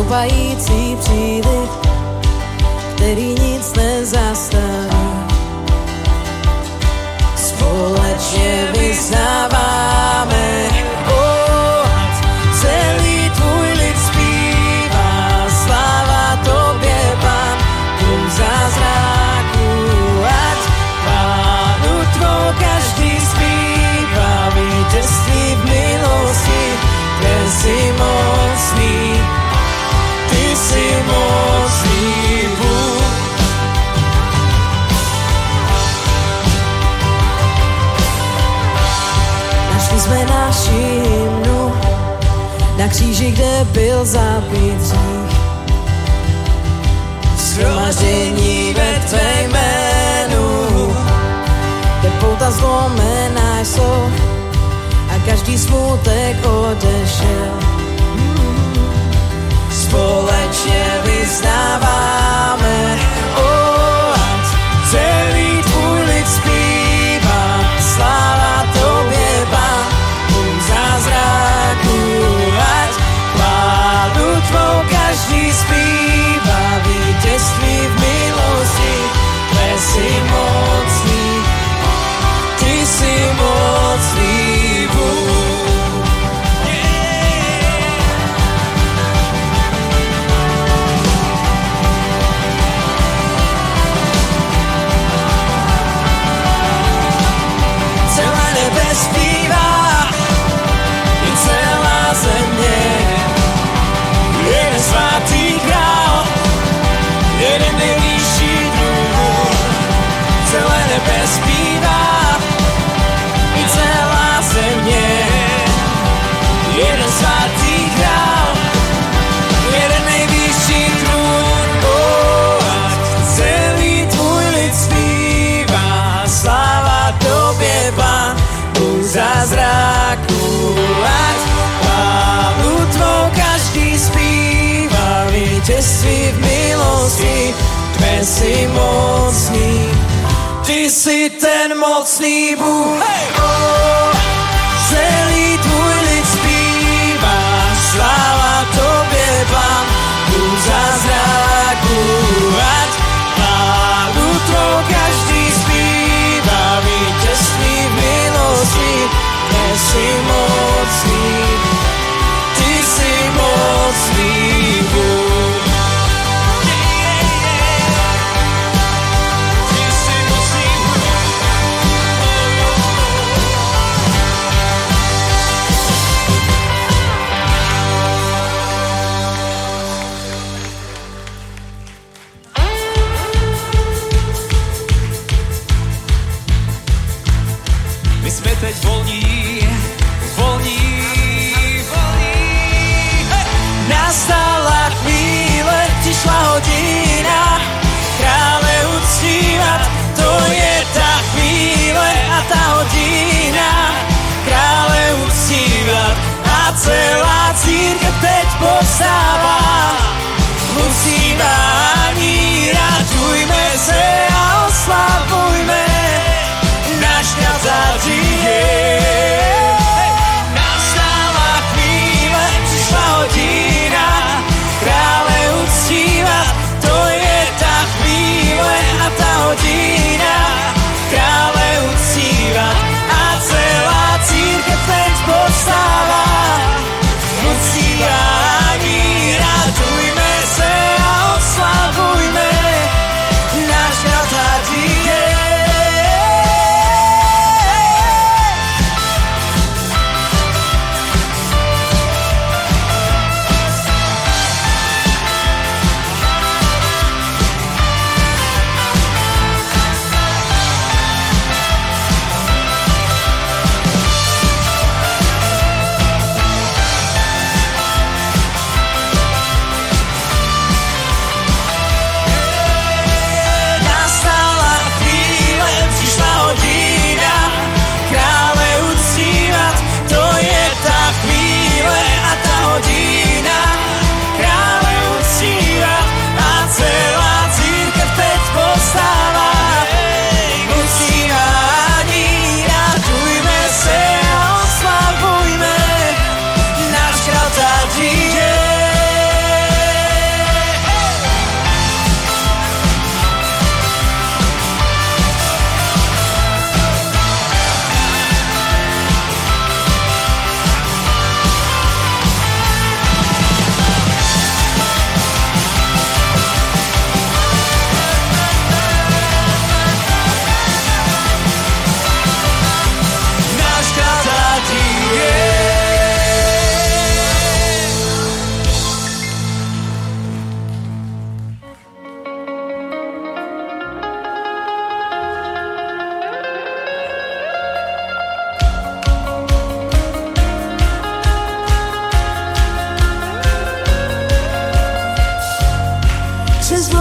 stoupající příliv, který nic nezastaví. Společně vyznáváme, ať celý tvůj lid zpívá, sláva tobě, Pán, tvůj zázraků, ať Pánu tvou každý zpívá, vítězství v milosti, ty jsi mocný, ty jsi mocný Bůh. Našli jsme naši hymnu na kříži, kde byl zabit hřích. Shromaždění ve tvé jménu, kde pouta zlomená jsou a každý smutek odešel. Společně vyznáváme, ať celý tvůj lid zpívá, sláva tobě, Pán, tvůj zázraků, ať chválu tvou každý zpívá, vítězství v milosti, tvé jsi mocný, ty jsi mocný Bůh. Zpívá i celá země, jeden svatý král, jeden nejvyšší druh. Celé nebe zpívá i celá země, jeden svatý král, jeden nejvyšší druh. Ať celý tvůj lid zpívá, sláva tobě, Pán, zázraků, ať chválu tvou každý zpívá, vítězství v milosti, tvé jsi mocný, ty jsi ten mocný Bůh. Hey! Celý tvůj lid zpívá, sláva tobě, Pán, Bůh zázraků, ať chválu tvou každý zpívá, vítězství v milosti, ty jsi mocný, ty jsi mocný Bůh. Ty jsi mocný Bůh. My jsme teď volní, volní, volní. Hey! Nastala chvíle, přišla hodina, krále uctívat, to je ta chvíle a ta hodina, krále uctívat a celá církev teď povstává. Uctívání, radujme se a oslavujme, náš kráľ žije. Nastala chvíle, přišla hodina, krále uctívat, to je ta chvíle a ta hodina, krále uctívat a celá církev teď povstává. Uctívání, radujme se a oslavujme,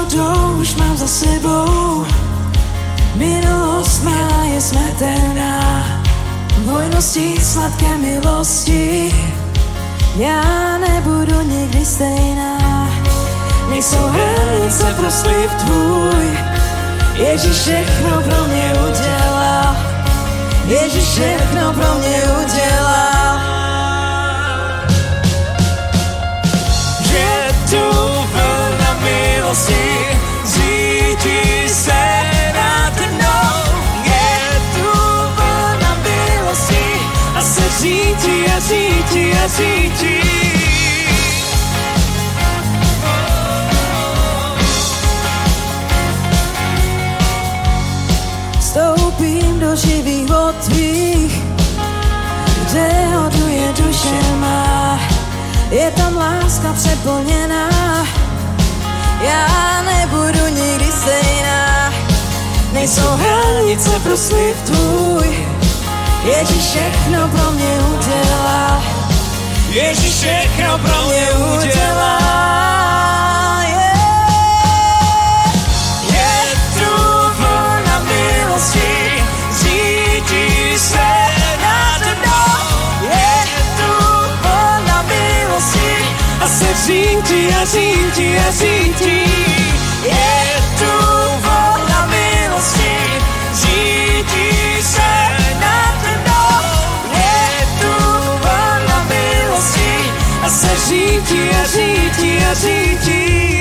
to už mám za sebou. Minulost má je smetená, hojnosti sladké milosti. Já nebudu nikdy stejná. Nejsou hranice pro slib tvůj. Ježíš všechno pro mě udělal. Ježíš všechno pro mě udělal. Je tu vlna milosti, řítí se nade mnou. Je tu vlna milosti a se řítí a řítí a řítí. Vstoupím do živých vod tvých, kde hoduje duše má. Je tam láska přeplněná, já nebudu nikdy stejná. Nejsou hranice pro slib tvůj. Ježíš všechno pro mě udělal. Ježíš všechno pro mě udělal. Je tu vlna milosti, řítí se nade mnou. Je tu vlna milosti a se řítí a řítí a řítí. Je tu vlna milosti, řítí se nade mnou. Je tu vlna milosti a se řítí a řítí a řítí.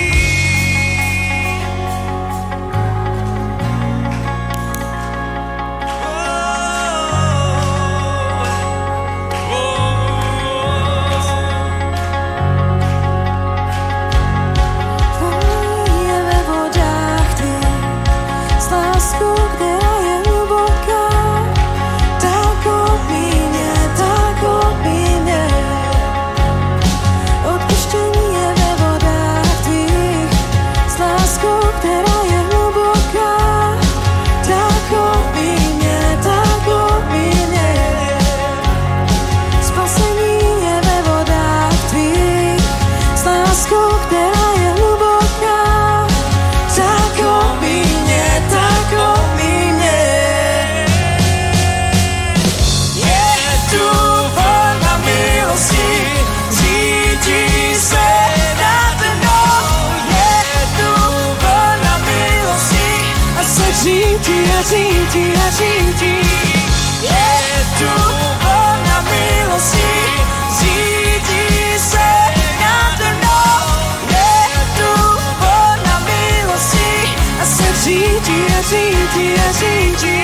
Řítí a řítí. Je tu vlna milosti, řítí se nade mnou. Je tu vlna milosti a se řítí a řítí a řítí.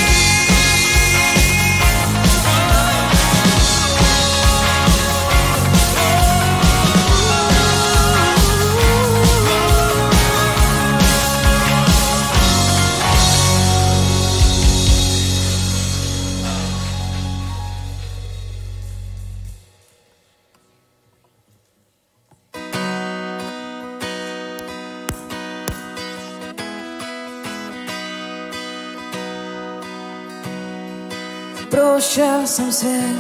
Prošel jsem svět,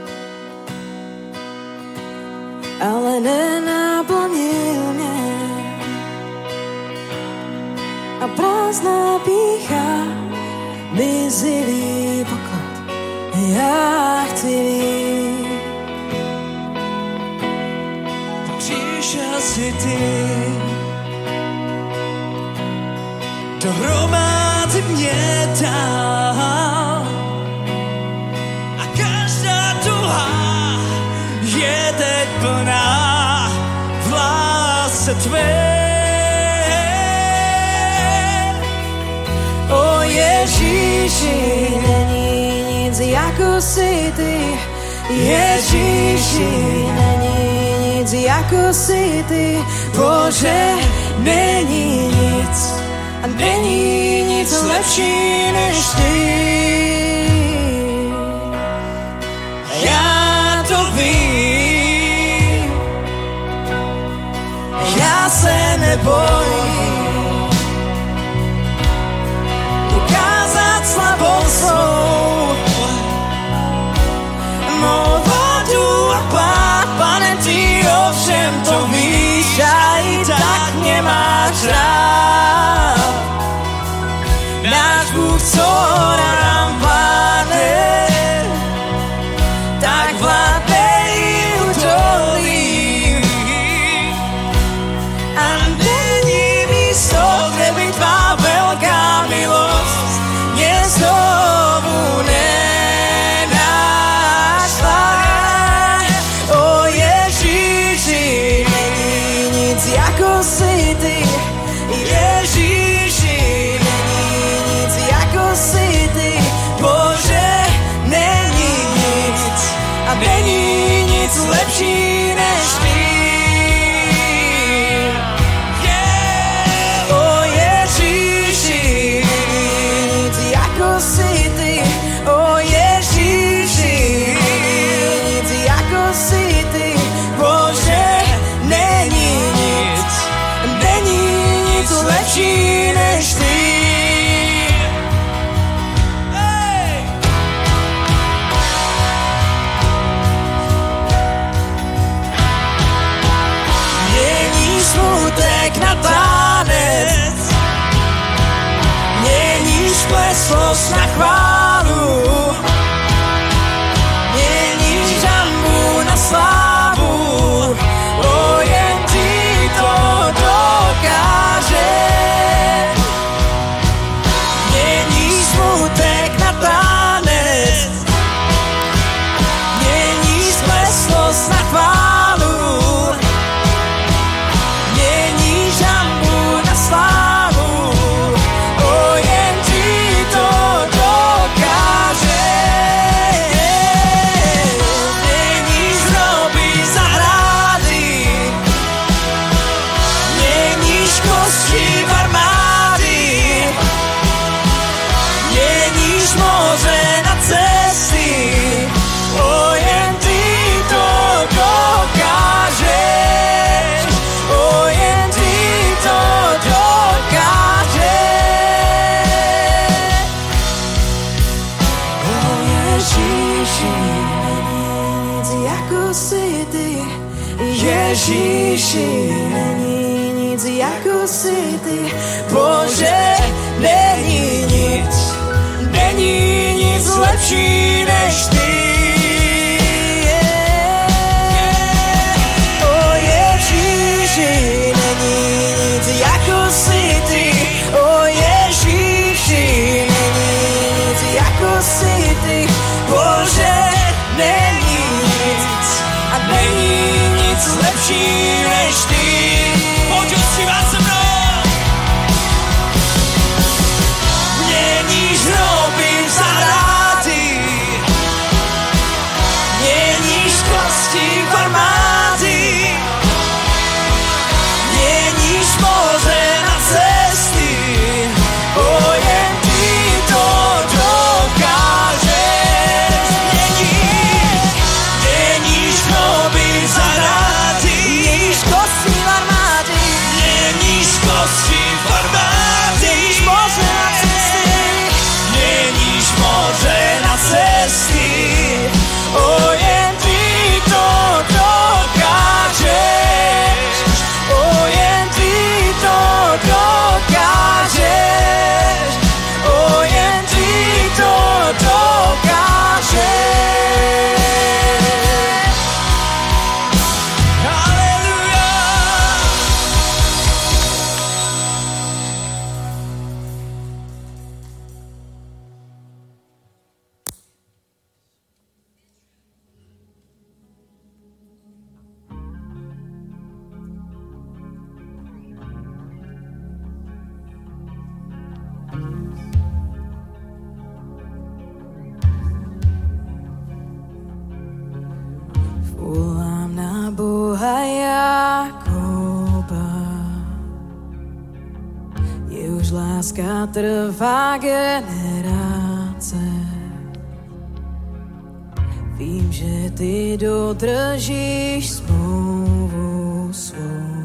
ale nenaplnil mě. A prázdná pýcha, mizivý poklad, já chci víc. Přišel jsi ty, dohromady mě dál. Je teď plná v lásce tvé. O Ježíši, není nic jako jsi ty. Ježíši, není nic jako jsi ty. Bože, není nic a není nic lepší než ty. Já to vím, já se nebojím ukázat slabou svou mou vodu a pád, Pane, ty ovšem to víš a i tak mě máš rád. smutek na tanec, měníš kleslost na chválu, měníš hanbu na slávu, jen ty to dokáže. Měníš smutek na tanec, měníš kleslost na chválu, měníš hanbu na slávu, jen ty to dokáže. Měníš hroby za hrady, měníš kosti v armády, měníš moře na cesty, jen ty to dokážeš, jen ty to dokážeš. Ježíši, není nic jako jsi ty. Ježíši, není nic jako jsi ty. Bože, není nic lepší než ty. O Ježíši, není nic jako jsi ty. O Ježíši, není nic jako jsi ty. Bože, není nic a není nic lepší než ty. Pojď uspívat se mnou. Měníš hroby za hrady, měníš kosti v armády, měníš moře na cesty, jen ty to dokážeš. Měníš hroby za hrady, měníš kosti v armády, měníš kosti v armády, měníš moře na cesty, měníš moře na cesty, jen ty to dokážeš, jen ty to dokážeš, jen ty to dokážeš. Haleluja! Volám na Boha Jakoba, jehož láska trvá generace. Vím, že ty dodržíš smlouvu svou.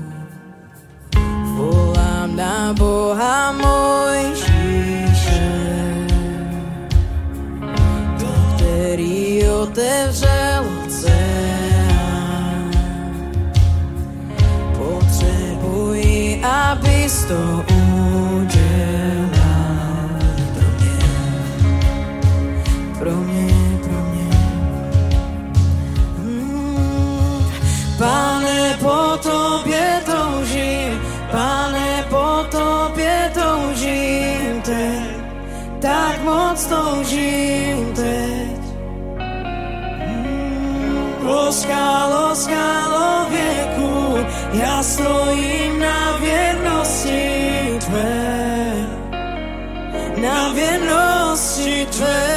Volám na Boha Mojžíše, který otevřel oceán. Potřebuji, abys to udělal pro mě. Pane, po tobě toužím, Pane, po tobě toužím teď, tak moc toužím teď. O skalo věku, já stojím na věrnosti tvé, na věrnosti tvé.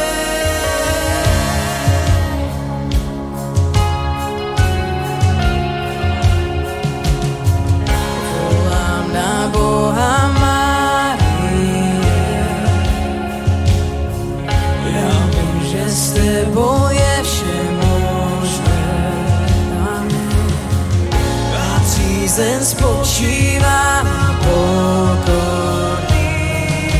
Volám na Boha Marie, já vím, že s tebou je vše možné. A přízeň spočívá na pokorný.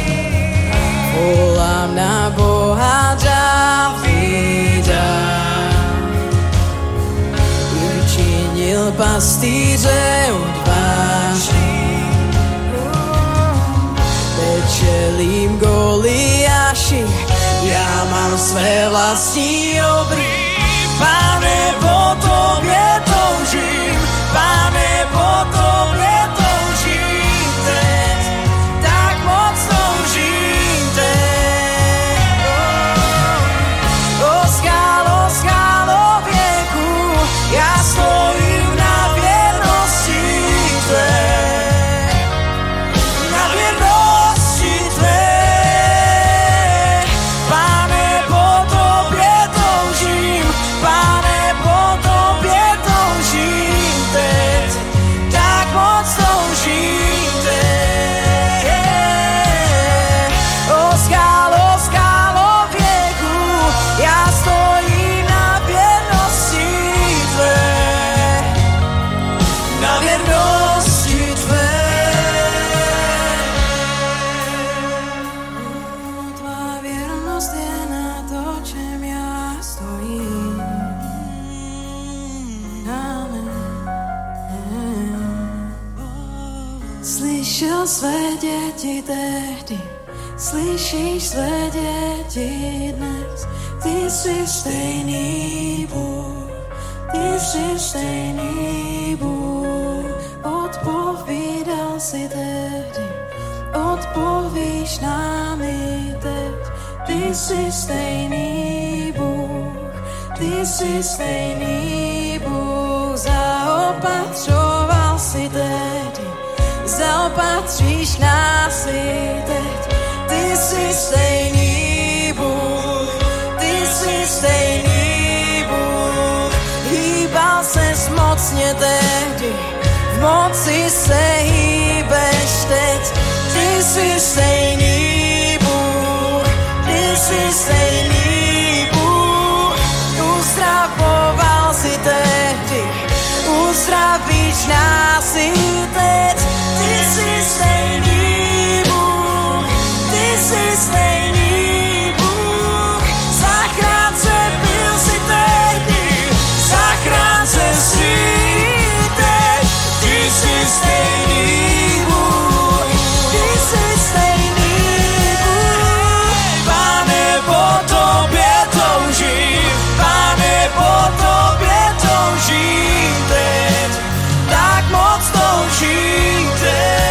Volám na Boha Davida, učinil pastýře odvážný. Čelím Goliáši, já mám své vlastní obry. Pane, po tobě toužím, Pane, po tobě toužím teď, tak moc toužím teď. O skálo věku, já stojím na věrnosti tvé. Slyšel své děti tehdy, slyšíš své děti dnes. Ty jsi stejný Bůh, ty jsi stejný Bůh. Odpovídal si tehdy, odpovíš nám i teď. Ty jsi stejný Bůh, ty jsi stejný Bůh. Zaopatřoval si tehdy, zaopatříš nás i teď. Ty jsi stejný Bůh, ty jsi stejný Bůh. Hýbal ses mocně tehdy, v moci se hýbeš teď. Ty jsi stejný Bůh, ty jsi stejný Bůh. Uzdravoval si tehdy, uzdravíš nás i teď. Ty jsi stejný Bůh, ty jsi stejný Bůh. Zachránce byl si tehdy, zachránce jsi teď. Ty jsi stejný Bůh, ty jsi stejný Bůh. Pane, po tobě toužím, Pane, po tobě toužím teď, tak moc toužím teď.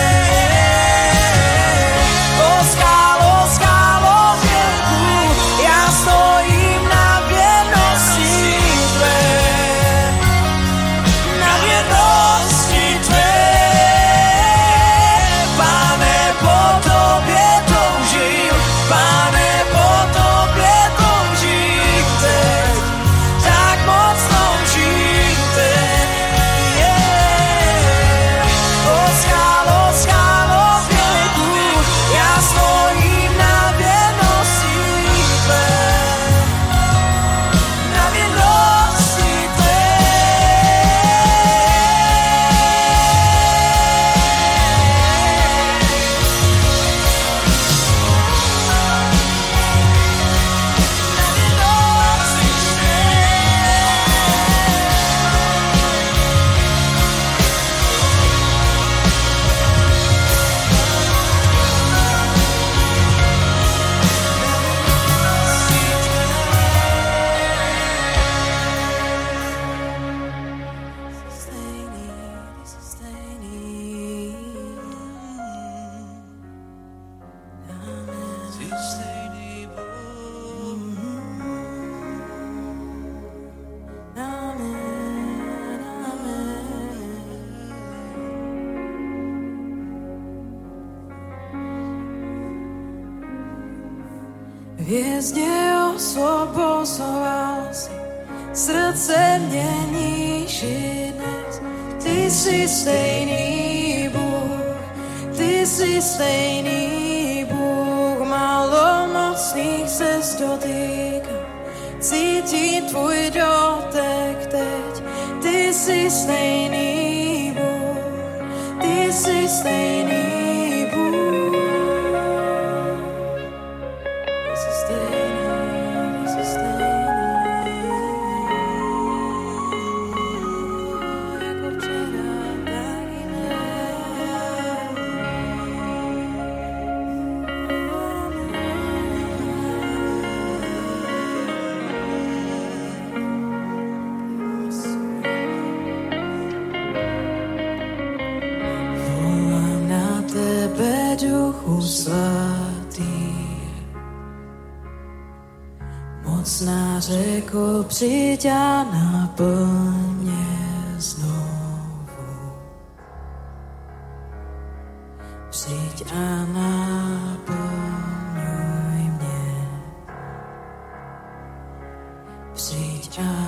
Skálo věku, já stojím na věrnosti tvé, na věrnosti tvé. Pane, po tobě toužím, Pane, po tobě toužím teď, tak moc toužím teď. Skálo věku, já stojím na věrnosti tvé, na věrnosti tvé. Hvězdě osvobozoval si, srdce měníš i dnes. Ty jsi stejný Bůh, ty jsi stejný Bůh. Malomocných se dotýká, cítí tvůj dotek teď. Ty jsi stejný Bůh, ty jsi stejný Bůh. Ty jsi stejný, Duchu Svatý. Mocná řeko, přijď a naplň mě znovu. Přijď a naplňuj mě. Přijď a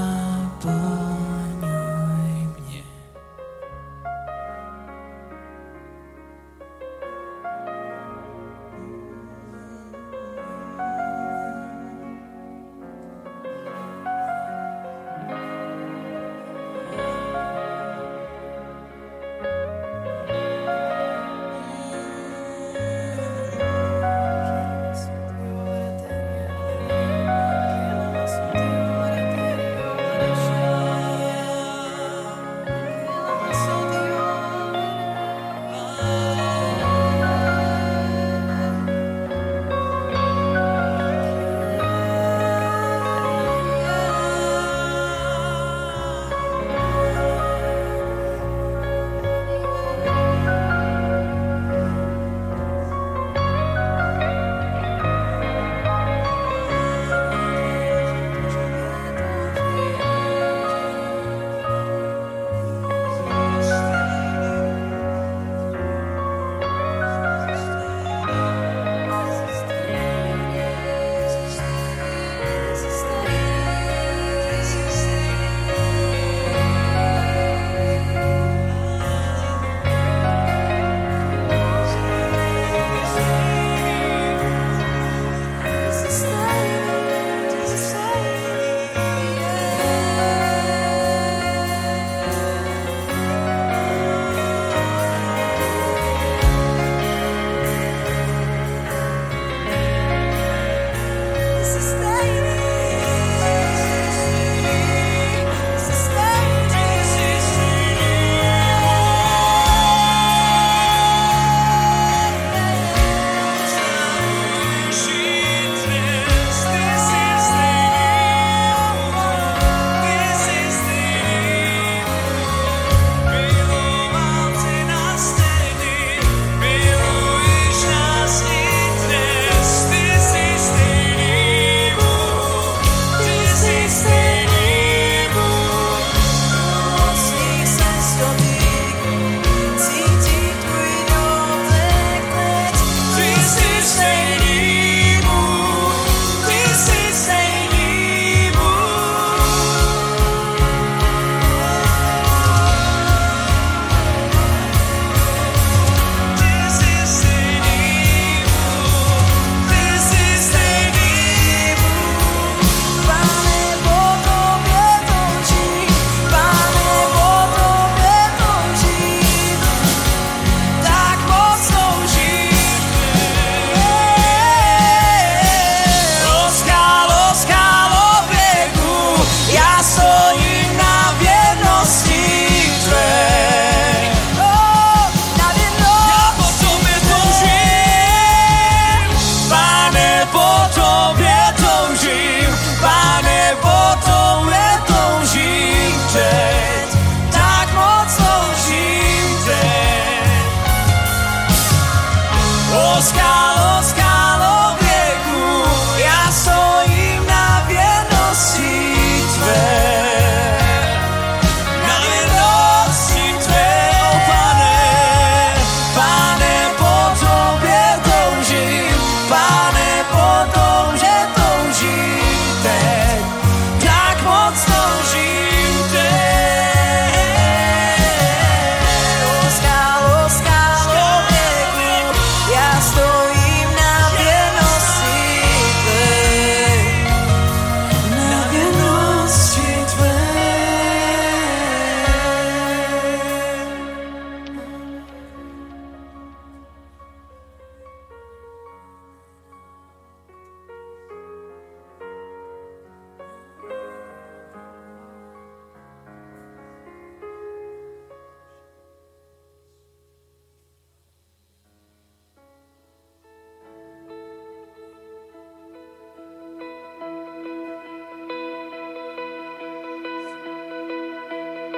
naplňuj mě.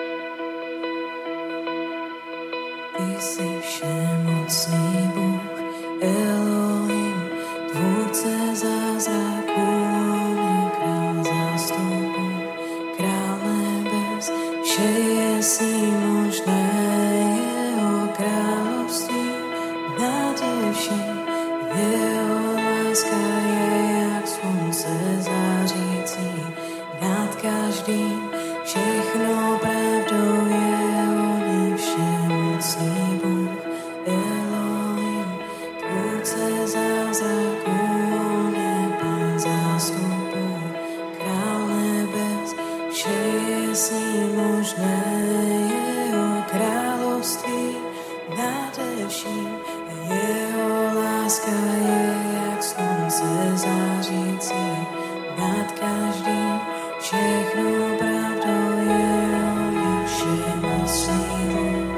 Ty jsi všemocný Bůh, Elohim, tvůrce zázraků, on je král zástupu, král nebes, vše je s ním možné, jeho království nade vším, jeho láska je jak slunce zářící nad každým, všechno pravdou je, on je všemocný Bůh. Elohim, tvůrce zázraků, on je pán zástupů, král nebes, vše je s ním možné, jeho království nade vším, jeho láska je jak slunce zářící nad každým, všechno pravdou je, on je všemocný Bůh.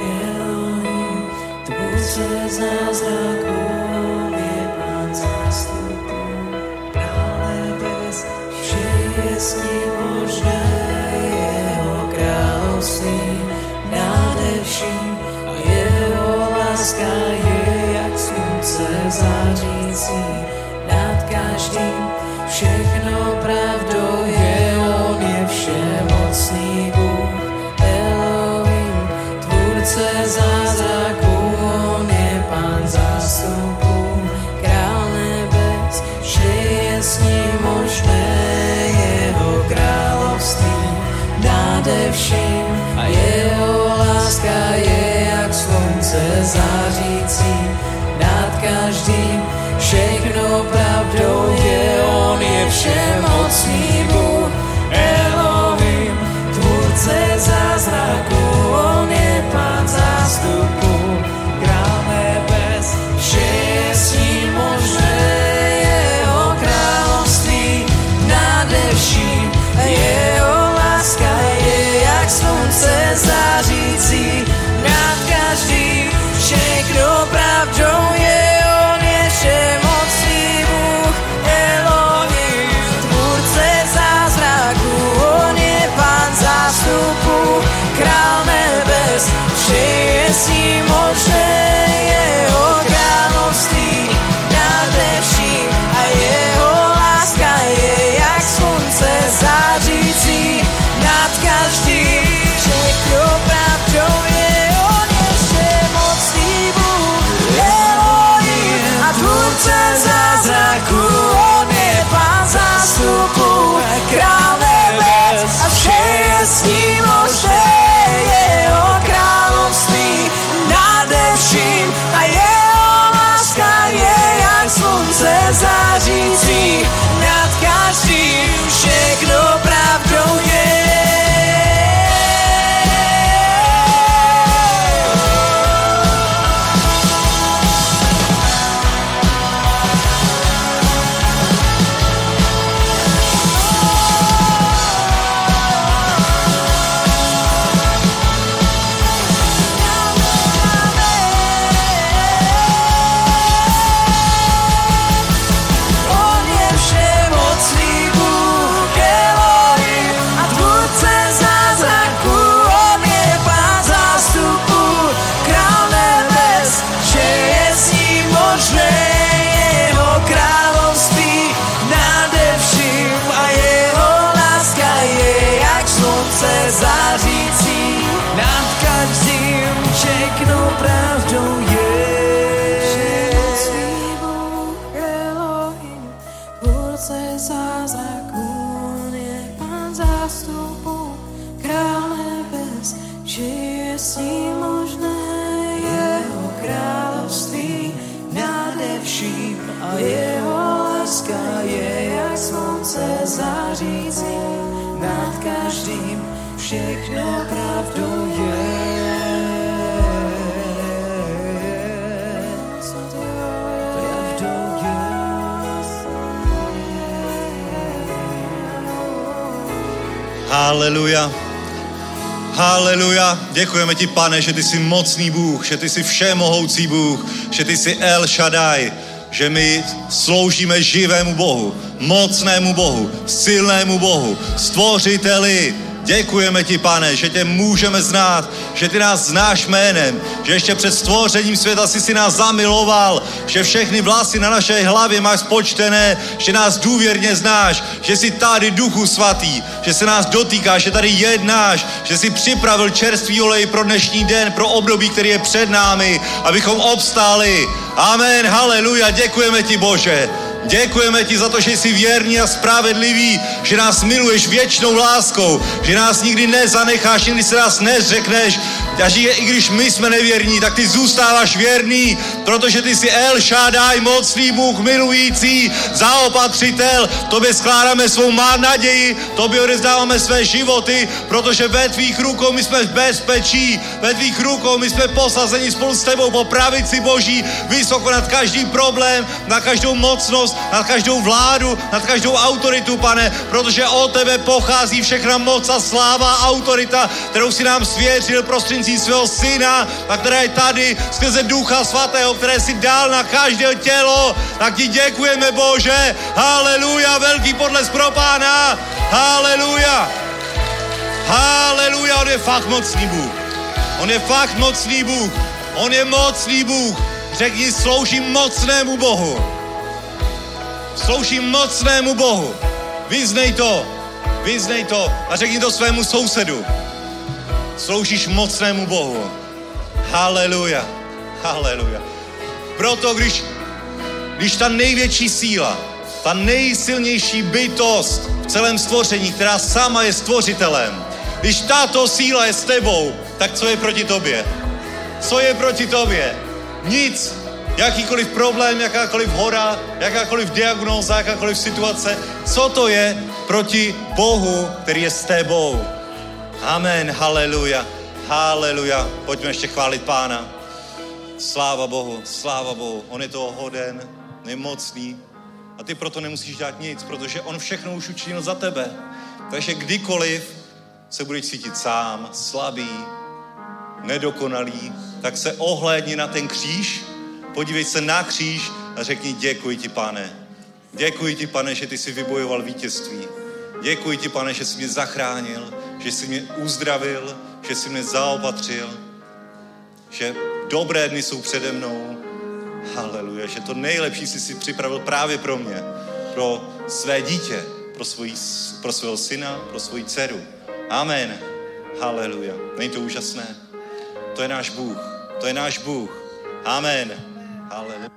Elohim, tvůrce zázraků, on je pán zástupů, král nebes, vše je s ním možné, jeho království nade vším, a jeho láska je jak slunce zářící nad každým, všechno pravdou je, on je všemocný Bůh. Elohim, tvůrce zázraků, on je pán zástupů, král nebes, vše je s ním možné, jeho království nade vším, a jeho láska je jak slunce zářící nad každým, všechno pravdou je, on je všemocný Bůh. Elohim, tvůrce zázraků, on je pán zástupů, král nebes, vše je s ním možné, jeho království nade vším, a jeho láska je jak slunce zářící nad každým, všechno pravdou je, on je všemocný Bůh. Elohim, tvůrce zázraků, on je pán zástupů, král nebes, vše je s ním možné, jeho království nade vším, a jeho láska je jak slunce zářící nad každým, všechno pravdou je, on je všemocný Bůh. Elohim, a tvůrce zázraků, on je pán zástupů, král nebes, a vše je s ním možné, jeho království nade vším, a jeho láska je jak slunce zářící nad každým, všechno pravdou je. On je všemocný Bůh. Elohim, a tvůrce zázraků, on je pán zástupů, král nebes, vše je s ním možné, jeho království nade vším, a jeho láska je jak slunce zářící nad každým, všechno pravdou je. Všemocný Bůh. Elohim, tvůrce zázraků, on je pán zástupů, král nebes, vše je s ním možné, jeho království nade vším, a jeho láska je jak slunce zářící nad každým, všechno pravdou je. Pravdou je. Haleluja. Haleluja. Děkujeme ti, Pane, že ty jsi mocný Bůh, že ty jsi všemohoucí Bůh, že ty jsi El Shaddai, že my sloužíme živému Bohu, mocnému Bohu, silnému Bohu, stvořiteli. Děkujeme ti, Pane, že tě můžeme znát, že ty nás znáš jménem, že ještě před stvořením světa si nás zamiloval, že všechny vlasy na naší hlavě máš spočtené, že nás důvěrně znáš, že jsi tady, Duchu Svatý, že se nás dotýkáš, že tady jednáš, že jsi připravil čerstvý olej pro dnešní den, pro období, který je před námi, abychom obstáli. Amen, haleluja, děkujeme ti, Bože. Děkujeme ti za to, že jsi věrný a spravedlivý, že nás miluješ věčnou láskou, že nás nikdy nezanecháš, nikdy se nás nezřekneš, a že i když my jsme nevěrní, tak ty zůstáváš věrný, protože ty jsi El Shaddai, mocný Bůh, milující, zaopatřitel. Tobě skládáme svou naději, tobě odevzdáváme své životy, protože ve tvých rukou my jsme v bezpečí, ve tvých rukou my jsme posazeni spolu s tebou po pravici Boží, vysoko nad každý problém, na každou mocnost, nad každou vládu, nad každou autoritu, Pane, protože od tebe pochází všechna moc a sláva a autorita, kterou si nám svěřil prostřednictvím svého syna, a která je tady skrze Ducha Svatého, které si dal na každé tělo. Tak ti děkujeme, Bože. Haleluja, velký podles pro Pána. Haleluja. Haleluja, on je fakt mocný Bůh. On je fakt mocný Bůh. On je mocný Bůh. Řekni, sloužím mocnému Bohu. Sloužím mocnému Bohu. Vyznej to a řekni to svému sousedu. Sloužíš mocnému Bohu. Haleluja, haleluja. Proto, když ta největší síla, ta nejsilnější bytost v celém stvoření, která sama je stvořitelem, když tato síla je s tebou, tak co je proti tobě? Co je proti tobě? Nic. Jakýkoliv problém, jakákoliv hora, jakákoliv diagnóza, jakákoliv situace. Co to je proti Bohu, který je s tebou? Amen, haleluja, haleluja. Pojďme ještě chválit Pána. Sláva Bohu, on je toho hoden, je mocný a ty proto nemusíš dělat nic, protože on všechno už učinil za tebe. Takže kdykoliv se budeš cítit sám, slabý, nedokonalý, tak se ohlédni na ten kříž, podívej se na kříž a řekni děkuji ti, Pane. Děkuji ti, Pane, že ty jsi vybojoval vítězství. Děkuji ti, Pane, že jsi mě zachránil, že jsi mě uzdravil, že jsi mě zaopatřil, že dobré dny jsou přede mnou. Haleluja, že to nejlepší jsi si připravil právě pro mě, pro své dítě, pro svého syna, pro svoji dceru. Amen. Haleluja. Není to úžasné? To je náš Bůh. To je náš Bůh. Amen. Haleluja.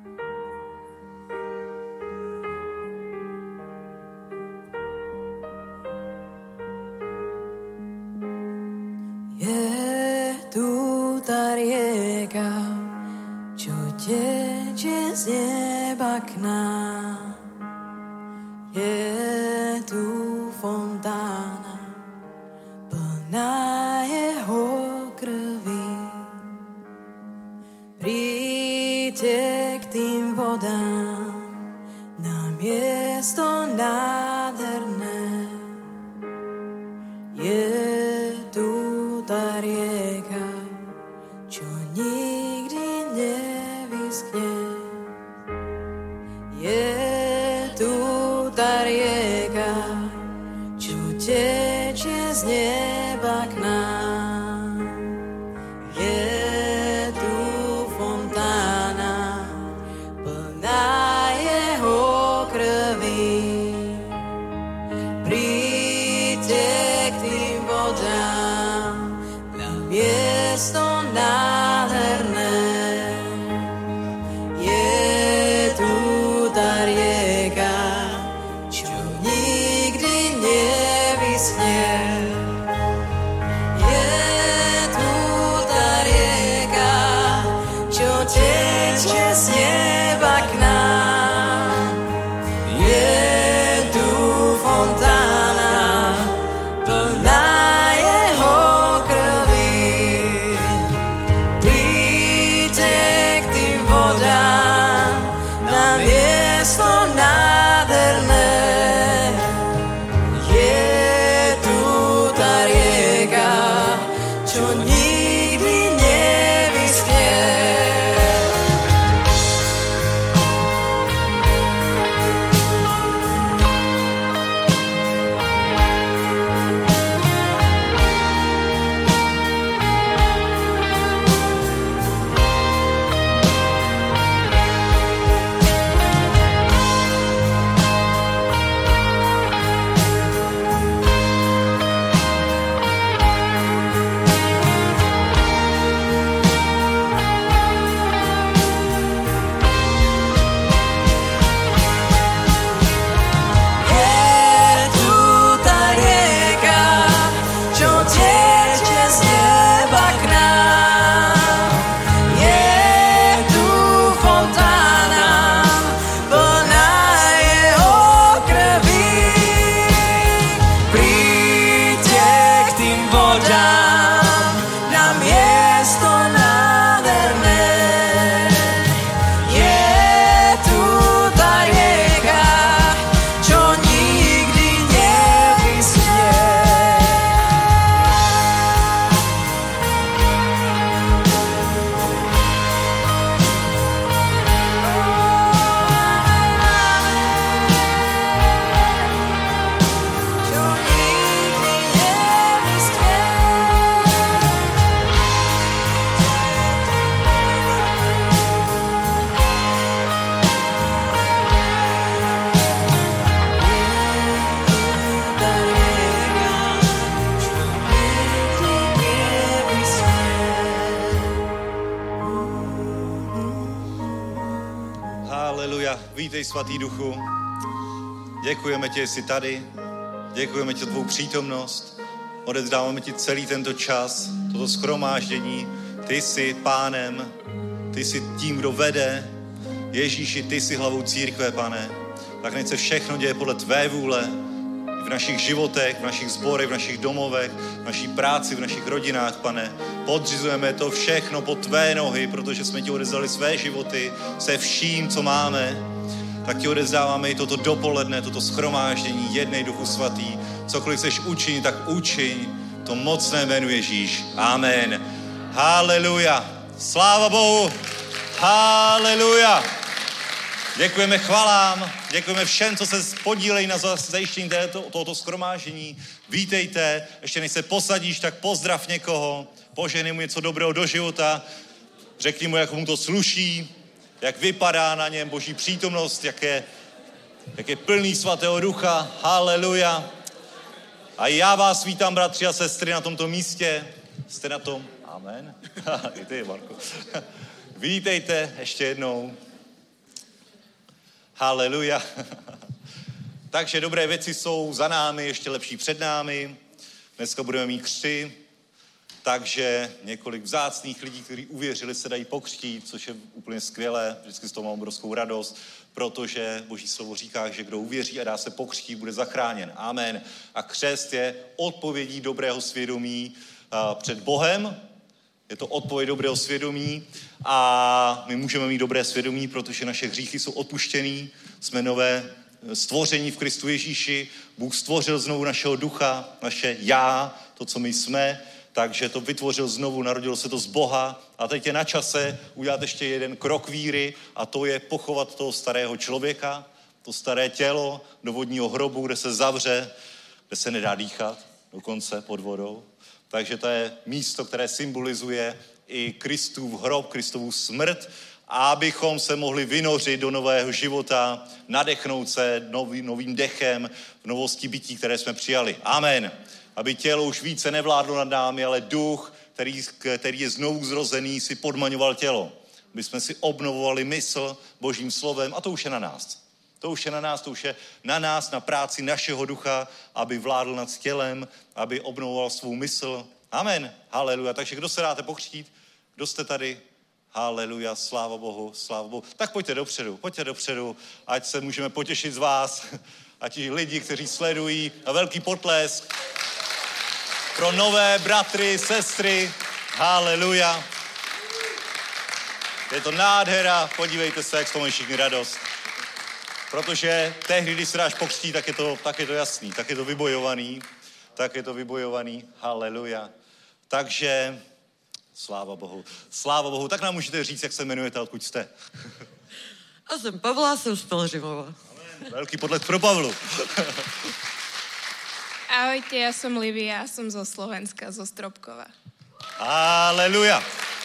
Je tu ta rieka, čo teče z neba k nám. Je tu fontána, plná jeho krvi. Príďte k tým vodám, na miesto nádherné. Je tu ta rieka, čo nikdy nevyschne. Je tu ta rieka, čo teče z neba k nám. Je tu fontána, plná jeho krvi. Príďte k tým vodám, na miesto nádherné. Je tu ta rieka, čo nikdy nevyschne. Je tu ta rieka, čo teče z neba k nám. Je tu fontána, plná jeho krvi. Príďte k tým vodám, na miesto nádherné. Je tu ta rieka, čo nikdy nevyschne. vítej svatý duchu. Děkujeme ti, že jsi tady. Děkujeme ti za tvou přítomnost. Odevzdáváme ti celý tento čas, toto shromáždění. Ty jsi pánem, ty jsi tím, kdo vede. Ježíši, ty jsi hlavou církve, pane. Tak nech se všechno děje podle tvé vůle. V našich životech, v našich sborech, v našich domovech, v naší práci, v našich rodinách, pane. Podřizujeme to všechno pod tvé nohy, protože jsme ti odevzdali své životy se vším, co máme. Tak ti odevzdáváme i toto dopoledne, toto shromáždění, jednej Duchu Svatý. Cokoliv chceš učinit, tak učiň. To mocné jménu Ježíš. Amen. Haleluja. Sláva Bohu. Haleluja. Děkujeme chvalám, děkujeme všem, co se podílejí na zajištění tohoto shromáždění. Vítejte, ještě než se posadíš, tak pozdrav někoho, požehnej mu něco dobrého do života, řekni mu, jak mu to sluší, jak vypadá na něm Boží přítomnost, jak je plný svatého ducha. Haleluja. A já vás vítám, bratři a sestry, na tomto místě. Jste na tom? Amen. I ty, Marko. Vítejte ještě jednou. Haleluja. Takže dobré věci jsou za námi, ještě lepší před námi. Dneska budeme mít křty, takže několik vzácných lidí, kteří uvěřili, se dají pokřtít, což je úplně skvělé. Vždycky z toho mám obrovskou radost, protože Boží slovo říká, že kdo uvěří a dá se pokřtít, bude zachráněn. Amen. A křest je odpovědí dobrého svědomí před Bohem. Je to odpověď dobrého svědomí a my můžeme mít dobré svědomí, protože naše hříchy jsou odpuštěný, jsme nové stvoření v Kristu Ježíši, Bůh stvořil znovu našeho ducha, naše já, to, co my jsme, takže to vytvořil znovu, narodilo se to z Boha a teď je na čase udělat ještě jeden krok víry a to je pochovat toho starého člověka, to staré tělo do vodního hrobu, kde se zavře, kde se nedá dýchat, dokonce pod vodou. Takže to je místo, které symbolizuje i Kristův hrob, Kristovu smrt, a abychom se mohli vynořit do nového života, nadechnout se novým dechem v novosti bytí, které jsme přijali. Amen. Aby tělo už více nevládlo nad námi, ale duch, který je znovu zrozený, si podmaňoval tělo. Aby jsme si obnovovali mysl Božím slovem a to už je na nás. To už je na nás, na práci našeho ducha, aby vládl nad tělem, aby obnovoval svou mysl. Amen. Haleluja. Takže kdo se dáte pokřtít? Kdo jste tady? Haleluja. Sláva Bohu, sláva Bohu. Tak pojďte dopředu, ať se můžeme potěšit z vás. A ti lidi, kteří sledují, a velký potlesk pro nové bratry, sestry. Haleluja. Je to nádhera. Podívejte se, jak z toho mají všichni radost. Protože tehdy, když se dáš pokřtít, tak je to jasný, tak je to vybojovaný, haleluja. Takže, sláva Bohu, tak nám můžete říct, jak se jmenujete, odkud jste. Já jsem Pavla, jsem z Pelhřimova. Velký potlesk pro Pavlu. Ahojte, ja som Livia, ja som zo Slovenska, zo Stropkova. Haleluja.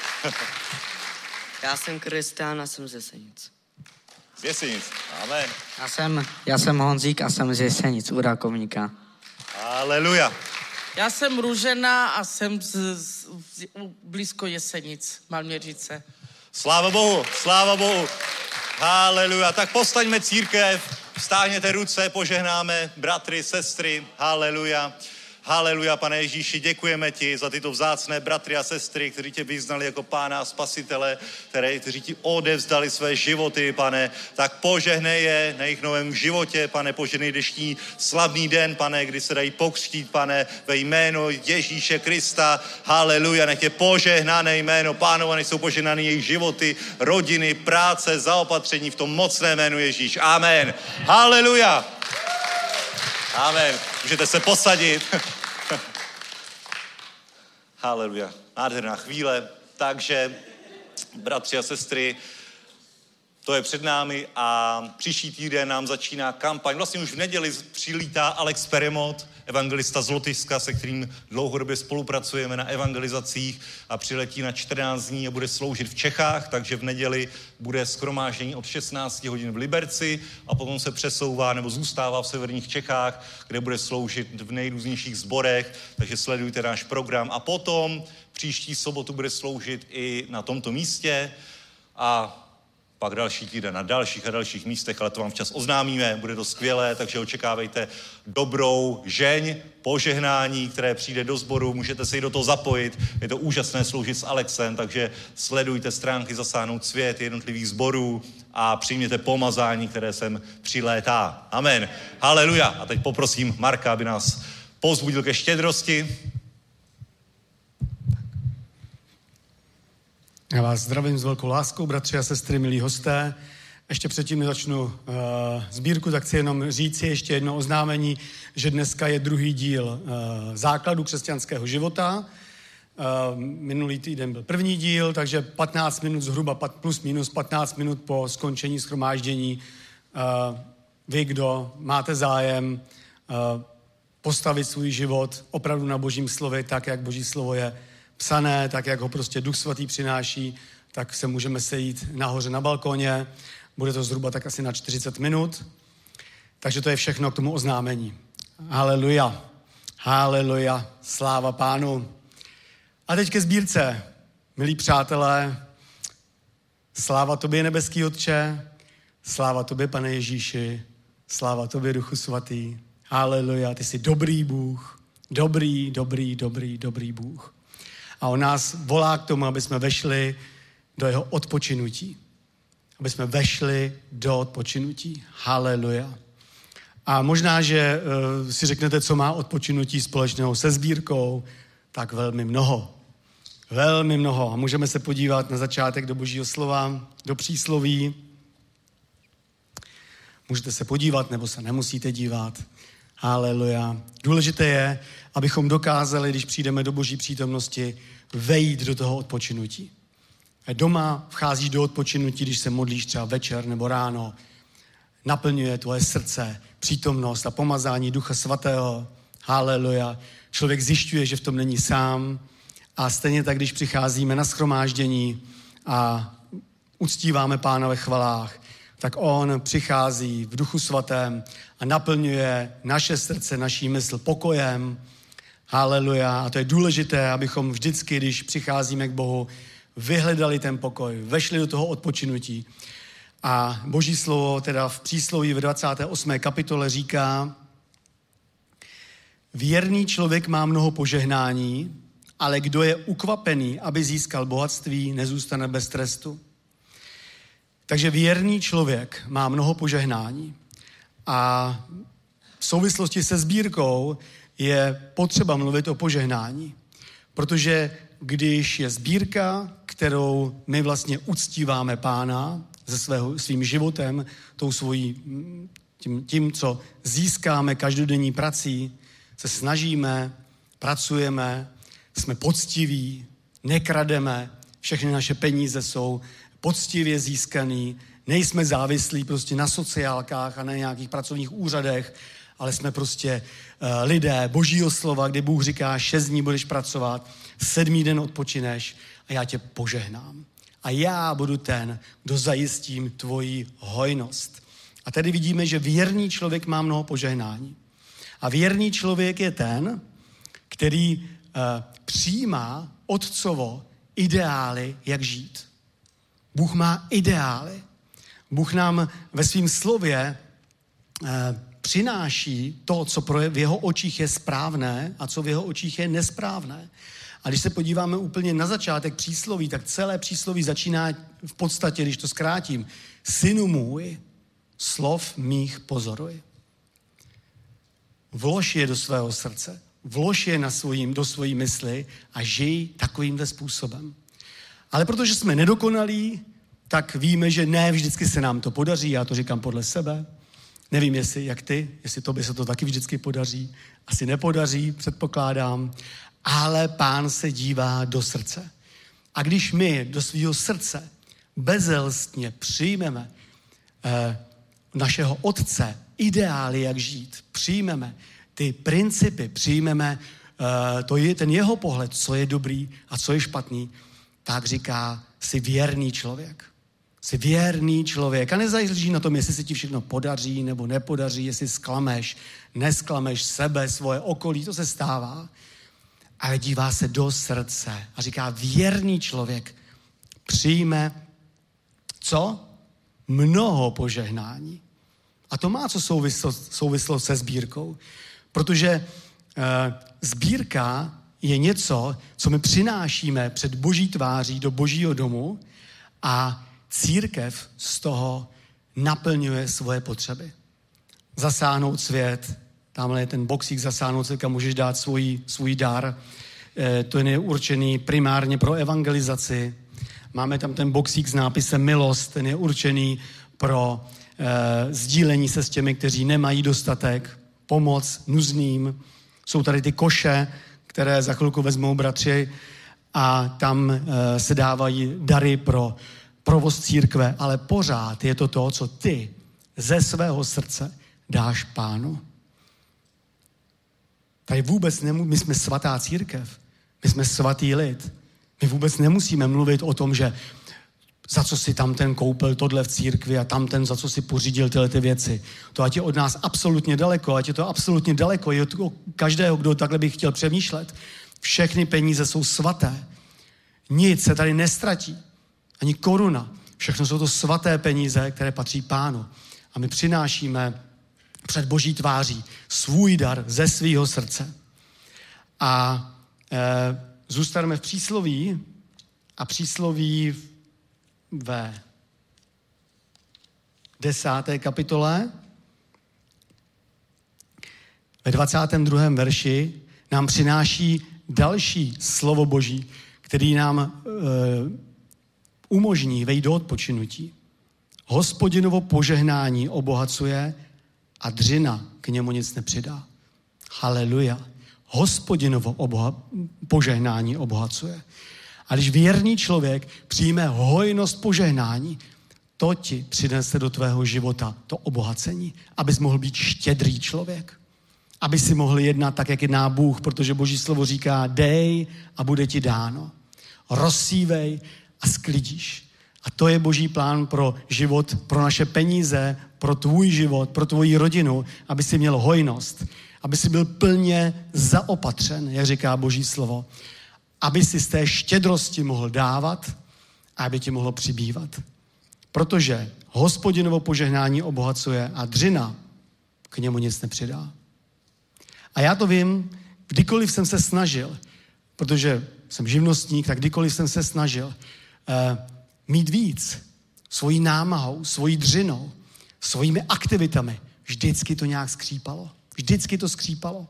Já jsem Kristián a jsem z Jesenic. Z Jesenic, amen. Já jsem Honzík a jsem z Jesenic, u Rakovníka. Haleluja. Já jsem Růžena a jsem blízko Jesenic, Malměřice. Sláva Bohu. Haleluja. Tak postaňme církev, stáhněte ruce, požehnáme bratry, sestry. Haleluja. Haleluja, Pane Ježíši, děkujeme ti za tyto vzácné bratry a sestry, kteří tě vyznali jako Pána a Spasitele, kteří ti odevzdali své životy, Pane. Tak požehnej je na jejich novém životě, Pane, požehnej dnešní slavný den, Pane, kdy se dají pokřtít, Pane, ve jméno Ježíše Krista. Haleluja, nech je požehnané jméno Pánova, nech jsou požehnané jejich životy, rodiny, práce, zaopatření v tom mocné jménu Ježíš. Amen. Haleluja. Amen. Můžete se posadit. Haleluja. Nádherná chvíle. Takže, bratři a sestry, to je před námi a příští týden nám začíná kampaň. Vlastně už v neděli přilítá Alex Peremot, evangelista z Lotyšska, se kterým dlouhodobě spolupracujeme na evangelizacích a přiletí na 14 dní a bude sloužit v Čechách, takže v neděli bude shromáždění od 16 hodin v Liberci a potom se přesouvá nebo zůstává v severních Čechách, kde bude sloužit v nejrůznějších sborech, takže sledujte náš program. A potom příští sobotu bude sloužit i na tomto místě a pak další týden na dalších a dalších místech, ale to vám včas oznámíme, bude to skvělé, takže očekávejte dobrou žeň, požehnání, které přijde do sboru, můžete se i do toho zapojit, je to úžasné sloužit s Alexem, takže sledujte stránky Zasáhnout svět jednotlivých sborů a přijměte pomazání, které sem přilétá. Amen. Haleluja. A teď poprosím Marka, aby nás povzbudil ke štědrosti. Já vás zdravím s velkou láskou, bratři a sestry, milí hosté. Ještě předtím, než začnu sbírku, tak chci jenom říct ještě jedno oznámení, že dneska je druhý díl základu křesťanského života. Minulý týden byl první díl, takže 15 minut zhruba, plus minus 15 minut po skončení shromáždění. Vy, kdo máte zájem postavit svůj život opravdu na Božím slově, tak, jak Boží slovo je psané, tak, jak ho prostě Duch Svatý přináší, tak se můžeme sejít nahoře na balkoně. Bude to zhruba tak asi na 40 minut. Takže to je všechno k tomu oznámení. Haleluja. Haleluja. Sláva Pánu. A teď ke sbírce. Milí přátelé, sláva tobě, nebeský Otče, sláva tobě, Pane Ježíši, sláva tobě, Duchu Svatý. Haleluja. Ty jsi dobrý Bůh. Dobrý, dobrý, dobrý, dobrý Bůh. A on nás volá k tomu, aby jsme vešli do jeho odpočinutí. Aby jsme vešli do odpočinutí. Haleluja. A možná, že si řeknete, co má odpočinutí společného se sbírkou, tak velmi mnoho. Velmi mnoho. A můžeme se podívat na začátek do Božího slova, do přísloví. Můžete se podívat, nebo se nemusíte dívat. Haleluja. Důležité je, abychom dokázali, když přijdeme do Boží přítomnosti, vejít do toho odpočinutí. A doma vcházíš do odpočinutí, když se modlíš třeba večer nebo ráno. Naplňuje tvoje srdce přítomnost a pomazání Ducha Svatého. Haleluja. Člověk zjišťuje, že v tom není sám. A stejně tak, když přicházíme na shromáždění a uctíváme Pána ve chvalách, tak on přichází v Duchu Svatém a naplňuje naše srdce, naší mysl pokojem. Haleluja. A to je důležité, abychom vždycky, když přicházíme k Bohu, vyhledali ten pokoj, vešli do toho odpočinutí. A Boží slovo teda v přísloví v 28. kapitole říká: věrný člověk má mnoho požehnání, ale kdo je ukvapený, aby získal bohatství, nezůstane bez trestu. Takže věrný člověk má mnoho požehnání. A v souvislosti se sbírkou je potřeba mluvit o požehnání. Protože když je sbírka, kterou my vlastně uctíváme Pána svým životem, tím, co získáme každodenní prací, se snažíme, pracujeme, jsme poctiví, nekrademe, všechny naše peníze jsou poctivě získaný, nejsme závislí prostě na sociálkách a na nějakých pracovních úřadech, ale jsme prostě lidé Božího slova, kde Bůh říká, 6 dní budeš pracovat, 7. den odpočineš a já tě požehnám. A já budu ten, kdo zajistím tvoji hojnost. A tady vidíme, že věrný člověk má mnoho požehnání. A věrný člověk je ten, který přijímá otcovo ideály, jak žít. Bůh má ideály. Bůh nám ve svém slově přináší to, co v jeho očích je správné a co v jeho očích je nesprávné. A když se podíváme úplně na začátek přísloví, tak celé přísloví začíná v podstatě, když to zkrátím, synu můj, slov mých pozoruj. Vlož je do svého srdce, vlož je do svojí mysli a žij takovýmhle způsobem. Ale protože jsme nedokonalí, tak víme, že ne vždycky se nám to podaří, já to říkám podle sebe. Nevím, jestli tobě se to taky vždycky podaří. Asi nepodaří, předpokládám. Ale Pán se dívá do srdce. A když my do svého srdce bezelstně přijmeme našeho Otce, ideály, jak žít, přijmeme ty principy, přijmeme ten jeho pohled, co je dobrý a co je špatný, tak říká, jsi věrný člověk. Jsi věrný člověk a nezáleží na tom, jestli se ti všechno podaří nebo nepodaří, jestli sklameš, nesklameš sebe, svoje okolí, to se stává. Ale dívá se do srdce a říká, věrný člověk přijme co? mnoho požehnání. A to má co souvislost se sbírkou. Protože sbírka je něco, co my přinášíme před Boží tváří do Božího domu a církev z toho naplňuje svoje potřeby. Zasáhnout svět, tamhle je ten boxík zasáhnout svět, kam můžeš dát svůj dar. To je určený primárně pro evangelizaci. Máme tam ten boxík s nápisem milost, ten je určený pro sdílení se s těmi, kteří nemají dostatek, pomoc nuzným. Jsou tady ty koše, které za chvilku vezmou bratři a tam se dávají dary pro provoz církve, ale pořád je to, co ty ze svého srdce dáš Pánu. Tady vůbec my jsme svatá církev, my jsme svatý lid. My vůbec nemusíme mluvit o tom, že za co si tamten koupil tohle v církvi a tamten za co si pořídil tyhle ty věci. To ať je od nás absolutně daleko, ať je to absolutně daleko, je to každého, kdo takhle by chtěl přemýšlet. Všechny peníze jsou svaté. Nic se tady nestratí. Ani koruna. Všechno jsou to svaté peníze, které patří Pánu. A my přinášíme před Boží tváří svůj dar ze svého srdce. A zůstaneme v přísloví a přísloví ve 10. kapitole ve 22. verši nám přináší další slovo Boží, který nám umožní vejít do odpočinutí. Hospodinovo požehnání obohacuje a dřina k němu nic nepřidá. Haleluja. Hospodinovo požehnání obohacuje. A když věrný člověk přijme hojnost požehnání, to ti přinese do tvého života to obohacení, abys mohl být štědrý člověk. Aby si mohl jednat tak, jak jedná Bůh, protože Boží slovo říká, dej a bude ti dáno. Rozsívej a sklidíš. A to je Boží plán pro život, pro naše peníze, pro tvůj život, pro tvoji rodinu, aby si měl hojnost, aby si byl plně zaopatřen, jak říká Boží slovo, aby si z té štědrosti mohl dávat a aby ti mohlo přibývat. Protože Hospodinovo požehnání obohacuje a dřina k němu nic nepřidá. A já to vím, kdykoliv jsem se snažil, protože jsem živnostník, tak kdykoliv jsem se snažil mít víc svojí námahou, svojí dřinou, svými aktivitami, vždycky to nějak skřípalo. Vždycky to skřípalo.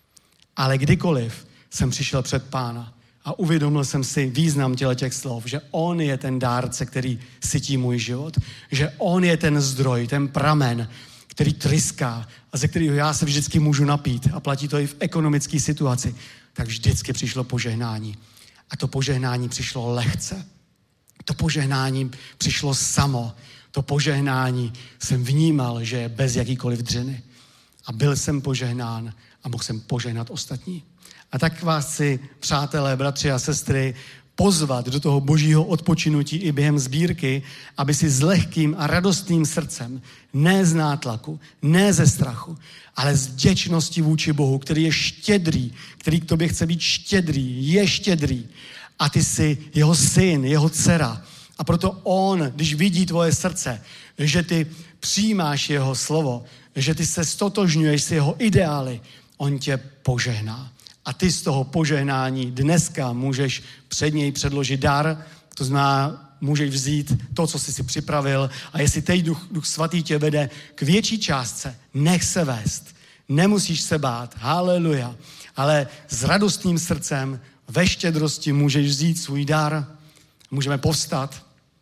Ale kdykoliv jsem přišel před Pána a uvědomil jsem si význam těch slov, že on je ten dárce, který sytí můj život, že on je ten zdroj, ten pramen, který tryská a ze kterého já se vždycky můžu napít a platí to i v ekonomické situaci, tak vždycky přišlo požehnání. A to požehnání přišlo lehce. To požehnání přišlo samo. To požehnání jsem vnímal, že je bez jakýkoliv dřiny. A byl jsem požehnán a mohl jsem požehnat ostatní. A tak vás chci, přátelé, bratři a sestry, pozvat do toho Božího odpočinutí i během sbírky, aby si s lehkým a radostným srdcem, ne z nátlaku, ne ze strachu, ale z vděčnosti vůči Bohu, který je štědrý, který k tobě chce být štědrý, je štědrý. A ty jsi jeho syn, jeho dcera. A proto on, když vidí tvoje srdce, že ty přijímáš jeho slovo, že ty se stotožňuješ s jeho ideály, on tě požehná. A ty z toho požehnání dneska můžeš před něj předložit dar, to znamená, můžeš vzít to, co jsi si připravil a jestli teď Duch Svatý tě vede k větší částce, nech se vést. Nemusíš se bát, haleluja, ale s radostným srdcem ve štědrosti můžeš vzít svůj dar, můžeme povstat,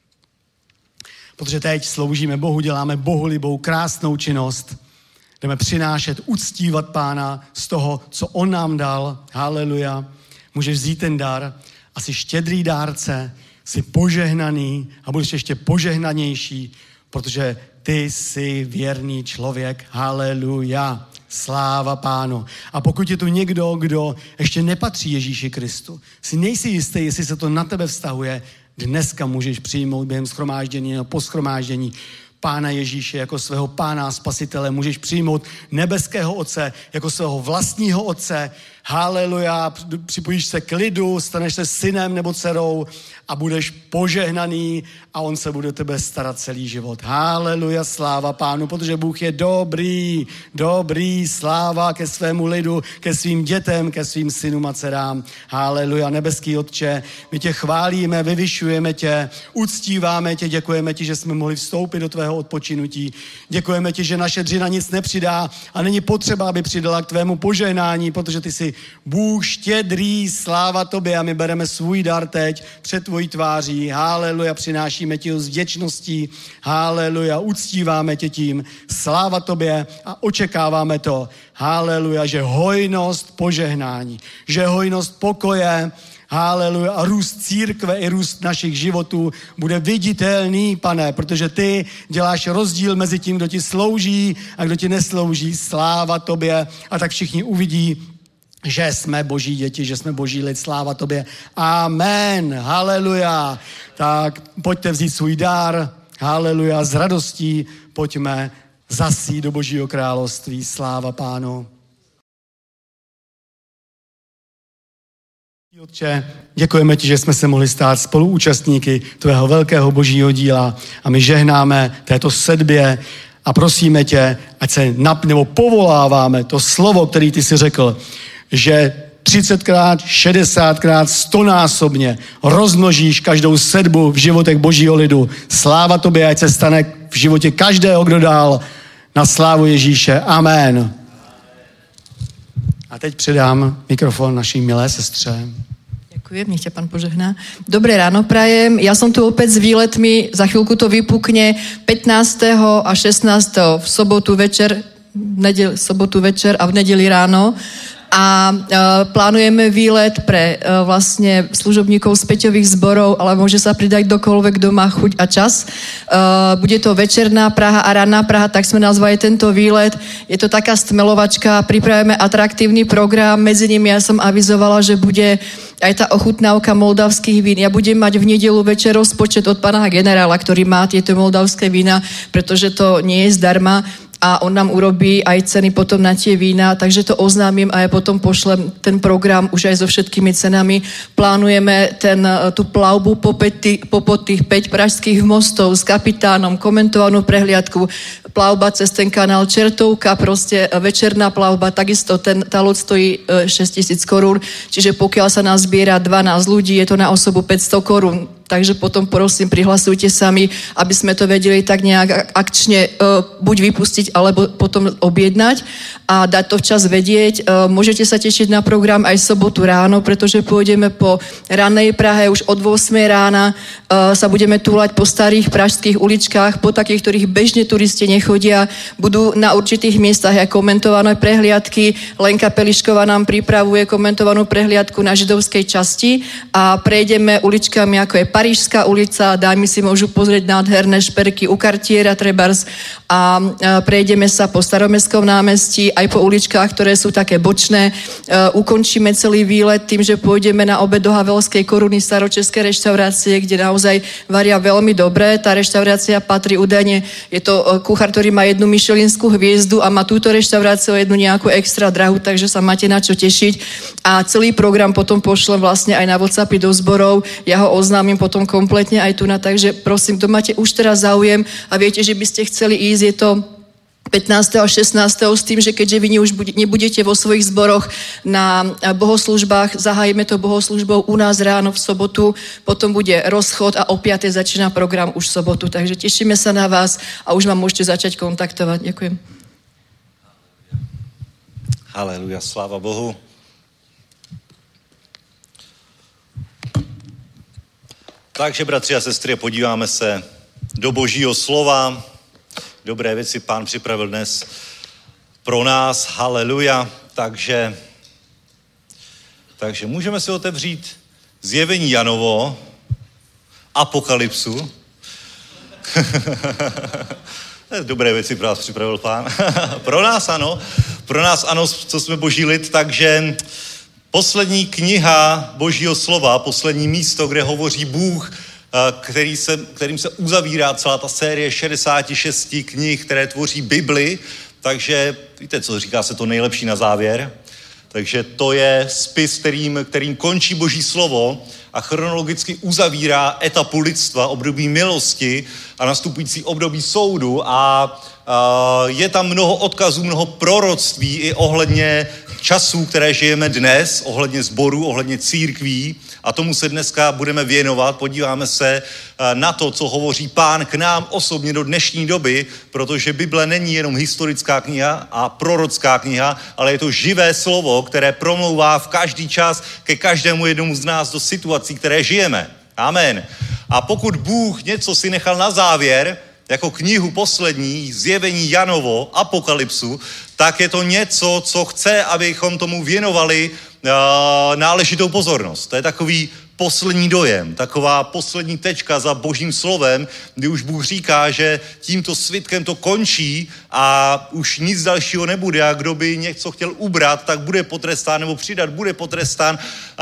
protože teď sloužíme Bohu, děláme bohulibou, krásnou činnost, jdeme přinášet, uctívat Pána z toho, co on nám dal, haleluja, můžeš vzít ten dar a jsi štědrý dárce, jsi požehnaný a budeš ještě požehnanější, protože ty jsi věrný člověk, haleluja. Sláva Pánu. A pokud je tu někdo, kdo ještě nepatří Ježíši Kristu, si nejsi jistý, jestli se to na tebe vztahuje, dneska můžeš přijmout během shromáždění nebo po shromáždění Pána Ježíše jako svého Pána a Spasitele. Můžeš přijmout nebeského Otce jako svého vlastního Otce. Haleluja, připojíš se k lidu, staneš se synem nebo dcerou a budeš požehnaný a on se bude o tebe starat celý život. Haleluja, sláva Pánu, protože Bůh je dobrý, sláva ke svému lidu, ke svým dětem, ke svým synům a dcerám. Haleluja, nebeský Otče, my tě chválíme, vyvyšujeme tě, uctíváme tě, děkujeme ti, že jsme mohli vstoupit do tvého odpočinutí. Děkujeme ti, že naše dřina nic nepřidá a není potřeba, aby přidala k tvému požehnání, protože ty jsi Bůh štědrý, sláva tobě a my bereme svůj dar teď před tvojí tváří. Haleluja, přinášíme ti ho s vděčností. Haleluja, uctíváme tě tím. Sláva tobě a očekáváme to. Haleluja, že hojnost požehnání, že hojnost pokoje, haleluja, a růst církve i růst našich životů bude viditelný, Pane, protože ty děláš rozdíl mezi tím, kdo ti slouží a kdo ti neslouží. Sláva tobě a tak všichni uvidí, že jsme boží děti, že jsme boží lid. Sláva tobě. Amen. Haleluja. Tak pojďte vzít svůj dar. Haleluja. S radostí pojďme zasít do božího království. Sláva Pánu. Otče, děkujeme ti, že jsme se mohli stát spoluúčastníky tvého velkého božího díla a my žehnáme této sedbě a prosíme tě, ať se nebo povoláváme to slovo, který ty jsi řekl, že 30krát, 60krát, 100násobně rozmnožíš každou sedbu v životech božího lidu. Sláva tobě, ať se stane v životě každého, kdo dál na slávu Ježíše. Amen. A teď předám mikrofon naší milé sestře. Ďakujem, nech ťa Pán požehná. Dobré ráno prajem. Ja som tu opäť s výletmi, za chvíľku to vypukne 15. a 16. v sobotu večer a v nedeli ráno. A plánujeme výlet pre vlastne služobníkov z Peťových zborov, ale môže sa pridať kdokoľvek, kto má chuť a čas. Bude to večerná Praha a ranná Praha, tak sme nazvali tento výlet. Je to taká stmelovačka, pripravujeme atraktívny program, medzi nimi ja som avizovala, že bude aj tá ochutnávka moldavských vín. Ja budem mať v nedeľu večer rozpočet od pána generála, ktorý má tieto moldavské vína, pretože to nie je zdarma. A on nám urobí aj ceny potom na tie vína, takže to oznámim a ja potom pošlem ten program už aj so všetkými cenami. Plánujeme tú plavbu popod tých 5 pražských mostov s kapitánom, komentovanú prehliadku, plavba cez ten kanál Čertovka, proste večerná plavba, takisto tá loď stojí 6 000 korún, čiže pokiaľ sa nás zbiera 12 ľudí, je to na osobu 500 korún. Takže potom prosím, prihlasujte sami, aby sme to vedeli tak nejak akčne buď vypustiť, alebo potom objednať a dať to včas vedieť. Môžete sa tešiť na program aj sobotu ráno, pretože pôjdeme po ranej Prahe, už od 8 rána sa budeme túlať po starých pražských uličkách, po takých, ktorých bežne turisti nechodia. Budú na určitých miestach aj komentované prehliadky. Lenka Pelišková nám pripravuje komentovanú prehliadku na židovskej časti a prejdeme uličkami, ako je Parížská ulica, dámy si môžu pozrieť nádherné šperky u Cartiera trebárs a prejdeme sa po Staromestskom námestí, aj po uličkách, ktoré sú také bočné. Ukončíme celý výlet tým, že pôjdeme na obed do Havelskej koruny staročeskej reštaurácie, kde naozaj varia veľmi dobre. Tá reštaurácia patrí údajne, je to kuchár, ktorý má 1 michelinskú hviezdu a má túto reštauráciu 1 nejakú extra drahú, takže sa máte na čo tešiť. A celý program potom pošlem vlastne aj na WhatsAppy do zborov. Ja ho oznámim potom kompletne aj tu na, takže prosím, to máte už teraz záujem a viete, že by ste chceli ísť, je to 15. a 16. s tým, že keďže vy už nebudete vo svojich zboroch na bohoslúžbách, zahájime to bohoslúžbou u nás ráno v sobotu, potom bude rozchod a o 5. začína program už v sobotu, takže tešíme sa na vás a už vám môžete začať kontaktovať. Ďakujem. Haleluja, sláva Bohu. Takže, bratři a sestry, podíváme se do Božího slova. Dobré věci Pán připravil dnes pro nás. Haleluja. Takže můžeme si otevřít Zjevení Janovo, Apokalypsu. Dobré věci pro nás připravil Pán. Pro nás ano, co jsme Boží lid, takže poslední kniha Božího slova, poslední místo, kde hovoří Bůh, kterým se uzavírá celá ta série 66 knih, které tvoří Bibli. Takže víte, co říká se to nejlepší na závěr? Takže to je spis, kterým končí Boží slovo a chronologicky uzavírá etapu lidstva, období milosti a nastupující období soudu a je tam mnoho odkazů, mnoho proroctví i ohledně časů, které žijeme dnes, ohledně sborů, ohledně církví a tomu se dneska budeme věnovat. Podíváme se na to, co hovoří Pán k nám osobně do dnešní doby, protože Bible není jenom historická kniha a prorocká kniha, ale je to živé slovo, které promlouvá v každý čas ke každému jednomu z nás do situací, které žijeme. Amen. A pokud Bůh něco si nechal na závěr, jako knihu poslední, Zjevení Janovo, Apokalypsu, tak je to něco, co chce, abychom tomu věnovali náležitou pozornost. To je takový poslední dojem, taková poslední tečka za Božím slovem, kdy už Bůh říká, že tímto svitkem to končí a už nic dalšího nebude a kdo by něco chtěl ubrat, tak bude potrestán nebo přidat, bude potrestán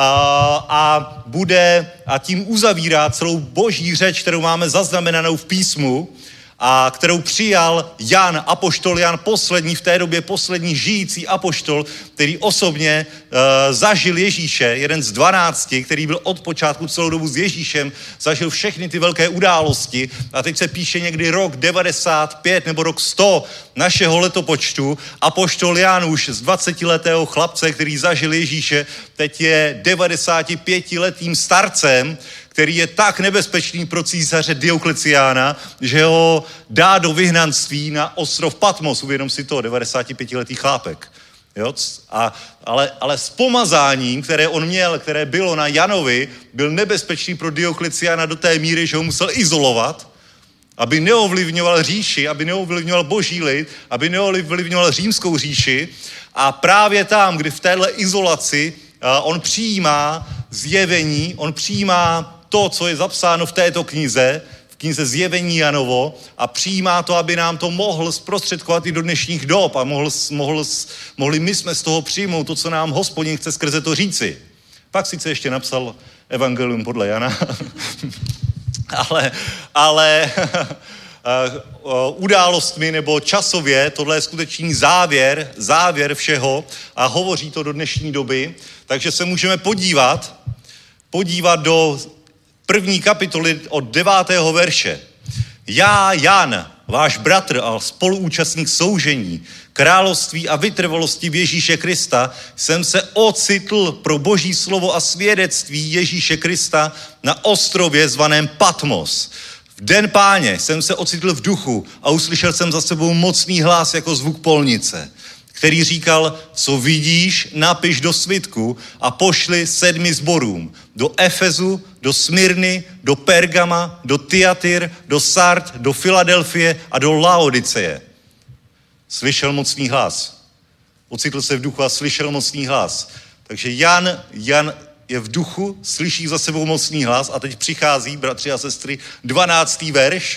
a tím uzavírá celou Boží řeč, kterou máme zaznamenanou v písmu, a kterou přijal Jan, apoštol Jan, poslední v té době, poslední žijící apoštol, který osobně zažil Ježíše, jeden z 12, který byl od počátku celou dobu s Ježíšem, zažil všechny ty velké události a teď se píše někdy rok 95 nebo rok 100 našeho letopočtu. Apoštol Jan už z 20letého chlapce, který zažil Ježíše, teď je 95letým starcem, který je tak nebezpečný pro císaře Diokleciána, že ho dá do vyhnanství na ostrov Patmos. Uvědom si to, 95letý chlápek. Jo? Ale s pomazáním, které on měl, které bylo na Janovi, byl nebezpečný pro Diokleciána do té míry, že ho musel izolovat, aby neovlivňoval říši, aby neovlivňoval boží lid, aby neovlivňoval římskou říši. A právě tam, kdy v téhle izolaci on přijímá zjevení, on přijímá to, co je zapsáno v této knize, v knize Zjevení Janovo a přijímá to, aby nám to mohl zprostředkovat i do dnešních dob a mohli my jsme z toho přijmout to, co nám Hospodin chce skrze to říci. Pak sice ještě napsal Evangelium podle Jana, ale událostmi nebo časově tohle je skutečný závěr všeho a hovoří to do dnešní doby, takže se můžeme podívat do 1. kapitoly od 9. verše. Já, Jan, váš bratr a spoluúčastník soužení, království a vytrvalosti v Ježíše Krista, jsem se ocitl pro Boží slovo a svědectví Ježíše Krista na ostrově zvaném Patmos. V den Páně jsem se ocitl v duchu a uslyšel jsem za sebou mocný hlas jako zvuk polnice, který říkal, co vidíš, napiš do svitku a pošli 7 sborům. Do Efezu, do Smyrny, do Pergama, do Thyatira, do Sard, do Filadelfie a do Laodiceje. Slyšel mocný hlas. Ocitl se v duchu a slyšel mocný hlas. Takže Jan je v duchu, slyší za sebou mocný hlas a teď přichází, bratři a sestry, 12. verš.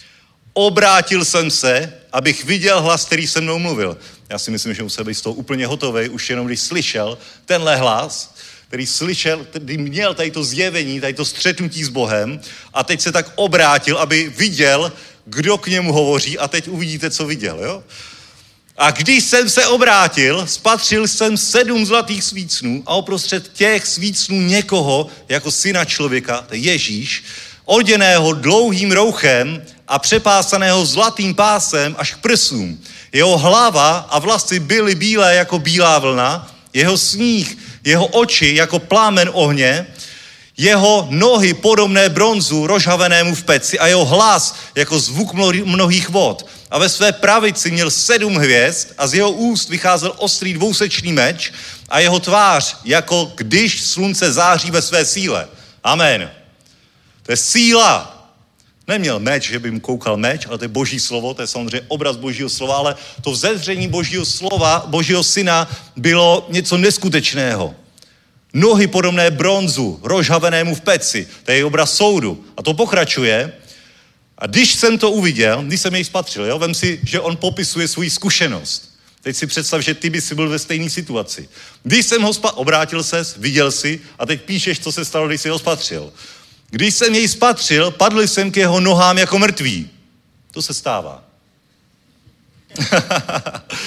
Obrátil jsem se, abych viděl hlas, který se mnou mluvil. Já si myslím, že musel být z toho úplně hotovej, už jenom když slyšel tenhle hlas, který měl tady to zjevení, tady to střetnutí s Bohem a teď se tak obrátil, aby viděl, kdo k němu hovoří a teď uvidíte, co viděl, jo? A když jsem se obrátil, spatřil jsem 7 zlatých svícnů a uprostřed těch svícnů někoho jako syna člověka, to je Ježíš, oděného dlouhým rouchem a přepásaného zlatým pásem až k prsům. Jeho hlava a vlasy byly bílé jako bílá vlna, jeho sníh, jeho oči jako plámen ohně, jeho nohy podobné bronzu rozhavenému v peci a jeho hlas jako zvuk mnohých vod. A ve své pravici měl 7 hvězd a z jeho úst vycházel ostrý dvousečný meč a jeho tvář jako když slunce září ve své síle. Amen. To je síla. Neměl meč, že by mu koukal meč, ale to je Boží slovo, to je samozřejmě obraz Božího slova, ale to vzezření Božího slova, Božího syna bylo něco neskutečného. Nohy podobné bronzu, rozhavenému v peci, to je obraz soudu. A to pokračuje. A když jsem to uviděl, když jsem jej spatřil, jo, vem si, že on popisuje svou zkušenost. Teď si představ, že ty by si byl ve stejné situaci. Když jsem ho obrátil ses, viděl si a teď píšeš, co se stalo, když si ho spatřil. Když jsem jej spatřil, padl jsem k jeho nohám jako mrtvý. To se stává.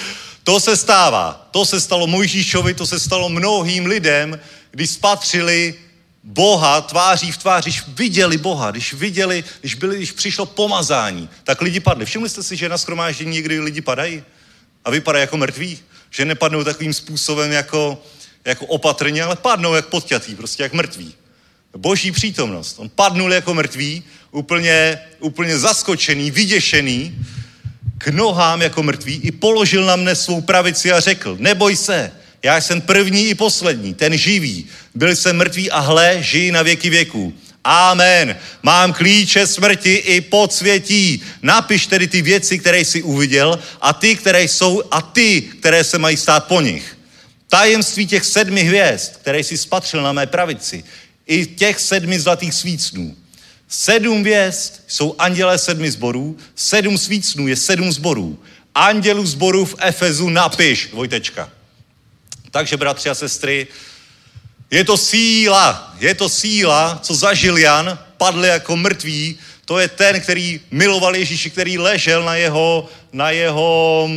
To se stává. To se stalo Mojžíšovi, to se stalo mnohým lidem, když spatřili Boha tváří v tvář, když viděli Boha, když přišlo pomazání, tak lidi padli. Všimli jste si, že na shromáždění někdy lidi padají a vypadají jako mrtví? Že nepadnou takovým způsobem jako opatrně, ale padnou jak podťatý, prostě jak mrtví. Boží přítomnost. On padnul jako mrtvý, úplně zaskočený, vyděšený, k nohám jako mrtvý i položil na mne svou pravici a řekl, neboj se, já jsem první i poslední, ten živý. Byl jsem mrtvý a hle, žij na věky věků. Amen. Mám klíče smrti i podsvětí. Napiš tedy ty věci, které jsi uviděl a ty, které jsou a ty, které se mají stát po nich. Tajemství těch 7 hvězd, které jsi spatřil na mé pravici, i těch 7 zlatých svícnů. 7 hvězd jsou andělé 7 sborů, 7 svícnů je 7 sborů. Andělů sborů v Efezu napiš, dvojtečka. Takže, bratři a sestry, je to síla, co zažil Jan, padl jako mrtvý, to je ten, který miloval Ježíši, který ležel na jeho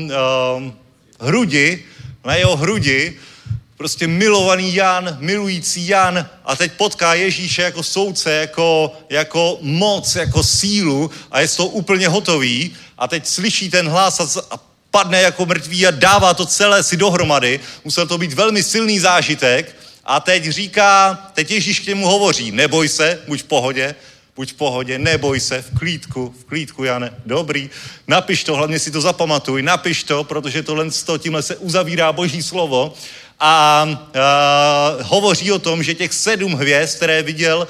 hrudi, prostě milovaný Jan, milující Jan a teď potká Ježíše jako soudce, jako moc, jako sílu a je z toho úplně hotový a teď slyší ten hlas a padne jako mrtvý a dává to celé si dohromady. Musel to být velmi silný zážitek a teď Ježíš k němu hovoří, neboj se, buď v pohodě, neboj se, v klídku, Jane, dobrý, napiš to, hlavně si to zapamatuj, napiš to, protože tímhle se uzavírá Boží slovo a hovoří o tom, že těch 7 hvězd, které viděl,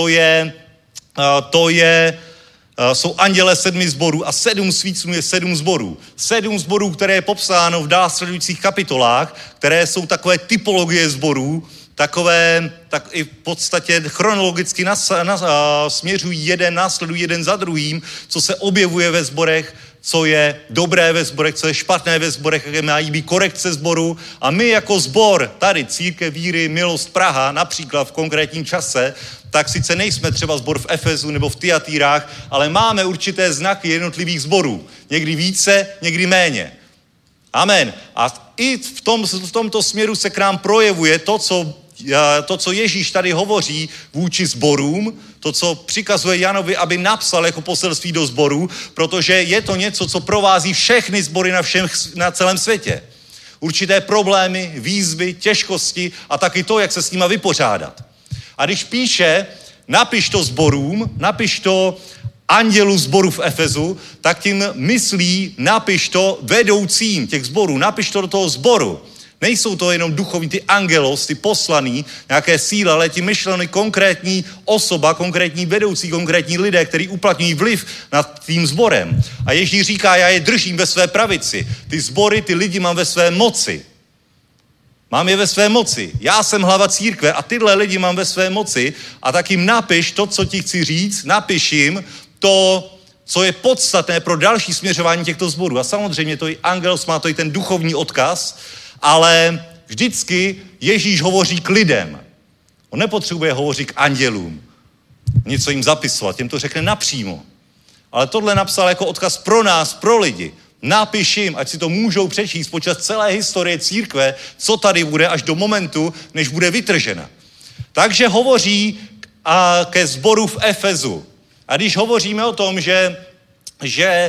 jsou anděle 7 sborů a 7 svícnů je 7 sborů. 7 sborů, které je popsáno v následujících kapitolách, které jsou takové typologie sborů, tak i v podstatě chronologicky směřují následují jeden za druhým, co se objevuje ve sborech, co je dobré ve sborech, co je špatné ve sborech, jaké mají být korekce sboru. A my jako sbor, tady Církev víry, milost Praha, například v konkrétním čase, tak sice nejsme třeba sbor v Efezu nebo v Tyatírách, ale máme určité znaky jednotlivých sborů. Někdy více, někdy méně. Amen. A i v tomto směru se k nám projevuje to, co Ježíš tady hovoří vůči sborům, to, co přikazuje Janovi, aby napsal jako poselství do sborů, protože je to něco, co provází všechny sbory na celém světě. Určité problémy, výzvy, těžkosti a taky to, jak se s nima vypořádat. A když píše, napiš to sborům, napiš to andělu sboru v Efezu, tak tím myslí, napiš to vedoucím těch sborů, napiš to do toho sboru. Nejsou to jenom duchovní, ty angelos, ty poslaní, nějaké síly, ale ti myšleny konkrétní osoba, konkrétní vedoucí, konkrétní lidé, kteří uplatňují vliv nad tím sborem. A Ježíš říká, já je držím ve své pravici. Ty sbory, ty lidi mám ve své moci. Mám je ve své moci. Já jsem hlava církve a tyhle lidi mám ve své moci a tak jim napiš to, co ti chci říct, napiš jim to, co je podstatné pro další směřování těchto sborů. A samozřejmě to i angelos má to i ten duchovní odkaz, ale vždycky Ježíš hovoří k lidem. On nepotřebuje hovořit k andělům, něco jim zapisovat, těm to řekne napřímo. Ale tohle napsal jako odkaz pro nás, pro lidi. Napiš jim, ať si to můžou přečíst počas celé historie církve, co tady bude až do momentu, než bude vytržena. Takže hovoří ke sboru v Efezu. A když hovoříme o tom, že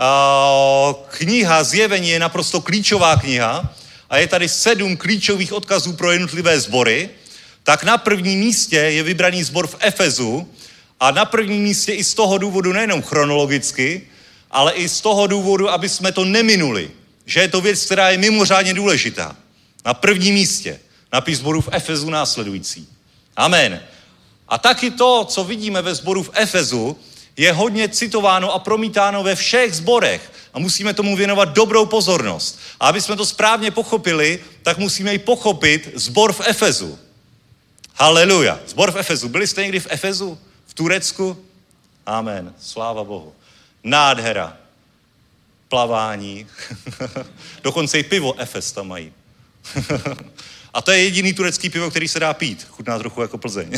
kniha Zjevení je naprosto klíčová kniha a je tady 7 klíčových odkazů pro jednotlivé sbory, tak na prvním místě je vybraný sbor v Efezu a na prvním místě i z toho důvodu nejenom chronologicky, ale i z toho důvodu, aby jsme to neminuli, že je to věc, která je mimořádně důležitá. Na prvním místě napis sboru v Efezu následující. Amen. A taky to, co vidíme ve sboru v Efezu, je hodně citováno a promítáno ve všech sborech a musíme tomu věnovat dobrou pozornost. A aby jsme to správně pochopili, tak musíme i pochopit sbor v Efezu. Haleluja. Sbor v Efezu. Byli jste někdy v Efezu? V Turecku? Amen. Sláva Bohu. Nádhera. Plavání. Dokonce i pivo Efes tam mají. A to je jediný turecký pivo, který se dá pít. Chutná trochu jako Plzeň.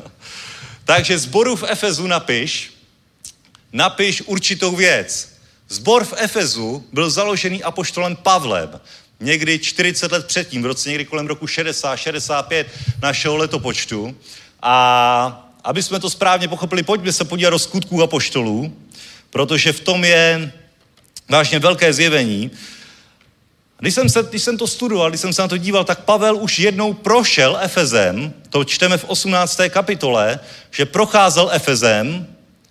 Takže sboru v Efezu napiš určitou věc. Sbor v Efezu byl založený apoštolem Pavlem někdy 40 let předtím, v roce někdy kolem roku 60-65 našeho letopočtu. A aby jsme to správně pochopili, pojďme se podívat do skutků apoštolů, protože v tom je vážně velké zjevení. Když jsem to studoval, když jsem se na to díval, tak Pavel už jednou prošel Efezem, to čteme v 18. kapitole, že procházel Efezem,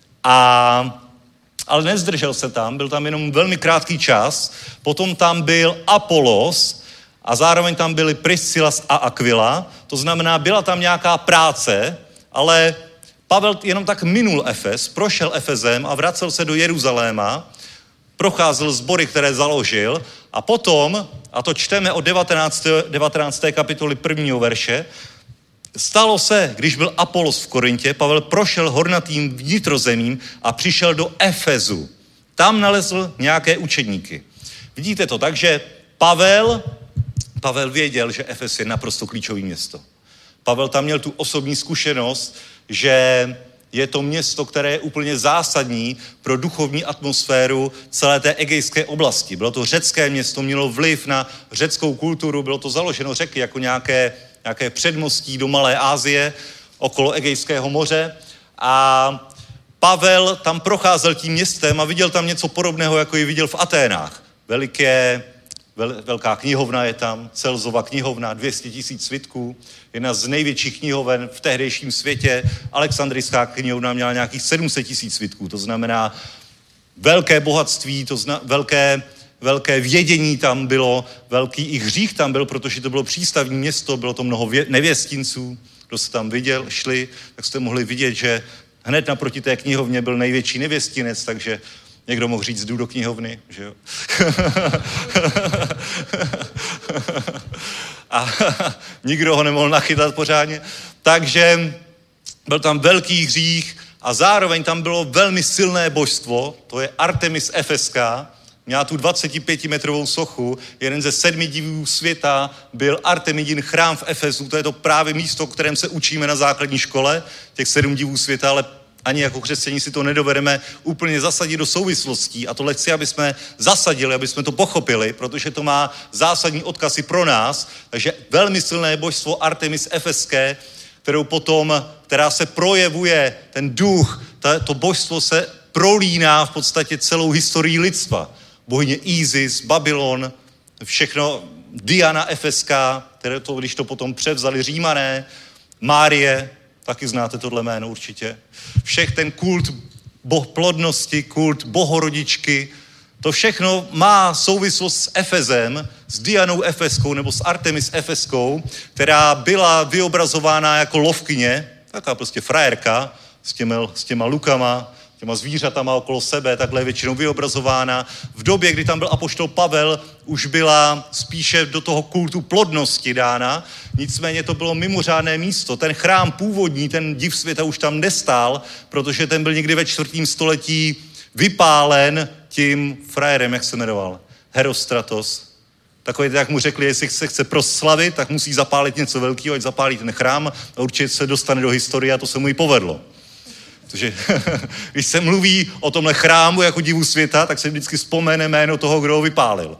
ale nezdržel se tam, byl tam jenom velmi krátký čas, potom tam byl Apolos a zároveň tam byli Priscilas a Aquila, to znamená, byla tam nějaká práce, ale Pavel jenom tak minul Efes, prošel Efezem a vracel se do Jeruzaléma, procházel sbory, které založil a potom, a to čteme od 19. kapitoly 1. verše, stalo se, když byl Apolos v Korintě, Pavel prošel hornatým vnitrozemím a přišel do Efezu. Tam nalezl nějaké učedníky. Vidíte to, takže Pavel věděl, že Efes je naprosto klíčové město. Pavel tam měl tu osobní zkušenost, že je to město, které je úplně zásadní pro duchovní atmosféru celé té egejské oblasti. Bylo to řecké město, mělo vliv na řeckou kulturu, bylo to založeno řeky jako nějaké předmostí do Malé Asie, okolo Egejského moře. A Pavel tam procházel tím městem a viděl tam něco podobného, jako ji viděl v Aténách. Velká knihovna je tam, Celzova knihovna, 200 000 svitků, jedna z největších knihoven v tehdejším světě. Alexandrijská knihovna měla nějakých 700 000 svitků, to znamená velké bohatství, velké vědění tam bylo, velký i hřích tam byl, protože to bylo přístavní město, bylo to mnoho nevěstinců, kdo se tam viděl, šli, tak jste mohli vidět, že hned naproti té knihovně byl největší nevěstinec, takže někdo mohl říct, jdu do knihovny, že jo? A nikdo ho nemohl nachytat pořádně. Takže byl tam velký hřích a zároveň tam bylo velmi silné božstvo, to je Artemis Efeská, měla tu 25-metrovou sochu, jeden ze 7 divů světa byl Artemidin chrám v Efesu, to je to právě místo, o kterém se učíme na základní škole, těch 7 divů světa, ale ani jako křesťaní si to nedovedeme úplně zasadit do souvislostí a tohle chci, aby jsme zasadili, aby jsme to pochopili, protože to má zásadní odkazy pro nás, takže velmi silné božstvo Artemis Efeské, která se projevuje, ten duch, to božstvo se prolíná v podstatě celou historii lidstva. Bohyně Isis, Babylon, všechno, Diana Efeská, když to potom převzali Římané, Márie, taky znáte tohle jméno určitě. Všech ten kult plodnosti, kult bohorodičky, to všechno má souvislost s Efezem, s Dianou Efeskou nebo s Artemis Efeskou, která byla vyobrazována jako lovkyně, taková prostě frajerka s těma lukama, těma zvířatama okolo sebe, takhle je většinou vyobrazována. V době, kdy tam byl apoštol Pavel, už byla spíše do toho kultu plodnosti dána, nicméně to bylo mimořádné místo. Ten chrám původní, ten div světa už tam nestál, protože ten byl někdy ve 4. století vypálen tím frajerem, jak se jmenoval, Herostratos. Takový, jak mu řekli, jestli se chce proslavit, tak musí zapálit něco velkého, ať zapálí ten chrám a určitě se dostane do historie a to se mu i povedlo. Protože když se mluví o tomhle chrámu jako divu světa, tak se vždycky vzpomene jméno toho, kdo ho vypálil.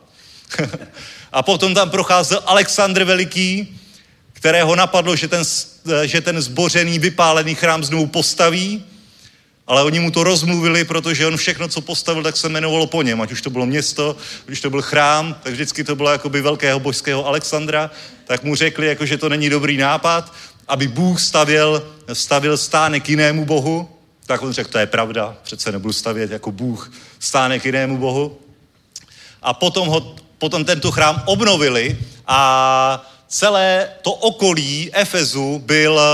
A potom tam procházel Alexandr Veliký, kterého napadlo, že ten zbořený, vypálený chrám znovu postaví, ale oni mu to rozmluvili, protože on všechno, co postavil, tak se jmenovalo po něm. Ať už to bylo město, když to byl chrám, tak vždycky to bylo jakoby velkého božského Alexandra, tak mu řekli, jako, že to není dobrý nápad, aby Bůh stavil stánek jinému bohu. Tak on řekl, to je pravda, přece nebudu stavět jako Bůh stánek jinému bohu. A potom tento chrám obnovili a celé to okolí Efezu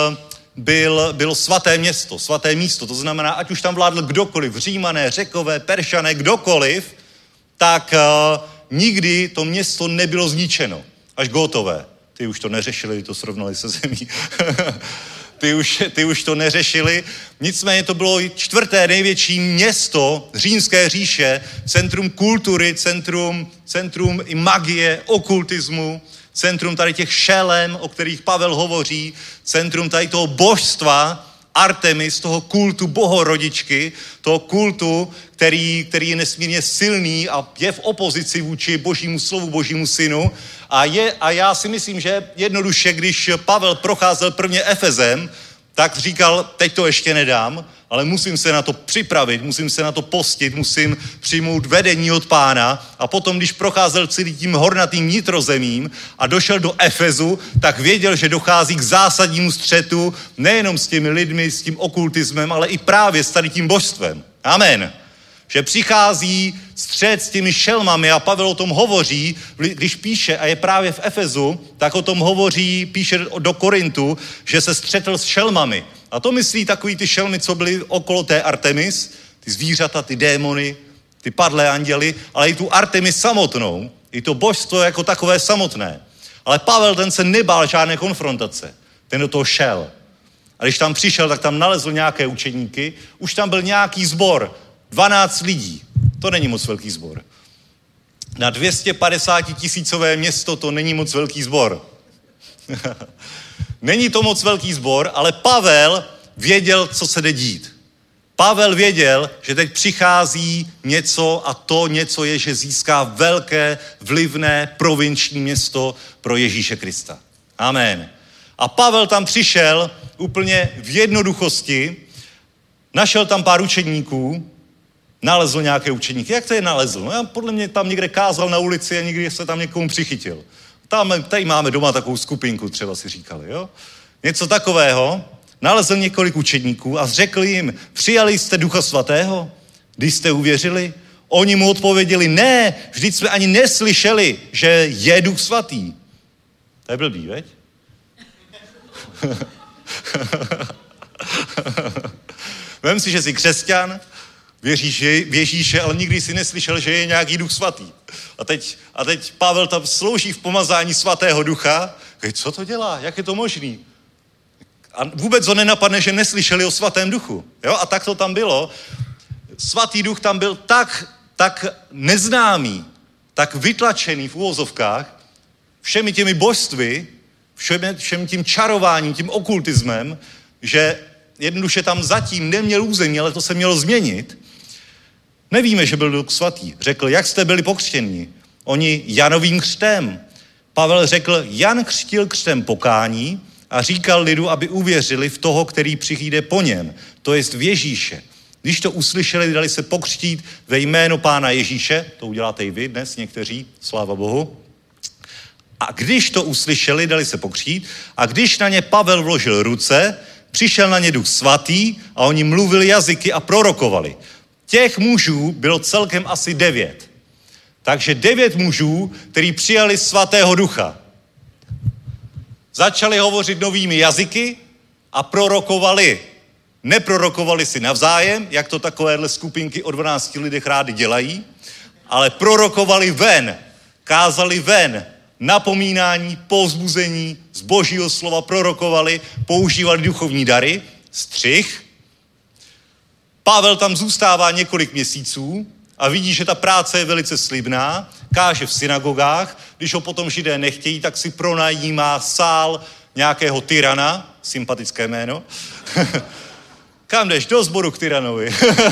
bylo svaté město, svaté místo. To znamená, ať už tam vládl kdokoliv, Římané, Řekové, Peršané, kdokoliv, tak nikdy to město nebylo zničeno. Až Gótové. Ty už to neřešili, to srovnali se zemí. Ty už to neřešili. Nicméně to bylo 4. největší město Římské říše, centrum kultury, centrum i magie, okultismu, centrum tady těch šelem, o kterých Pavel hovoří, centrum tady toho božstva Artemis, toho kultu bohorodičky, toho kultu, který je nesmírně silný a je v opozici vůči božímu slovu, božímu synu. A já si myslím, že jednoduše, když Pavel procházel prvně Efezem, tak říkal, teď to ještě nedám, ale musím se na to připravit, musím se na to postit, musím přijmout vedení od Pána. A potom, když procházel celým tím hornatým vnitrozemím a došel do Efezu, tak věděl, že dochází k zásadnímu střetu nejenom s těmi lidmi, s tím okultismem, ale i právě s tady tím božstvem. Amen. Že přichází střet s těmi šelmami a Pavel o tom hovoří, když píše a je právě v Efezu, tak o tom hovoří, píše do Korintu, že se střetl s šelmami. A to myslí takový ty šelmy, co byly okolo té Artemis, ty zvířata, ty démony, ty padlé anděly, ale i tu Artemis samotnou, i to božstvo jako takové samotné. Ale Pavel ten se nebál žádné konfrontace, ten do toho šel. A když tam přišel, tak tam nalezl nějaké učeníky, už tam byl nějaký sbor, 12 lidí. To není moc velký sbor. Na 250 000 město to není moc velký sbor. Není to moc velký sbor, ale Pavel věděl, co se jde dít. Pavel věděl, že teď přichází něco a to něco je, že získá velké, vlivné, provinční město pro Ježíše Krista. Amen. A Pavel tam přišel úplně v jednoduchosti, našel tam pár učeníků, nalezl nějaké učeníky. Jak to je nalezl? No, podle mě tam někde kázal na ulici a někdy se tam někomu přichytil. Tady máme doma takovou skupinku, třeba si říkali, jo? Něco takového. Nalezl několik učeníků a řekl jim, přijali jste Ducha Svatého, když jste uvěřili? Oni mu odpověděli, ne, vždyť jsme ani neslyšeli, že je Duch Svatý. To je blbý, veď? Vem si, že jsi křesťan, věříš v Ježíše, ale nikdy si neslyšel, že je nějaký Duch Svatý. A teď Pavel tam slouží v pomazání Svatého Ducha. Co to dělá? Jak je to možný? A vůbec ho nenapadne, že neslyšeli o Svatém Duchu. Jo? A tak to tam bylo. Svatý Duch tam byl tak neznámý, tak vytlačený v uvozovkách všemi těmi božstvy, všemi tím čarováním, tím okultismem, že jednoduše tam zatím neměl území, ale to se mělo změnit. Nevíme, že byl Duch Svatý. Řekl, jak jste byli pokřtěni? Oni Janovým křtem. Pavel řekl, Jan křtil křtem pokání a říkal lidu, aby uvěřili v toho, který přijde po něm, to jest v Ježíše. Když to uslyšeli, dali se pokřtít ve jméno Pána Ježíše, to uděláte i vy dnes někteří, sláva Bohu. A když to uslyšeli, dali se pokřtít a když na ně Pavel vložil ruce, přišel na ně Duch Svatý a oni mluvili jazyky a prorokovali. Těch mužů bylo celkem asi 9. Takže 9 mužů, kteří přijali Svatého Ducha. Začali hovořit novými jazyky a prorokovali. Neprorokovali si navzájem, jak to takovéhle skupinky o 12 lidech rádi dělají, ale prorokovali ven, kázali ven, napomínání, povzbuzení, z Božího slova prorokovali, používali duchovní dary, střih. Pavel tam zůstává několik měsíců a vidí, že ta práce je velice slibná, káže v synagogách, když ho potom Židé nechtějí, tak si pronajímá sál nějakého tyrana, sympatické jméno. Kam jdeš? Do sboru k tyranovi.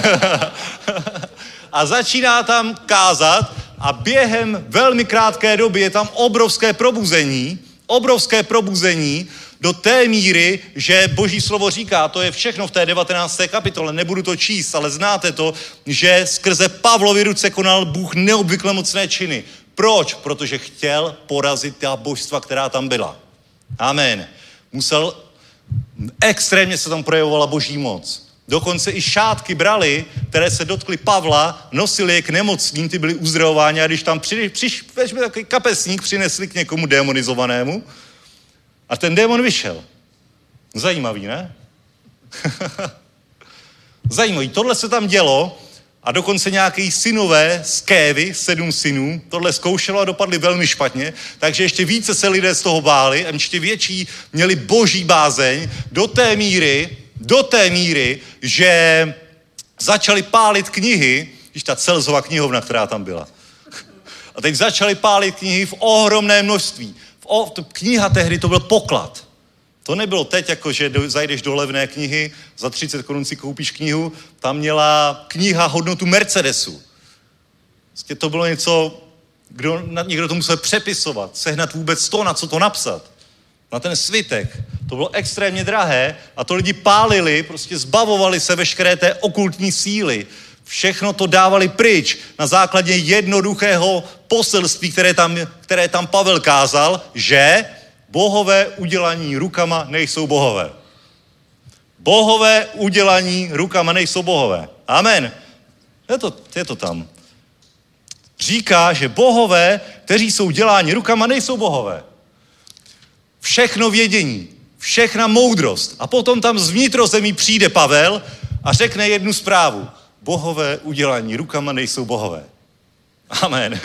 A začíná tam kázat a během velmi krátké doby je tam obrovské probuzení do té míry, že Boží slovo říká, to je všechno v té 19. kapitole, nebudu to číst, ale znáte to, že skrze Pavlovy ruce konal Bůh neobvykle mocné činy. Proč? Protože chtěl porazit ta božstva, která tam byla. Amen. Extrémně se tam projevovala Boží moc. Dokonce i šátky brali, které se dotkly Pavla, nosili je k nemocným, ty byly uzdravováni a když tam veďme takový kapesník, přinesli k někomu démonizovanému a ten démon vyšel. Zajímavý, ne? Zajímavý. Tohle se tam dělo a dokonce nějaký synové z Kévy, 7 synů, tohle zkoušelo a dopadli velmi špatně, takže ještě více se lidé z toho báli a ještě větší měli boží bázeň do té míry, že začali pálit knihy, když ta Celzova knihovna, která tam byla. A teď začali pálit knihy v ohromné množství. Kniha tehdy to byl poklad. To nebylo teď, jako že zajdeš do levné knihy, za 30 korun si koupíš knihu, tam měla kniha hodnotu Mercedesu. Vlastně to bylo něco, někdo to musel přepisovat, sehnat vůbec to, na co to napsat. Na ten svitek. To bylo extrémně drahé a to lidi pálili, prostě zbavovali se veškeré té okultní síly. Všechno to dávali pryč na základě jednoduchého poselství, které tam Pavel kázal, že bohové udělaní rukama nejsou bohové. Bohové udělaní rukama nejsou bohové. Amen. Je to tam. Říká, že bohové, kteří jsou děláni rukama, nejsou bohové. Všechno vědění, všechna moudrost. A potom tam z vnitrozemí přijde Pavel a řekne jednu zprávu. Bohové udělaní rukama nejsou bohové. Amen.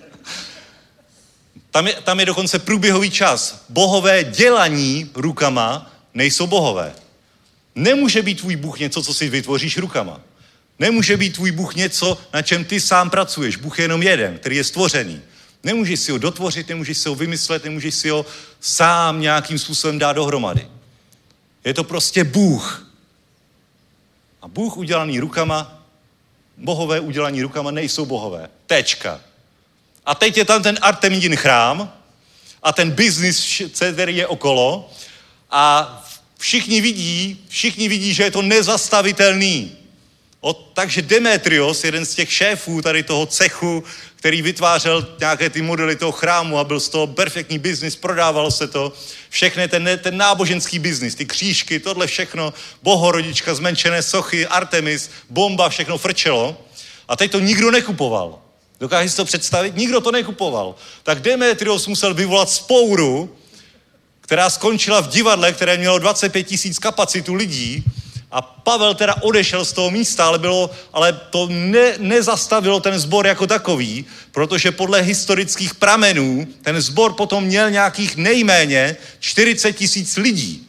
Tam je dokonce průběhový čas. Bohové dělaní rukama nejsou bohové. Nemůže být tvůj Bůh něco, co si vytvoříš rukama. Nemůže být tvůj Bůh něco, na čem ty sám pracuješ. Bůh je jenom jeden, který je stvořený. Nemůžeš si ho dotvořit, nemůžeš si ho vymyslet, nemůžeš si ho sám nějakým způsobem dát dohromady. Je to prostě Bůh. A Bůh udělaný rukama, bohové udělaní rukama nejsou bohové. Tečka. A teď je tam ten Artemidin chrám a ten biznis, který je okolo a všichni vidí, že je to nezastavitelný. Takže Demetrios, jeden z těch šéfů tady toho cechu, který vytvářel nějaké ty modely toho chrámu a byl z toho perfektní biznis, prodávalo se to, všechny ten náboženský biznis, ty křížky, tohle všechno, bohorodička, zmenšené sochy, Artemis, bomba, všechno frčelo. A teď to nikdo nekupoval. Dokážeš si to představit? Nikdo to nekupoval. Tak Demetrios musel vyvolat spouru, která skončila v divadle, které mělo 25 000 kapacitu lidí. A Pavel teda odešel z toho místa, ale to nezastavilo ten sbor jako takový, protože podle historických pramenů ten sbor potom měl nějakých nejméně 40 000 lidí.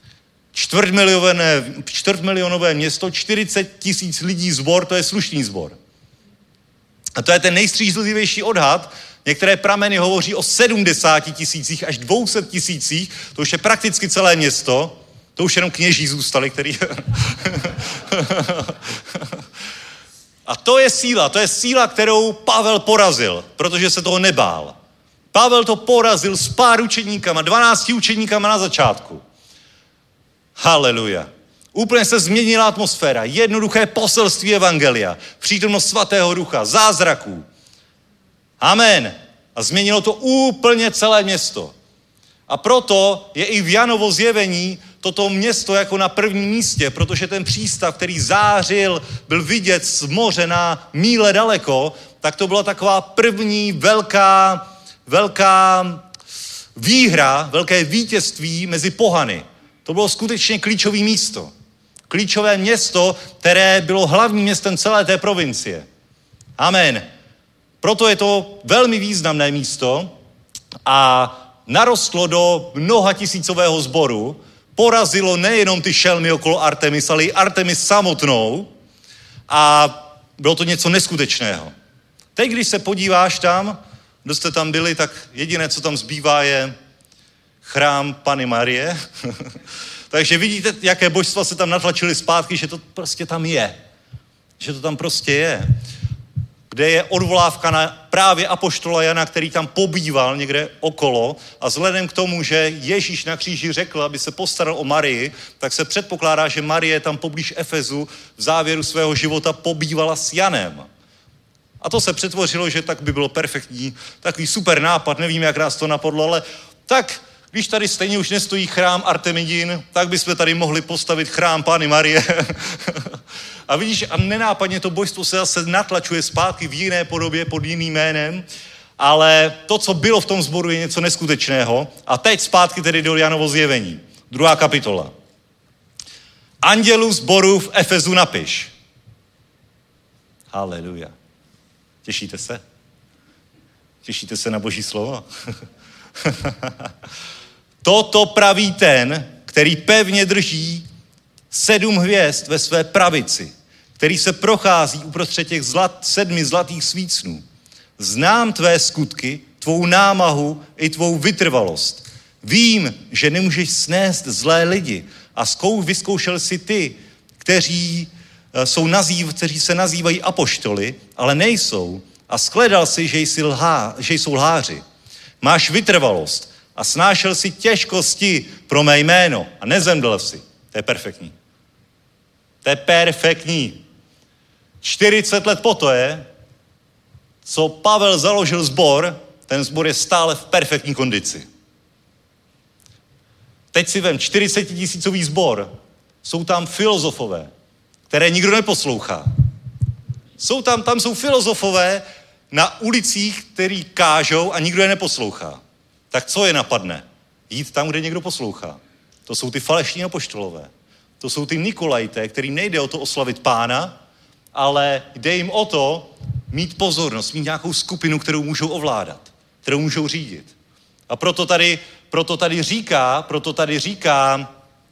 Čtvrtmilionové město, 40 000 lidí sbor, to je slušný sbor. A to je ten nejstřízlivější odhad. Některé prameny hovoří o 70 000 až 200 000, to už je prakticky celé město. To už jenom kněží zůstali, který... A to je síla, kterou Pavel porazil, protože se toho nebál. Pavel to porazil s pár učeníkama, 12 učeníkama na začátku. Haleluja. Úplně se změnila atmosféra, jednoduché poselství evangelia, přítomnost svatého ducha, zázraků. Amen. A změnilo to úplně celé město. A proto je i v Janovo zjevení toto město jako na prvním místě, protože ten přístav, který zářil, byl vidět z moře na míle daleko, tak to byla taková první velká výhra, velké vítězství mezi pohany. To bylo skutečně klíčové místo. Klíčové město, které bylo hlavním městem celé té provincie. Amen. Proto je to velmi významné místo a narostlo do mnoha tisícového sboru, porazilo nejenom ty šelmy okolo Artemis, ale i Artemis samotnou a bylo to něco neskutečného. Teď, když se podíváš tam, kdo jste tam byli, tak jediné, co tam zbývá, je chrám Panny Marie. Takže vidíte, jaké božstva se tam natlačily zpátky, že to prostě tam je. Že to tam prostě je. Kde je odvolávka na právě apoštola Jana, který tam pobýval někde okolo a vzhledem k tomu, že Ježíš na kříži řekl, aby se postaral o Marii, tak se předpokládá, že Marie tam poblíž Efezu v závěru svého života pobývala s Janem. A to se přetvořilo, že tak by bylo perfektní, takový super nápad, nevím, jak nás to napadlo, ale tak, když tady stejně už nestojí chrám Artemidin, tak bychom tady mohli postavit chrám Panny Marie. A vidíš, a nenápadně to božstvo se zase natlačuje zpátky v jiné podobě, pod jiným jménem, ale to, co bylo v tom sboru, je něco neskutečného. A teď zpátky tedy do Janovo zjevení. 2. kapitola. Andělu sboru v Efezu napiš. Haleluja. Těšíte se? Těšíte se na Boží slovo? Toto praví ten, který pevně drží 7 hvězd ve své pravici, který se prochází uprostřed těch 7 zlatých svícnů. Znám tvé skutky, tvou námahu i tvou vytrvalost. Vím, že nemůžeš snést zlé lidi a vyzkoušel si ty, kteří se nazývají apoštoly, ale nejsou, a shledal si, že jsou lháři. Máš vytrvalost a snášel si těžkosti pro mé jméno a nezemdlel si. To je perfektní. To je perfektní. 40 let poté, co Pavel založil sbor, ten sbor je stále v perfektní kondici. Teď si vem 40 000 sbor. Jsou tam filozofové, které nikdo neposlouchá. Tam jsou filozofové na ulicích, který kážou a nikdo je neposlouchá. Tak co je napadne? Jít tam, kde někdo poslouchá. To jsou ty falešní apoštolové. To jsou ty Nikolajité, kterým nejde o to oslavit Pána, ale jde jim o to mít pozornost, mít nějakou skupinu, kterou můžou ovládat, kterou můžou řídit. A proto tady říká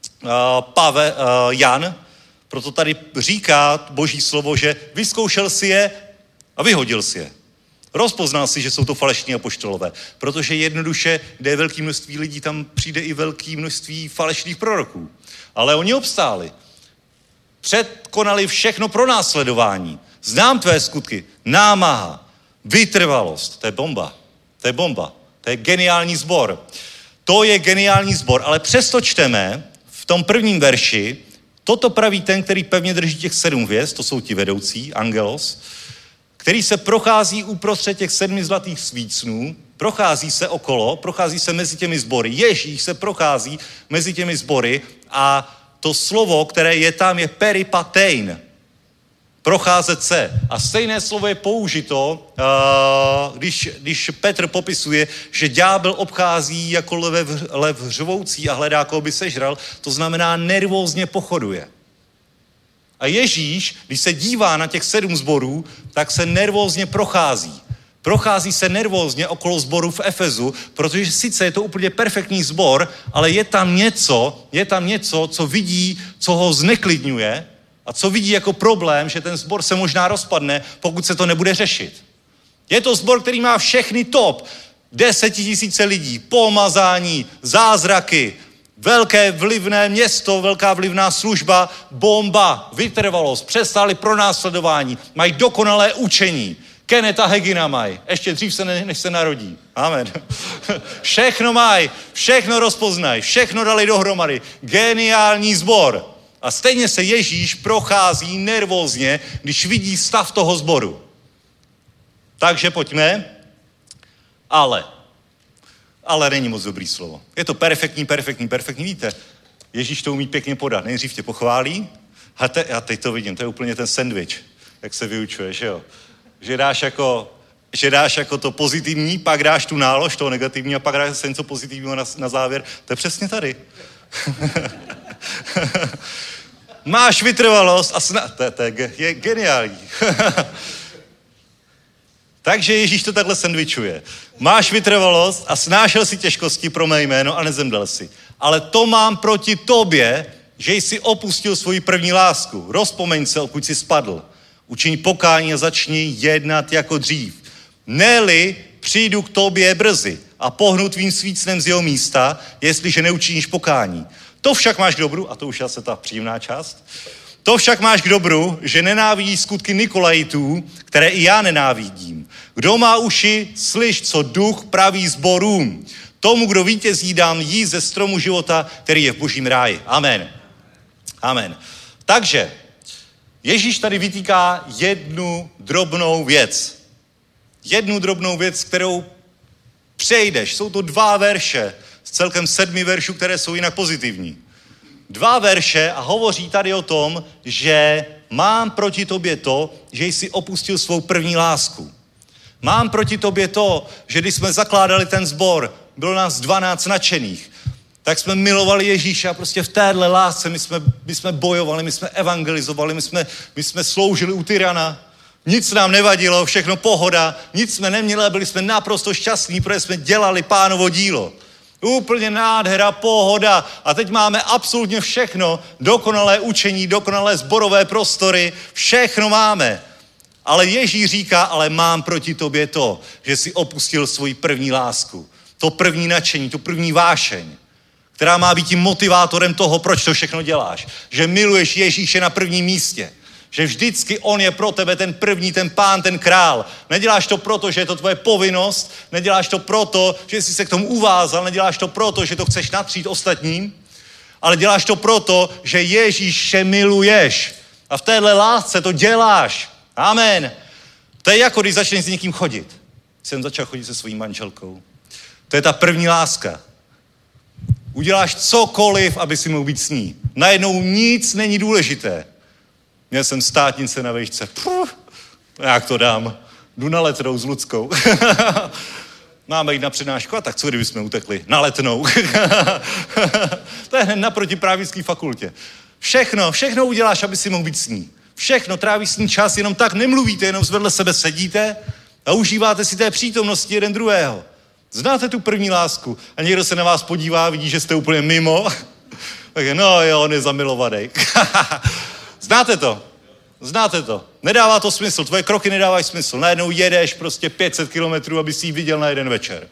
Jan, proto tady říká Boží slovo, že vyzkoušel si je a vyhodil si je. Rozpoznal si, že jsou to falešní apoštolové, protože jednoduše, kde je velké množství lidí, tam přijde i velké množství falešných proroků. Ale oni obstáli. Předkonali všechno pro následování. Znám tvé skutky, námaha, vytrvalost. To je bomba. To je geniální sbor. To je geniální sbor, ale přesto čteme v tom prvním verši, toto praví ten, který pevně drží těch 7 hvězd, to jsou ti vedoucí, angelos, který se prochází uprostřed těch 7 zlatých svícnů, prochází se mezi těmi sbory. Ježíš se prochází mezi těmi sbory a to slovo, které je tam, je peripatein. Procházet se. A stejné slovo je použito, když Petr popisuje, že ďábel obchází jako lev hřvoucí a hledá, koho by sežral, to znamená nervózně pochoduje. A Ježíš, když se dívá na těch 7 sborů, tak se nervózně prochází. Prochází se nervózně okolo sboru v Efezu, protože sice je to úplně perfektní sbor, ale je tam něco, co vidí, co ho zneklidňuje a co vidí jako problém, že ten sbor se možná rozpadne, pokud se to nebude řešit. Je to sbor, který má všechny top. 10 000 lidí, pomazání, zázraky, velké vlivné město, velká vlivná služba, bomba, vytrvalost, přestali pronásledování, mají dokonalé učení. Kenneta Hagina mají, ještě dřív než se narodí. Amen. Všechno mají, všechno rozpoznají, všechno dali dohromady. Geniální sbor. A stejně se Ježíš prochází nervózně, když vidí stav toho sboru. Takže pojďme. Ale není moc dobrý slovo. Je to perfektní. Víte, Ježíš to umí pěkně podat. Nejdřív tě pochválí a teď to vidím, to je úplně ten sandwich, jak se vyučuje, že jo? Že dáš jako to pozitivní, pak dáš tu nálož toho negativního a pak dáš něco pozitivního na závěr. To je přesně tady. Máš vytrvalost a to je geniální. Takže Ježíš to takhle sandvičuje. Máš vytrvalost a snášel si těžkosti pro mé jméno a nezemdlel si. Ale to mám proti tobě, že jsi opustil svoji první lásku. Rozpomeň se, pokud jsi spadl. Učiň pokání a začni jednat jako dřív. Ne-li přijdu k tobě brzy a pohnu tvým svícnem z jeho místa, jestliže neučiníš pokání. To však máš k dobru, a to už je zase ta příjemná část, to však máš k dobru, že nenávidíš skutky Nikolajitů, které i já nenávidím. Kdo má uši, slyš, co duch praví sborům. Tomu, kdo vítězí, dám jíst ze stromu života, který je v božím ráji. Amen. Amen. Takže Ježíš tady vytýká jednu drobnou věc. Jednu drobnou věc, kterou přejdeš. Jsou to 2 verše z celkem 7 veršů, které jsou jinak pozitivní. 2 verše a hovoří tady o tom, že mám proti tobě to, že jsi opustil svou první lásku. Mám proti tobě to, že když jsme zakládali ten sbor, bylo nás 12 nadšených, tak jsme milovali Ježíše a prostě v téhle lásce my jsme bojovali, my jsme evangelizovali, my jsme sloužili u tyrana. Nic nám nevadilo, všechno pohoda, nic jsme neměli a byli jsme naprosto šťastní, protože jsme dělali Pánovo dílo. Úplně nádhera, pohoda a teď máme absolutně všechno, dokonalé učení, dokonalé sborové prostory, všechno máme. Ale Ježíš říká, ale mám proti tobě to, že jsi opustil svoji první lásku. To první nadšení, tu první vášeň, která má být tím motivátorem toho, proč to všechno děláš. Že miluješ Ježíše na prvním místě. Že vždycky on je pro tebe ten první, ten pán, ten král. Neděláš to proto, že je to tvoje povinnost, neděláš to proto, že jsi se k tomu uvázal, neděláš to proto, že to chceš natřít ostatním, ale děláš to proto, že Ježíše miluješ. A v téhle lásce to děláš. Amen. To je jako, když začneš s někým chodit. Jsem začal chodit se svojí manželkou. To je ta první láska. Uděláš cokoliv, aby si mohl být s ní. Najednou nic není důležité. Měl jsem státnice na vejšce. Jak to dám? Jdu na Letnou s Luckou. Máme jít na přednášku, a tak co kdybychom utekli? Na Letnou. To je hned naproti právnické fakultě. Všechno uděláš, aby si mohl být s ní. Všechno, trávíš s ní čas, jenom tak nemluvíte, jenom vedle sebe sedíte a užíváte si té přítomnosti jeden druhého. Znáte tu první lásku a někdo se na vás podívá, vidí, že jste úplně mimo. Tak je, no jo, on je zamilovaný. Znáte to? Znáte to? Nedává to smysl, tvoje kroky nedávají smysl. Najednou jedeš prostě 500 kilometrů, aby si ji viděl na jeden večer.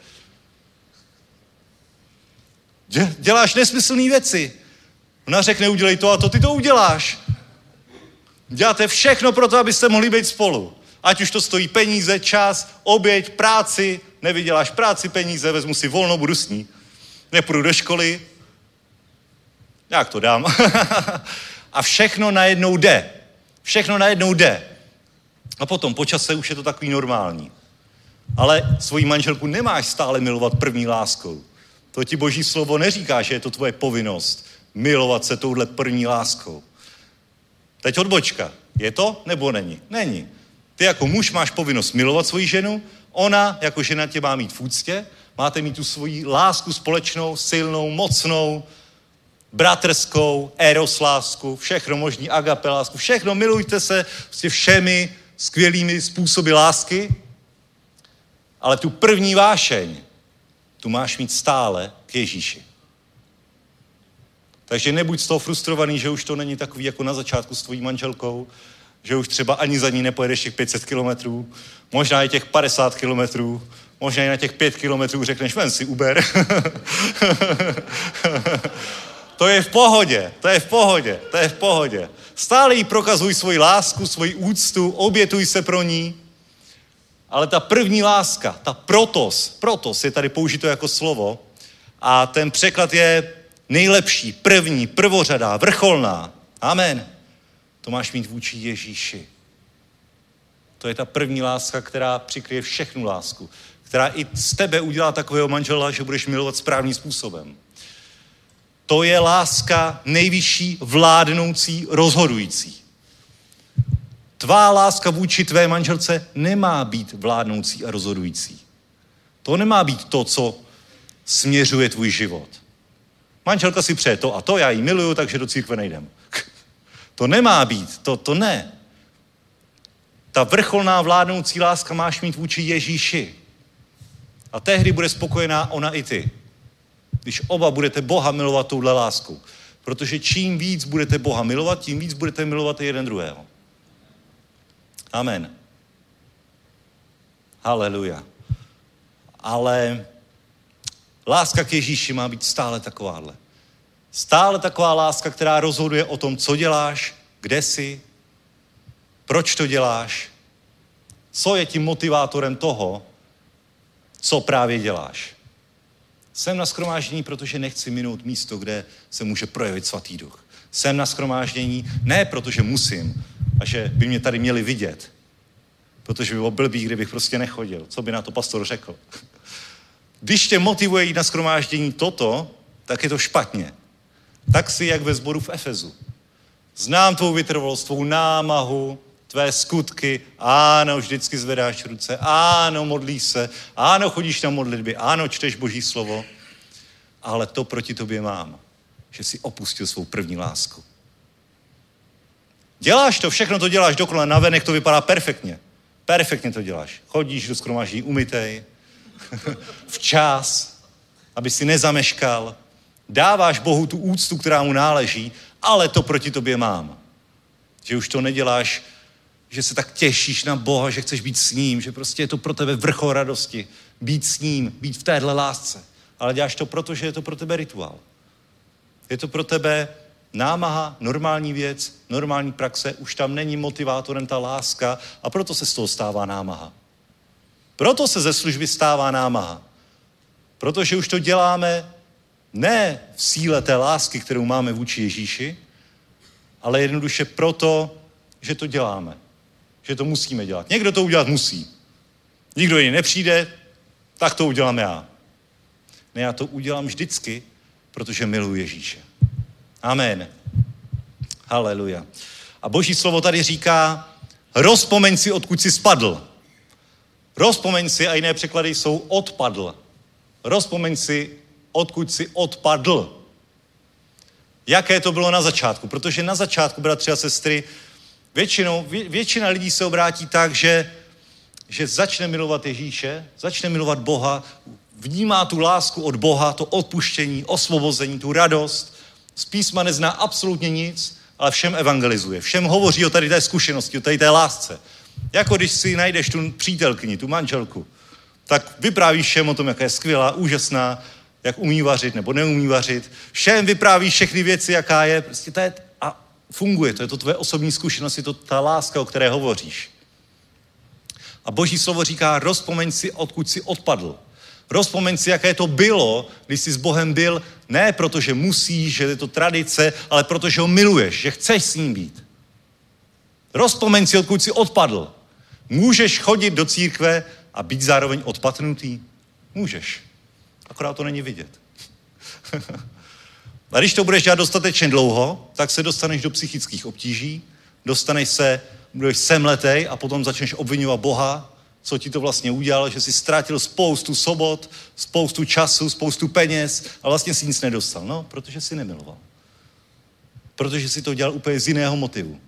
Děláš nesmyslné věci. Ona řekne, udělej to a to, ty to uděláš. Děláte všechno pro to, abyste mohli být spolu. Ať už to stojí peníze, čas, oběť, práci, nevyděláš práci, peníze, vezmu si volno, budu s ní. Nepůjdu do školy. Jak to dám? A všechno najednou jde. Všechno najednou jde. A potom po čase už je to takový normální. Ale svoji manželku nemáš stále milovat první láskou. To ti Boží slovo neříká, že je to tvoje povinnost milovat se touhle první láskou. Teď odbočka. Je to nebo není? Není. Ty jako muž máš povinnost milovat svoji ženu, ona jako žena tě má mít v úctě, máte mít tu svoji lásku společnou, silnou, mocnou, bratrskou, eros lásku, všechno možný, agape lásku, všechno, milujte se prostě všemi skvělými způsoby lásky, ale tu první vášeň, tu máš mít stále k Ježíši. Takže nebuď z toho frustrovaný, že už to není takový jako na začátku s tvojí manželkou, že už třeba ani za ní nepojedeš těch 500 kilometrů, možná i těch 50 kilometrů, možná i na těch 5 kilometrů řekneš, ven si Uber. To je v pohodě, to je v pohodě, to je v pohodě. Stále jí prokazuj svoji lásku, svoji úctu, obětuj se pro ní, ale ta první láska, ta protos je tady použito jako slovo a ten překlad je nejlepší, první, prvořadá, vrcholná. Amen. To máš mít vůči Ježíši. To je ta první láska, která přikryje všechnu lásku, která i z tebe udělá takového manžela, že budeš milovat správným způsobem. To je láska nejvyšší, vládnoucí, rozhodující. Tvá láska vůči tvé manželce nemá být vládnoucí a rozhodující. To nemá být to, co směřuje tvůj život. Manželka si přeje to a to, já ji miluju, takže do církve nejdem. To nemá být, to ne. Ta vrcholná vládnoucí láska máš mít vůči Ježíši. A tehdy bude spokojená ona i ty. Když oba budete Boha milovat touhle láskou. Protože čím víc budete Boha milovat, tím víc budete milovat i jeden druhého. Amen. Haleluja. Ale láska k Ježíši má být stále takováhle. Stále taková láska, která rozhoduje o tom, co děláš, kde jsi, proč to děláš, co je tím motivátorem toho, co právě děláš. Jsem na shromáždění, protože nechci minout místo, kde se může projevit svatý duch. Jsem na shromáždění ne protože musím a že by mě tady měli vidět, protože by bylo blbý, kdybych prostě nechodil. Co by na to pastor řekl? Když tě motivuje jít na shromáždění toto, tak je to špatně. Tak si jak ve sboru v Efezu. Znám tvou vytrvalost, tvou námahu, tvé skutky, ano, vždycky zvedáš ruce, ano, modlíš se, ano, chodíš na modlitby, ano, čteš Boží slovo, ale to proti tobě mám, že jsi opustil svou první lásku. Děláš to, všechno to děláš dokonale, navenek to vypadá perfektně. Perfektně to děláš. Chodíš do shromáždění umytej, včas, aby si nezameškal, dáváš Bohu tu úctu, která mu náleží, ale to proti tobě mám. Že už to neděláš že se tak těšíš na Boha, že chceš být s ním, že prostě je to pro tebe vrchol radosti, být s ním, být v téhle lásce. Ale děláš to proto, že je to pro tebe rituál. Je to pro tebe námaha, normální věc, normální praxe, už tam není motivátorem ta láska a proto se z toho stává námaha. Proto se ze služby stává námaha. Protože už to děláme ne v síle té lásky, kterou máme vůči Ježíši, ale jednoduše proto, že to děláme. Že to musíme dělat. Někdo to udělat musí. Nikdo jiný nepřijde, tak to udělám já. Ne, já to udělám vždycky, protože miluji Ježíše. Amen. Haleluja. A Boží slovo tady říká, rozpomeň si, odkud jsi spadl. Rozpomeň si, a jiné překlady jsou odpadl. Rozpomeň si, odkud jsi odpadl. Jaké to bylo na začátku? Protože na začátku, bratři a sestry, většina lidí se obrátí tak, že začne milovat Ježíše, začne milovat Boha, vnímá tu lásku od Boha, to odpuštění, osvobození, tu radost. Z písma nezná absolutně nic, ale všem evangelizuje. Všem hovoří o tady té zkušenosti, o tady té lásce. Jako když si najdeš tu přítelkyni, tu manželku, tak vyprávíš všem o tom, jaká je skvělá, úžasná, jak umí vařit nebo neumí vařit. Všem vyprávíš všechny věci, jaká je. Prostě to je a funguje. To je to tvoje osobní zkušenost, je to ta láska, o které hovoříš. A Boží slovo říká, rozpomeň si, odkud jsi odpadl. Rozpomeň si, jaké to bylo, když jsi s Bohem byl, ne protože musíš, že je to tradice, ale protože ho miluješ, že chceš s ním být. Rozpomeň si, odkud jsi odpadl. Můžeš chodit do církve a být zároveň odpadnutý? Můžeš. Akorát to není vidět. A když to budeš dělat dostatečně dlouho, tak se dostaneš do psychických obtíží, budeš semletej a potom začneš obvinovat Boha, co ti to vlastně udělal, že jsi ztratil spoustu sobot, spoustu času, spoustu peněz a vlastně si nic nedostal. No, protože jsi nemiloval. Protože jsi to dělal úplně z jiného motivu.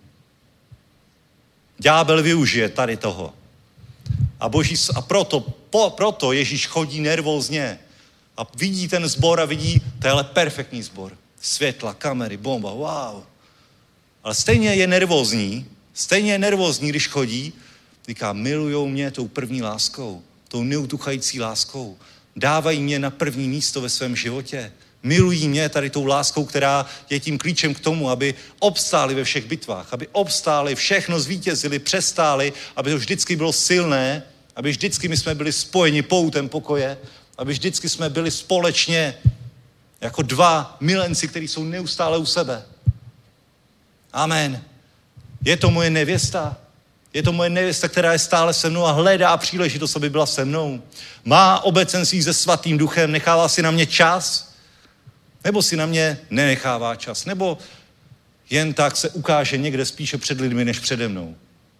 Ďábel využije tady toho. A proto Ježíš chodí nervózně a vidí ten sbor a vidí, tohle perfektní sbor. Světla, kamery, bomba, wow. Ale stejně je nervózní, když chodí, říká, milujou mě tou první láskou, tou neutuchající láskou. Dávají mě na první místo ve svém životě. Milují mě tady tou láskou, která je tím klíčem k tomu, aby obstáli ve všech bitvách, aby obstáli, všechno zvítězili, přestáli, aby to vždycky bylo silné, aby vždycky my jsme byli spojeni poutem pokoje, aby vždycky jsme byli společně jako dva milenci, kteří jsou neustále u sebe. Amen. Je to moje nevěsta. Je to moje nevěsta, která je stále se mnou a hledá příležitost, aby byla se mnou. Má obecenství se Svatým Duchem, nechává si na mě čas, nebo si na mě nenechává čas, nebo jen tak se ukáže někde spíše před lidmi, než přede mnou.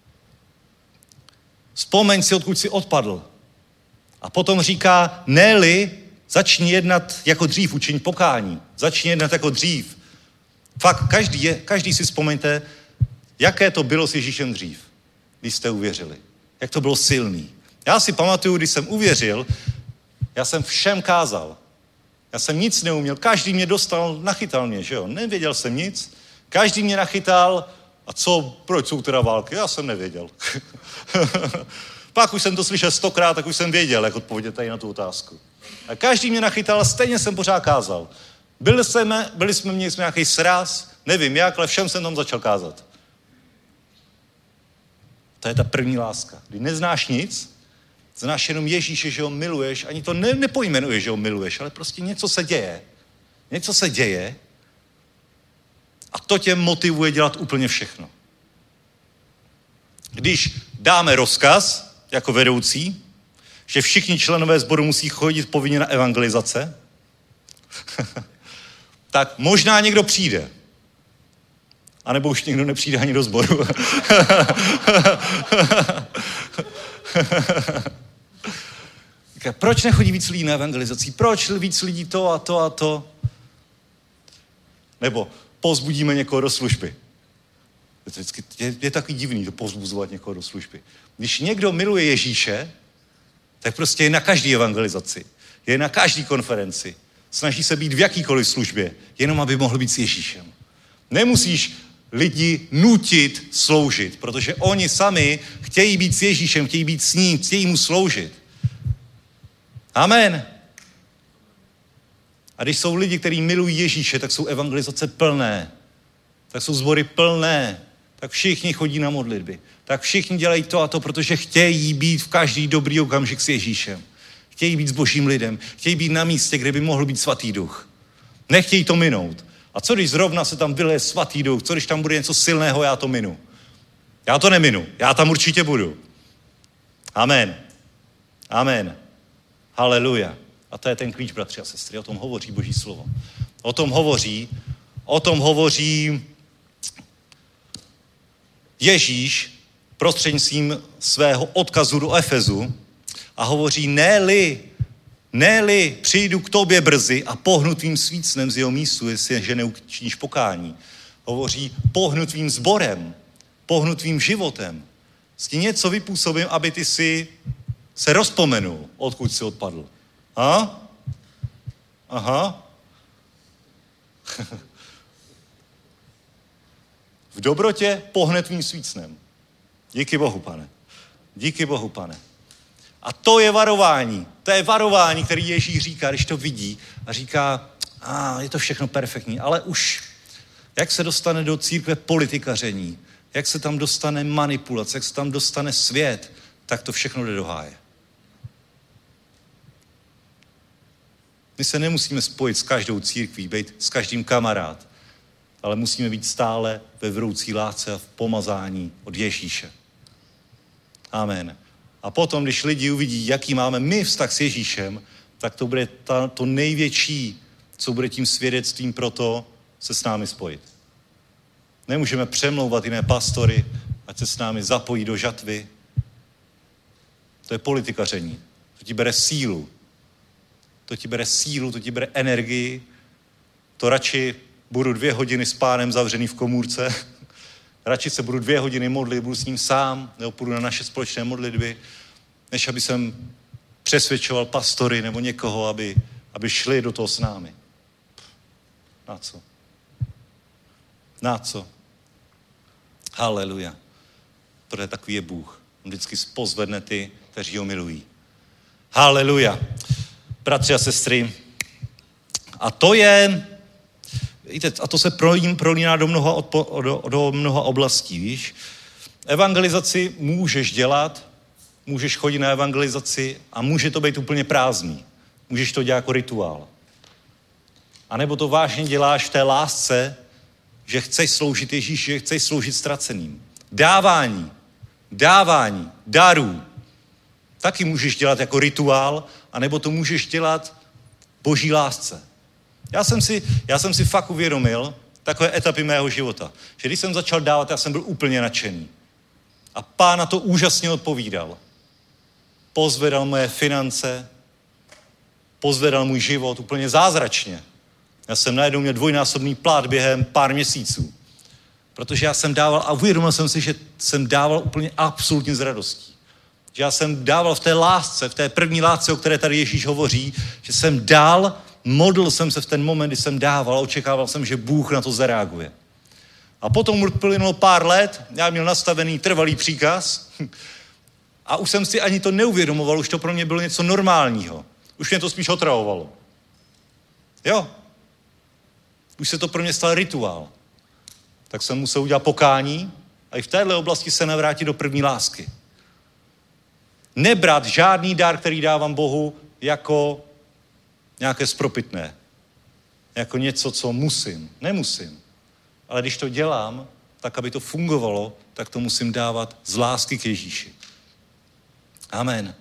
Vzpomeň si, odkud jsi odpadl. A potom říká, ne-li, začni jednat jako dřív, učiň pokání. Začni jednat jako dřív. Fakt, každý si vzpomeňte, jaké to bylo s Ježíšem dřív, když jste uvěřili. Jak to bylo silný. Já si pamatuju, když jsem uvěřil, já jsem všem kázal. Já jsem nic neuměl, každý mě nachytal mě, že jo. Nevěděl jsem nic, každý mě nachytal a proč jsou teda války? Já jsem nevěděl. Pak už jsem to slyšel 100krát, tak už jsem věděl, jak odpovědět tady na tu otázku. A každý mě nachytal a stejně jsem pořád kázal. Měli jsme nějaký sraz, nevím jak, ale všem jsem tam začal kázat. To je ta první láska. Když neznáš nic, znáš jenom Ježíše, že ho miluješ, ani to nepojmenuješ, že ho miluješ, ale prostě něco se děje. Něco se děje a to tě motivuje dělat úplně všechno. Když dáme rozkaz jako vedoucí, že všichni členové sboru musí chodit povinně na evangelizace, tak možná někdo přijde. A nebo už někdo nepřijde ani do sboru. Proč nechodí víc lidí na evangelizaci? Proč víc lidí to a to a to? Nebo povzbudíme někoho do služby. Je takový divný to povzbuzovat někoho do služby. Když někdo miluje Ježíše, tak prostě je na každý evangelizaci. Je na každý konferenci. Snaží se být v jakýkoliv službě, jenom aby mohl být s Ježíšem. Nemusíš lidi nutit sloužit, protože oni sami chtějí být s Ježíšem, chtějí být s ním, chtějí mu sloužit. Amen. A když jsou lidi, kteří milují Ježíše, tak jsou evangelizace plné, tak jsou sbory plné, tak všichni chodí na modlitby, tak všichni dělají to a to, protože chtějí být v každý dobrý okamžik s Ježíšem. Chtějí být s Božím lidem, chtějí být na místě, kde by mohl být Svatý Duch. Nechtějí to minout. A co když zrovna se tam vyleje Svatý Duch, co když tam bude něco silného, já to minu. Já to neminu, já tam určitě budu. Amen. Amen. Haleluja. A to je ten klíč, bratři a sestry, o tom hovoří Boží slovo. O tom hovoří Ježíš prostřednictvím svého odkazu do Efezu a hovoří, ne-li přijdu k tobě brzy a pohnu tvým svícnem z jeho místu, jestliže neučiníš pokání. Hovoří, pohnu tvým sborem, pohnu tvým životem. S tím něco vypůsobím, aby ty si se rozpomenul, odkud jsi odpadl. Aha. V dobrotě pohne tvým svícnem. Díky Bohu, pane. Díky Bohu, pane. A to je varování. To je varování, který Ježíš říká, když to vidí a říká, je to všechno perfektní, ale už jak se dostane do církve politikaření, jak se tam dostane manipulace, jak se tam dostane svět, tak to všechno jde do háje. My se nemusíme spojit s každou církví, být s každým kamarád, ale musíme být stále ve vroucí lásce a v pomazání od Ježíše. Amen. A potom, když lidi uvidí, jaký máme my vztah s Ježíšem, tak to bude to největší, co bude tím svědectvím pro to se s námi spojit. Nemůžeme přemlouvat jiné pastory, ať se s námi zapojí do žatvy. To je politikaření. To ti bere sílu. To ti bere energii. To radši budu 2 hodiny s Pánem zavřený v komůrce. Radši se budu 2 hodiny modlit, budu s ním sám, nebo půjdu na naše společné modlitby, než aby jsem přesvědčoval pastory nebo někoho, aby šli do toho s námi. Na co? Haleluja. Protože takový je Bůh. On vždycky pozvedne ty, kteří ho milují. Haleluja. Bratři a sestry. A to je, víte, a to se prolíná do mnoha oblastí, víš. Evangelizaci můžeš dělat, můžeš chodit na evangelizaci a může to být úplně prázdný. Můžeš to dělat jako rituál. A nebo to vážně děláš v té lásce, že chceš sloužit Ježíši, že chceš sloužit ztraceným. Dávání, darů. Taky můžeš dělat jako rituál, anebo to můžeš dělat Boží lásce. Já jsem si fakt uvědomil takové etapy mého života, že když jsem začal dávat, já jsem byl úplně nadšený. A Pán na to úžasně odpovídal. Pozvedal moje finance, pozvedal můj život úplně zázračně. Já jsem najednou měl 2násobný plat během pár měsíců. Protože já jsem dával a uvědomil jsem si, že jsem dával úplně absolutně s radostí. Že já jsem dával v té lásce, v té první lásce, o které tady Ježíš hovoří, že jsem dal, modlil jsem se v ten moment, kdy jsem dával a očekával jsem, že Bůh na to zareaguje. A potom uplynulo pár let, já měl nastavený trvalý příkaz a už jsem si ani to neuvědomoval, už to pro mě bylo něco normálního. Už mě to spíš otravovalo. Jo. Už se to pro mě stal rituál. Tak jsem musel udělat pokání a i v téhle oblasti se navrátit do první lásky. Nebrat žádný dar, který dávám Bohu, jako nějaké spropitné. Jako něco, co musím. Nemusím. Ale když to dělám, tak aby to fungovalo, tak to musím dávat z lásky k Ježíši. Amen.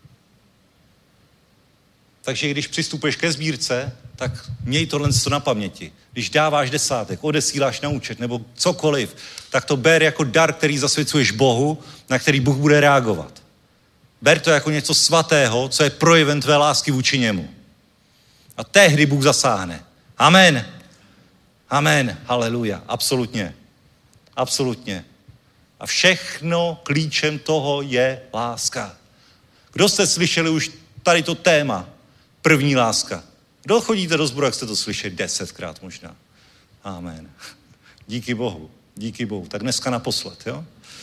Takže když přistupuješ ke sbírce, tak měj tohle na paměti. Když dáváš desátek, odesíláš na účet nebo cokoliv, tak to ber jako dar, který zasvěcuješ Bohu, na který Bůh bude reagovat. Ber to jako něco svatého, co je projevem tvé lásky vůči němu. A tehdy Bůh zasáhne. Amen. Amen. Haleluja. Absolutně. Absolutně. A všechno klíčem toho je láska. Kdo jste slyšeli už tady to téma? První láska. Kdo chodíte do sboru, jak jste to slyšeli 10krát možná? Amen. Díky Bohu. Díky Bohu. Tak dneska naposled, jo?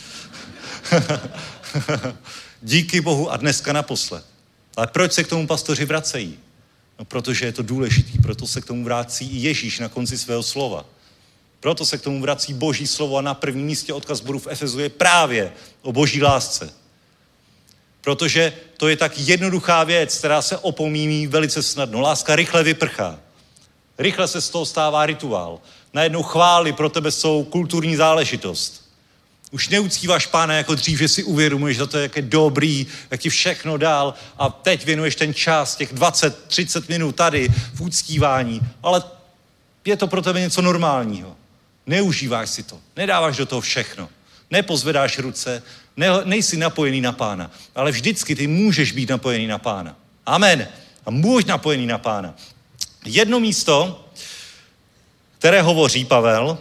Díky Bohu a dneska naposled. Ale proč se k tomu pastoři vracejí? No, protože je to důležitý, proto se k tomu vrací i Ježíš na konci svého slova. Proto se k tomu vrací Boží slovo a na prvním místě odkaz sboru v Efezu je právě o Boží lásce. Protože to je tak jednoduchá věc, která se opomíní velice snadno. Láska rychle vyprchá. Rychle se z toho stává rituál. Najednou chvály pro tebe jsou kulturní záležitost. Už neuctíváš Pána jako dřív, že si uvědomuješ, že to je jak je dobrý, jak ti všechno dal a teď věnuješ ten čas, těch 20-30 minut tady v uctívání, ale je to pro tebe něco normálního. Neužíváš si to, nedáváš do toho všechno, nepozvedáš ruce, nejsi napojený na Pána, ale vždycky ty můžeš být napojený na Pána. Amen. A můžeš napojený na Pána. Jedno místo, které hovoří Pavel,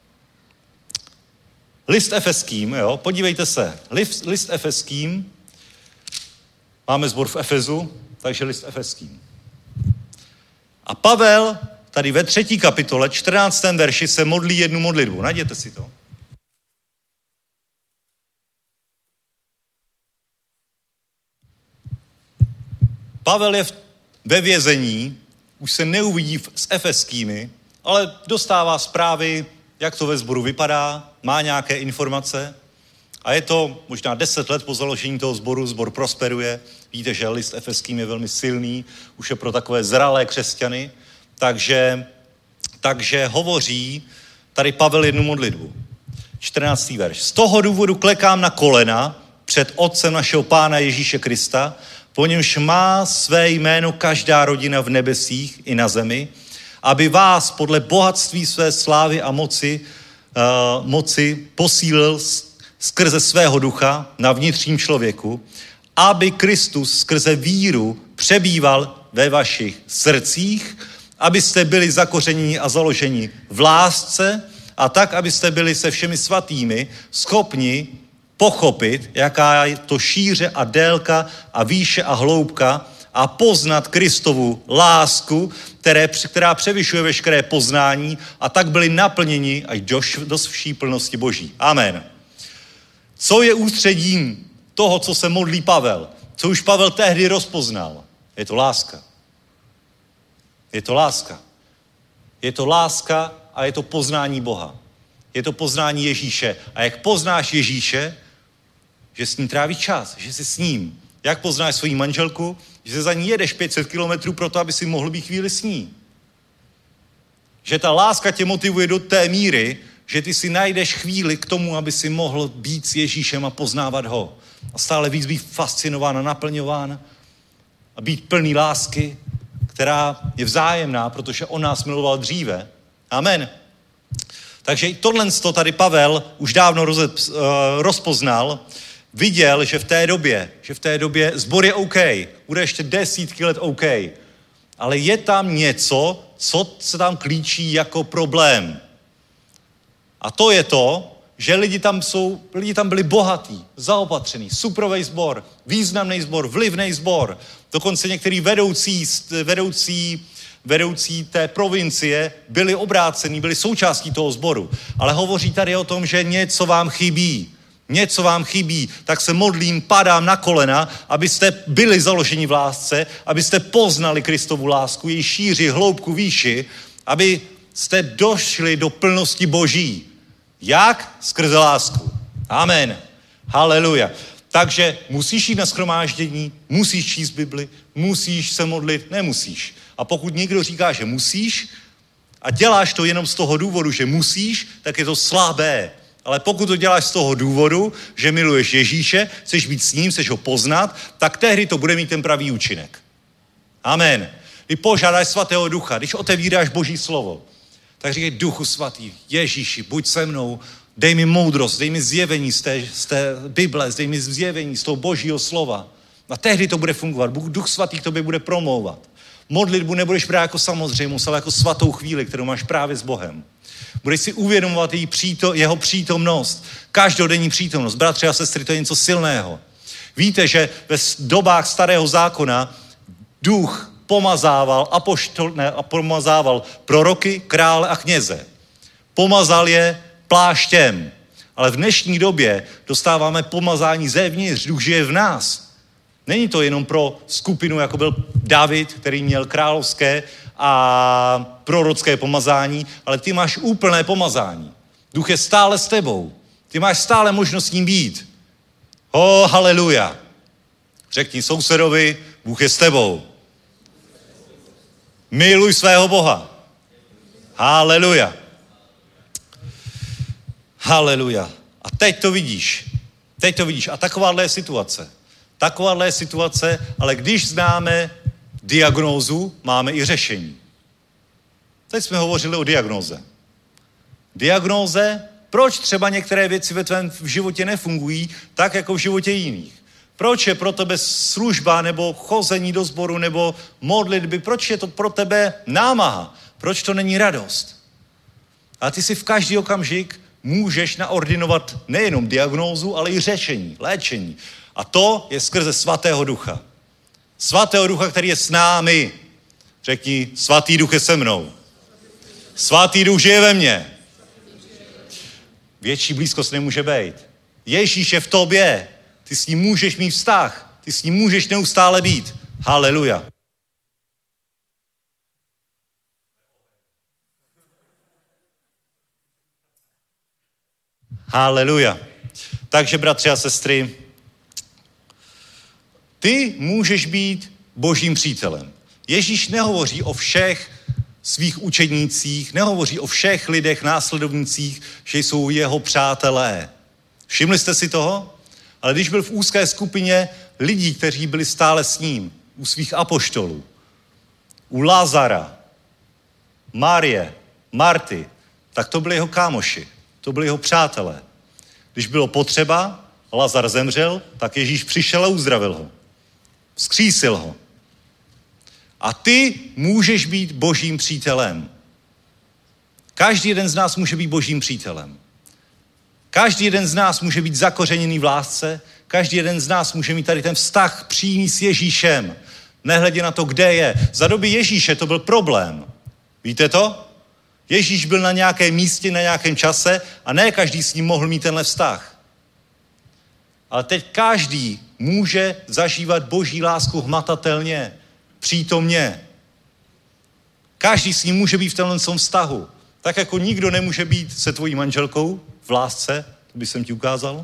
list Efeským, jo, podívejte se, list Efeským, máme sbor v Efezu, takže list Efeským. A Pavel tady ve 3. kapitole, 14. verši se modlí jednu modlitbu. Najděte si to. Pavel je ve vězení, už se neuvidí s Efeskými, ale dostává zprávy, jak to ve sboru vypadá, má nějaké informace a je to možná 10 let po založení toho sboru, sbor prosperuje. Víte, že list Efeským je velmi silný, už je pro takové zralé křesťany, takže hovoří tady Pavel jednu modlitbu. 14. verš. Z toho důvodu klekám na kolena před Otcem našeho Pána Ježíše Krista, po němž má své jméno každá rodina v nebesích i na zemi, aby vás podle bohatství své slávy a moci posílil skrze svého ducha na vnitřním člověku, aby Kristus skrze víru přebýval ve vašich srdcích, abyste byli zakoření a založeni v lásce a tak, abyste byli se všemi svatými schopni pochopit, jaká je to šíře a délka a výše a hloubka a poznat Kristovu lásku, která převyšuje veškeré poznání a tak byli naplněni až do vší plnosti Boží. Amen. Co je ústředím toho, co se modlí Pavel? Co už Pavel tehdy rozpoznal? Je to láska. Je to láska. Je to láska a je to poznání Boha. Je to poznání Ježíše. A jak poznáš Ježíše, že s ním trávíš čas, že jsi s ním. Jak poznáš svoji manželku, že se za ní jedeš 500 kilometrů proto, aby si mohl být chvíli s ní. Že ta láska tě motivuje do té míry, že ty si najdeš chvíli k tomu, aby si mohl být s Ježíšem a poznávat ho. A stále víc být fascinován a naplňován a být plný lásky, která je vzájemná, protože on nás miloval dříve. Amen. Takže i tohle tady Pavel už dávno rozpoznal, viděl, že v té době sbor je OK, bude ještě desítky let OK, ale je tam něco, co se tam klíčí jako problém. A to je to, že lidi tam byli bohatí, zaopatřený, suprovej sbor, významný sbor, vlivný sbor, dokonce některý vedoucí té provincie byli obrácení, byli součástí toho sboru. Ale hovoří tady o tom, že něco vám chybí, tak se modlím, padám na kolena, abyste byli založeni v lásce, abyste poznali Kristovu lásku, její šíři, hloubku, výši, abyste došli do plnosti Boží. Jak? Skrze lásku. Amen. Haleluja. Takže musíš jít na shromáždění, musíš číst Bibli, musíš se modlit, nemusíš. A pokud někdo říká, že musíš a děláš to jenom z toho důvodu, že musíš, tak je to slabé. Ale pokud to děláš z toho důvodu, že miluješ Ježíše, chceš být s ním, chceš ho poznat, tak tehdy to bude mít ten pravý účinek. Amen. Když požádáš Svatého Ducha, když otevíráš Boží slovo, tak říkej, Duchu Svatý, Ježíši, buď se mnou, dej mi moudrost, dej mi zjevení z té Bible, dej mi zjevení z toho Božího slova. A tehdy to bude fungovat. Duch Svatý k tobě bude promlouvat. Modlitbu nebudeš brát jako samozřejmost, ale jako svatou chvíli, kterou máš právě s Bohem. Budeš si uvědomovat jeho přítomnost, každodenní přítomnost. Bratři a sestry, to je něco silného. Víte, že ve dobách Starého zákona Duch pomazával proroky, krále a kněze. Pomazal je pláštěm. Ale v dnešní době dostáváme pomazání zevnitř, Duch žije v nás. Není to jenom pro skupinu, jako byl David, který měl královské a prorocké pomazání, ale ty máš úplné pomazání. Duch je stále s tebou. Ty máš stále možnost s ním být. Haleluja. Řekni sousedovi, Bůh je s tebou. Miluj svého Boha. Haleluja. Haleluja. A teď to vidíš. A takováhle je situace, ale když známe diagnózu, máme i řešení. Teď jsme hovořili o diagnóze. Diagnóze, proč třeba některé věci ve tvém životě nefungují tak, jako v životě jiných. Proč je pro tebe služba, nebo chození do sboru, nebo modlitby, proč je to pro tebe námaha, proč to není radost. A ty si v každý okamžik můžeš naordinovat nejenom diagnózu, ale i řešení, léčení. A to je skrze Svatého Ducha. Svatého Ducha, který je s námi. Řekni, Svatý Duch je se mnou. Svatý Duch žije ve mně. Větší blízkost nemůže být. Ježíš je v tobě. Ty s ním můžeš mít vztah. Ty s ním můžeš neustále být. Haleluja. Haleluja. Takže, bratři a sestry, ty můžeš být Božím přítelem. Ježíš nehovoří o všech svých učednících, nehovoří o všech lidech, následovnících, že jsou jeho přátelé. Všimli jste si toho? Ale když byl v úzké skupině lidí, kteří byli stále s ním, u svých apoštolů, u Lazara, Marie, Marty, tak to byli jeho kámoši, to byli jeho přátelé. Když bylo potřeba, Lazar zemřel, tak Ježíš přišel a uzdravil ho. Vzkřísil ho. A ty můžeš být Božím přítelem. Každý jeden z nás může být Božím přítelem. Každý jeden z nás může být zakořeněný v lásce, každý jeden z nás může mít tady ten vztah přímý s Ježíšem, nehledě na to, kde je. Za doby Ježíše to byl problém. Víte to? Ježíš byl na nějakém místě, na nějakém čase a ne každý s ním mohl mít tenhle vztah. Ale teď každý může zažívat Boží lásku hmatatelně, přítomně. Každý s ním může být v tomhle vztahu. Tak jako nikdo nemůže být se tvojí manželkou v lásce, to by jsem ti ukázal.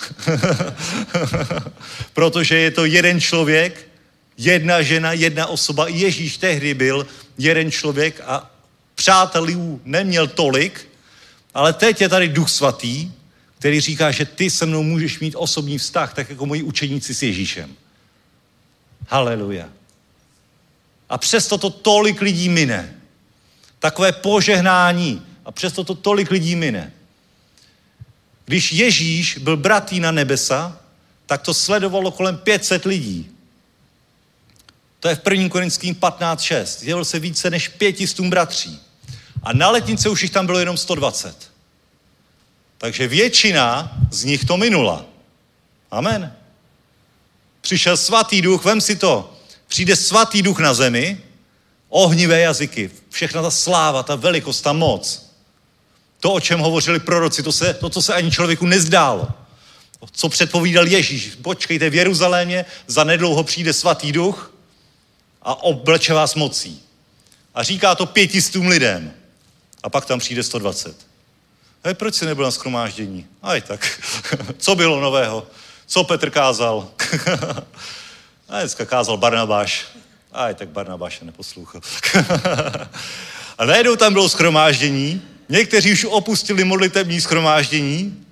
Protože je to jeden člověk, jedna žena, jedna osoba. Ježíš tehdy byl jeden člověk a přátelů neměl tolik, ale teď je tady Duch Svatý, který říká, že ty se mnou můžeš mít osobní vztah, tak jako moji učeníci s Ježíšem. Haleluja. A přesto to tolik lidí mine. Takové požehnání. A přesto to tolik lidí mine. Když Ježíš byl bratý na nebesa, tak to sledovalo kolem 500 lidí. To je v 1. Korinským 15:6. Dělalo se více než 500 bratří. A na letnice už jich tam bylo jenom 120. Takže většina z nich to minula. Amen. Přišel Svatý Duch, vem si to. Přijde Svatý Duch na zemi, ohnivé jazyky, všechna ta sláva, ta velikost, ta moc. To, o čem hovořili proroci, to, co se ani člověku nezdálo. Co předpovídal Ježíš. Počkejte, v Jeruzalémě zanedlouho přijde Svatý Duch a obleče vás mocí. A říká to 500 lidem. A pak tam přijde 120. Hej, proč jsi nebyl na shromáždění? Aj tak. Co bylo nového? Co Petr kázal? A dneska kázal Barnabáš. Aj tak Barnabáše neposlouchal. A najednou tam bylo shromáždění. Někteří už opustili modlitební shromáždění.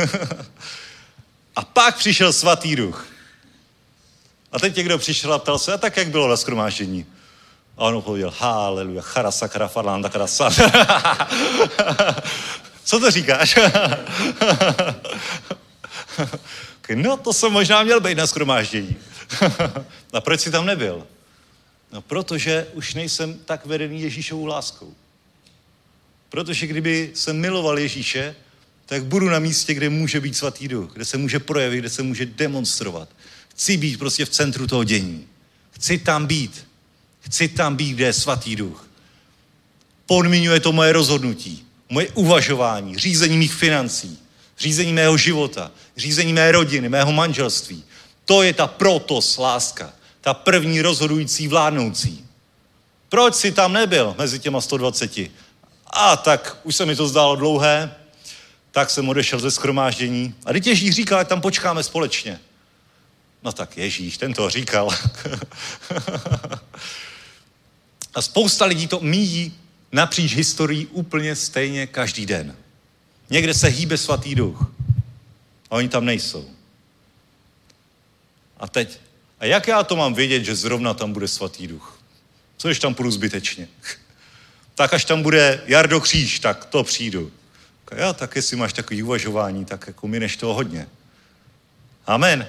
A pak přišel Svatý Duch. A teď někdo přišel a ptal se, a tak jak bylo na shromáždění? A on odpověděl, haleluja, charasakara, farlanda, karasa. Co to říkáš? No, to jsem možná měl být na shromáždění. A proč jsi tam nebyl? No, protože už nejsem tak vedený Ježíšovou láskou. Protože kdyby jsem miloval Ježíše, tak budu na místě, kde může být Svatý Duch, kde se může projevit, kde se může demonstrovat. Chci být prostě v centru toho dění. Chci tam být, kde je Svatý Duch. Podmiňuje to moje rozhodnutí, moje uvažování, řízení mých financí, řízení mého života, řízení mé rodiny, mého manželství. To je ta protos láska, ta první rozhodující vládnoucí. Proč jsi tam nebyl mezi těma 120? Tak už se mi to zdálo dlouhé, tak jsem odešel ze shromáždění. A teď Ježíš říkal, ať tam počkáme společně. No tak Ježíš, ten to říkal. A spousta lidí to míjí napříč historií úplně stejně každý den. Někde se hýbe svatý duch. A oni tam nejsou. A jak já to mám vědět, že zrovna tam bude svatý duch? Co když tam půjdu zbytečně? Tak až tam bude Jardo Kříž, tak to přijdu. Tak jestli máš takový uvažování, tak jako mineš toho hodně. Amen.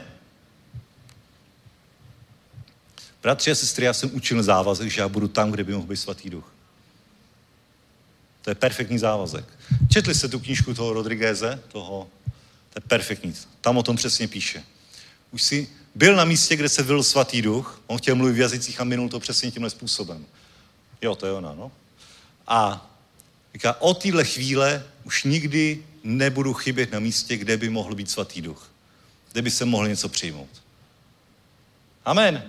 Bratři a sestry, já jsem učil závazek, že já budu tam, kde by mohl být svatý duch. To je perfektní závazek. Četli jste tu knížku toho Rodrigueze? To je perfektní. Tam o tom přesně píše. Už si byl na místě, kde se vylil svatý duch, on chtěl mluvit v jazycích a minul to přesně tímhle způsobem. Jo, to je ona, no. A říká, od téhle chvíle už nikdy nebudu chybět na místě, kde by mohl být svatý duch. Kde by se mohl něco přijmout. Amen.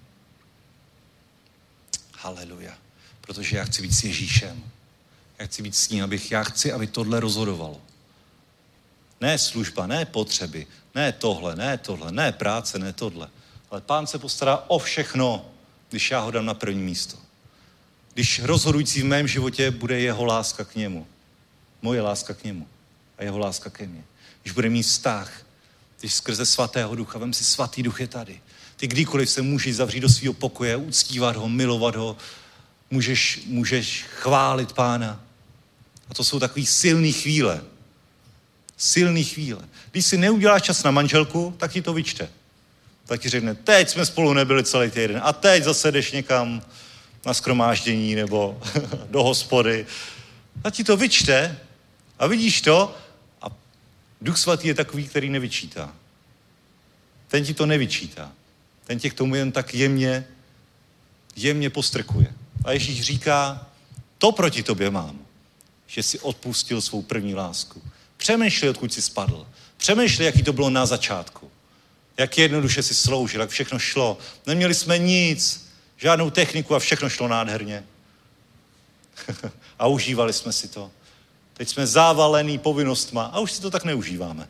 Haleluja. Protože já chci být s Ježíšem. Já chci být s ním, já chci, aby tohle rozhodovalo. Ne služba, ne potřeby, ne tohle, ne práce, ne tohle. Ale Pán se postará o všechno, když já ho dám na první místo. Když rozhodující v mém životě bude jeho láska k němu. Moje láska k němu a jeho láska ke mně. Když bude mít vztah, když skrze svatého ducha, vem si, svatý duch je tady. Ty kdykoliv se můžeš zavřít do svého pokoje, uctívat ho, milovat ho, můžeš chválit Pána. A to jsou takový silný chvíle. Silný chvíle. Když si neuděláš čas na manželku, tak ti to vyčte. Tak ti řekne, teď jsme spolu nebyli celý týden a teď zase jdeš někam na shromáždění nebo do hospody. Tak ti to vyčte a vidíš to a Duch Svatý je takový, který nevyčítá. Ten ti to nevyčítá. Ten tě k tomu jen tak jemně postrkuje. A Ježíš říká, to proti tobě mám, že jsi odpustil svou první lásku. Přemýšlej, odkud jsi spadl. Přemýšlej, jaký to bylo na začátku. Jak jednoduše si sloužil, jak všechno šlo. Neměli jsme nic, žádnou techniku a všechno šlo nádherně. A užívali jsme si to. Teď jsme závalený povinnostma a už si to tak neužíváme.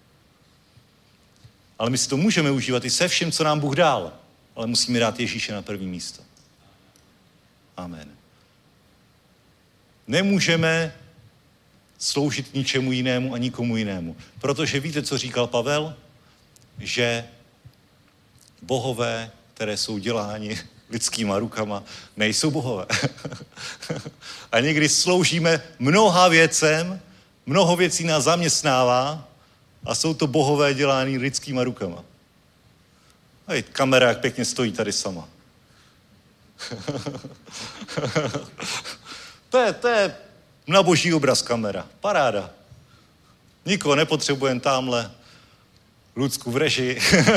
Ale my si to můžeme užívat i se vším, co nám Bůh dal. Ale musíme dát Ježíše na první místo. Amen. Nemůžeme sloužit ničemu jinému a nikomu jinému. Protože víte, co říkal Pavel? Že bohové, které jsou děláni lidskýma rukama, nejsou bohové. A někdy sloužíme mnoha věcem, mnoho věcí nás zaměstnává a jsou to bohové dělány lidskýma rukama. Hej, kamera, jak pěkně stojí tady sama. To je na boží obraz kamera. Paráda. Nikoho nepotřebujeme tamhle. Lucku v režii.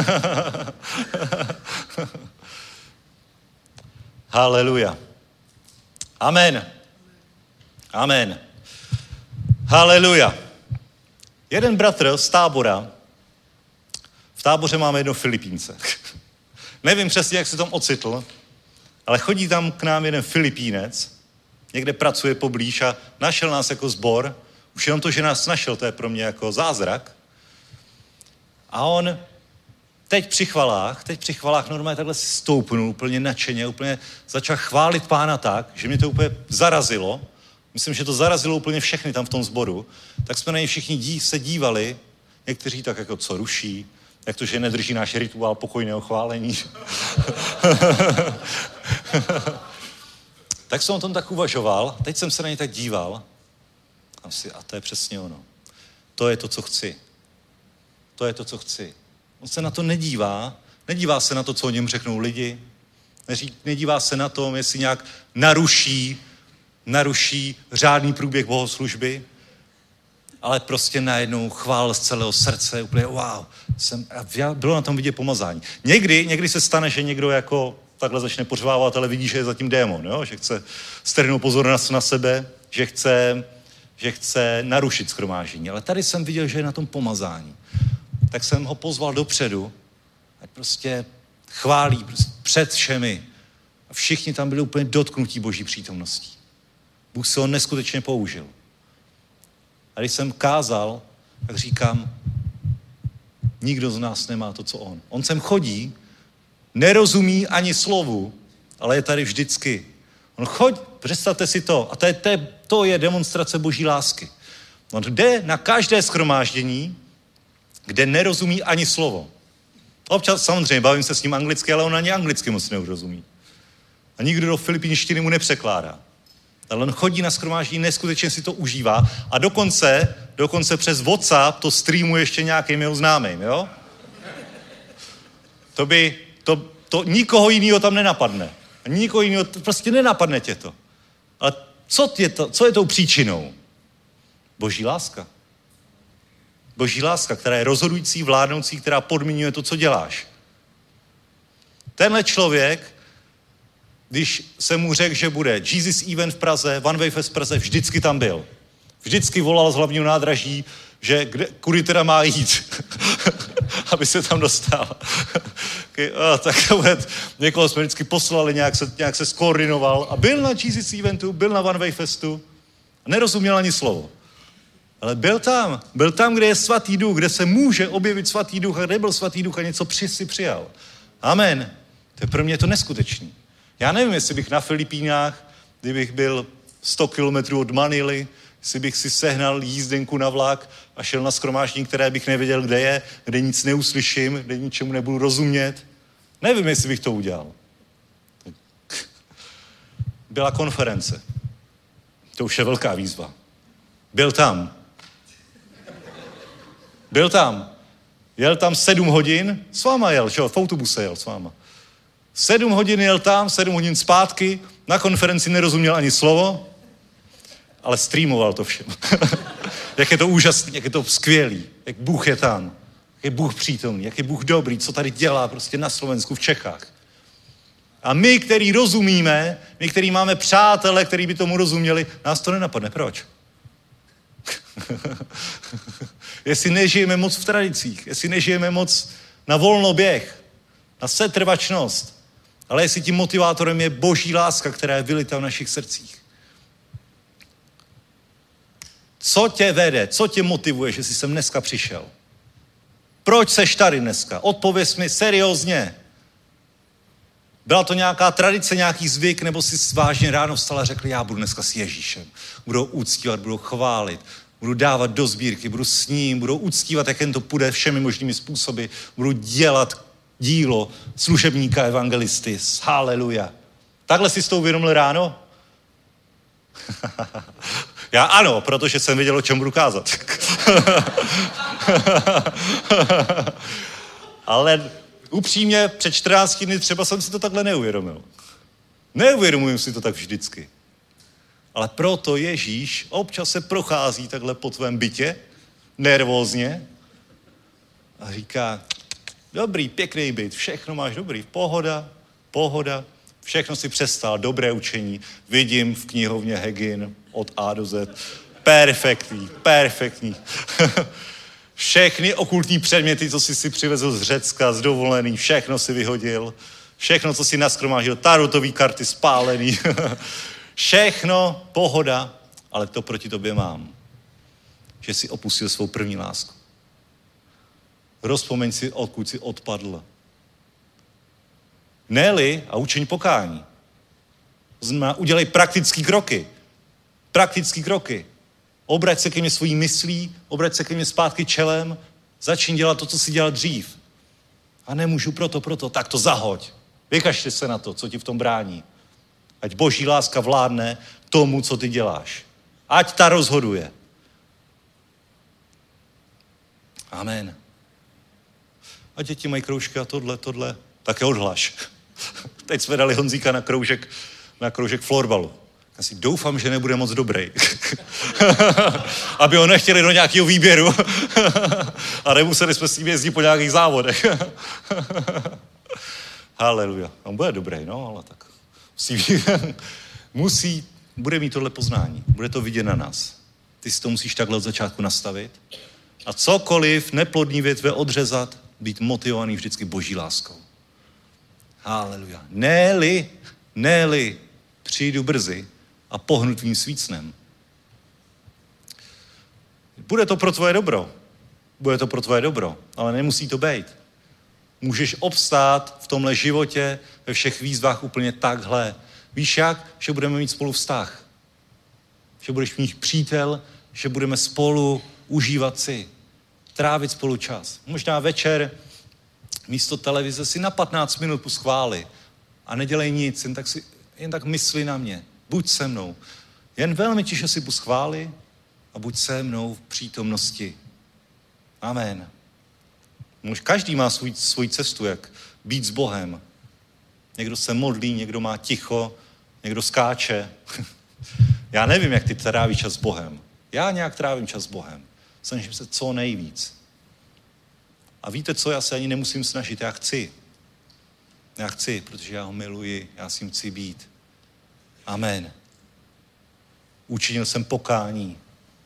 Haleluja. Amen. Amen. Haleluja. Jeden bratr z tábora, v táboře máme jedno Filipínce. Nevím přesně, jak se tam ocitl, ale chodí tam k nám jeden Filipínec, někde pracuje poblíž a našel nás jako sbor. Už jenom to, že nás našel, to je pro mě jako zázrak. A on teď při chvalách normálně takhle si stoupnul, úplně nadšeně, úplně začal chválit Pána tak, že mě to úplně zarazilo. Myslím, že to zarazilo úplně všechny tam v tom sboru. Tak jsme na něj všichni se dívali, někteří tak jako co ruší, jak to, že nedrží náš rituál pokojného chválení. Tak jsem o tom tak uvažoval, teď jsem se na něj tak díval a to je přesně ono. To je to, co chci. To je to, co chci. On se na to nedívá se na to, co o něm řeknou lidi, nedívá se na to, jestli nějak naruší řádný průběh bohoslužby, ale prostě najednou chvál z celého srdce, úplně wow, bylo na tom vidět pomazání. Někdy se stane, že někdo jako takhle začne pořvávat, ale vidí, že je zatím démon, jo? Že chce strhnout pozornost na sebe, že chce že chce narušit shromáždění, ale tady jsem viděl, že je na tom pomazání. Tak jsem ho pozval dopředu, ať prostě chválí prostě před všemi. A všichni tam byli úplně dotknutí Boží přítomností. Bůh se ho neskutečně použil. A když jsem kázal, tak říkám, nikdo z nás nemá to, co on. On sem chodí, nerozumí ani slovu, ale je tady vždycky. On chodí, představte si to, a to je demonstrace Boží lásky. On jde na každé shromáždění, kde nerozumí ani slovo. Občas samozřejmě bavím se s ním anglicky, ale on ani anglicky moc nerozumí. A nikdo do filipínštiny mu nepřekládá. Ale on chodí na shromáždění, neskutečně si to užívá a dokonce přes WhatsApp to streamuje ještě nějakým jeho známým, jo? To nikoho jiného tam nenapadne. Nikoho jiného, prostě nenapadne tě to. Ale co je tou příčinou? Boží láska. Boží láska, která je rozhodující, vládnoucí, která podmiňuje to, co děláš. Tenhle člověk, když se mu řekl, že bude Jesus Event v Praze, One Way Fest v Praze, vždycky tam byl. Vždycky volal z hlavního nádraží, že kudy teda má jít, aby se tam dostal. Tak někoho jsme vždycky poslali, nějak se skoordinoval a byl na Jesus Eventu, byl na One Way Festu a nerozuměl ani slovo. Ale byl tam, kde je svatý duch, kde se může objevit svatý duch a kde byl svatý duch a něco si přijal. Amen. To je pro mě to neskutečný. Já nevím, jestli bych na Filipínách, kdybych byl 100 kilometrů od Manily, jestli bych si sehnal jízdenku na vlak a šel na shromáždění, které bych nevěděl, kde je, kde nic neuslyším, kde ničemu nebudu rozumět. Nevím, jestli bych to udělal. Byla konference. To už je velká výzva. Byl tam. Jel tam 7 hodin, s váma jel, v autobuse jel s váma. 7 hodin jel tam, 7 hodin zpátky, na konferenci nerozuměl ani slovo, ale streamoval to všem. Jak je to úžasný, jak je to skvělý, jak Bůh je tam, jak je Bůh přítomný, jak je Bůh dobrý, co tady dělá prostě na Slovensku, v Čechách. A my, který rozumíme, my, který máme přátele, který by tomu rozuměli, nás to nenapadne. Proč? Jestli nežijeme moc v tradicích, jestli nežijeme moc na volnoběh, na setrvačnost, ale jestli tím motivátorem je Boží láska, která je vylita v našich srdcích. Co tě vede, co tě motivuje, že jsi sem dneska přišel? Proč seš tady dneska? Odpověz mi seriózně. Byla to nějaká tradice, nějaký zvyk, nebo jsi vážně ráno vstal a řekl, já budu dneska s Ježíšem. Budu ho uctívat, budu ho chválit, budu dávat do sbírky, budu s ním, budu uctívat, jak jen to půjde všemi možnými způsoby, budu dělat dílo služebníka evangelisty. Haleluja. Takhle jsi s tou uvědomil ráno? Já ano, protože jsem věděl, o čem budu kázat. Ale upřímně, před 14 dny třeba jsem si to takhle neuvědomil. Neuvědomuji si to tak vždycky. Ale proto Ježíš občas se prochází takhle po tvém bytě, nervózně, a říká, dobrý, pěkný byt, všechno máš dobrý, pohoda, všechno si přestal, dobré učení, vidím v knihovně Hegin od A do Z, perfektní. Všechny okultní předměty, co jsi si přivezl z Řecka, z dovolený, všechno si vyhodil, všechno, co si nashromáždil, tarotový karty spálený, všechno, pohoda, ale to proti tobě mám, že jsi opustil svou první lásku. Rozpomeň si, odkud jsi odpadl. Ne-li a učiň pokání. Znamená, udělej praktický kroky. Obrať se ke mně svojí myslí, obrať se ke mně zpátky čelem, začni dělat to, co jsi dělal dřív. A nemůžu proto, tak to zahoď. Vykažte se na to, co ti v tom brání. Ať Boží láska vládne tomu, co ty děláš. Ať ta rozhoduje. Amen. A děti mají kroužky a tohle, tak je odhlaš. Teď jsme dali Honzíka na kroužek florbalu. Já si doufám, že nebude moc dobrý. Aby ho nechtěli do nějakého výběru. A nemuseli jsme s ním jezdit po nějakých závodech. Haleluja. On bude dobrý, no, ale tak. Bude mít tohle poznání. Bude to vidět na nás. Ty si to musíš takhle od začátku nastavit. A cokoliv neplodný větve odřezat, být motivovaný vždycky boží láskou. Haleluja. Ne-li, přijdu brzy a pohnu tvým svícnem. Bude to pro tvoje dobro, ale nemusí to být. Můžeš obstát v tomhle životě ve všech výzvách úplně takhle. Víš jak? Že budeme mít spolu vztah. Že budeš mít přítel, že budeme spolu užívat si. Trávit spolu čas. Možná večer místo televize si na 15 minut poschváli a nedělej nic, jen tak mysli na mě. Buď se mnou. Jen velmi tiše si poschváli a buď se mnou v přítomnosti. Amen. Každý má svou cestu, jak být s Bohem. Někdo se modlí, někdo má ticho, někdo skáče. Já nevím, jak ty trávíš čas s Bohem. Já nějak trávím čas s Bohem. Snažím se co nejvíc. A víte co, já se ani nemusím snažit, já chci. Já chci, protože já ho miluji, já s ním chci být. Amen. Učinil jsem pokání.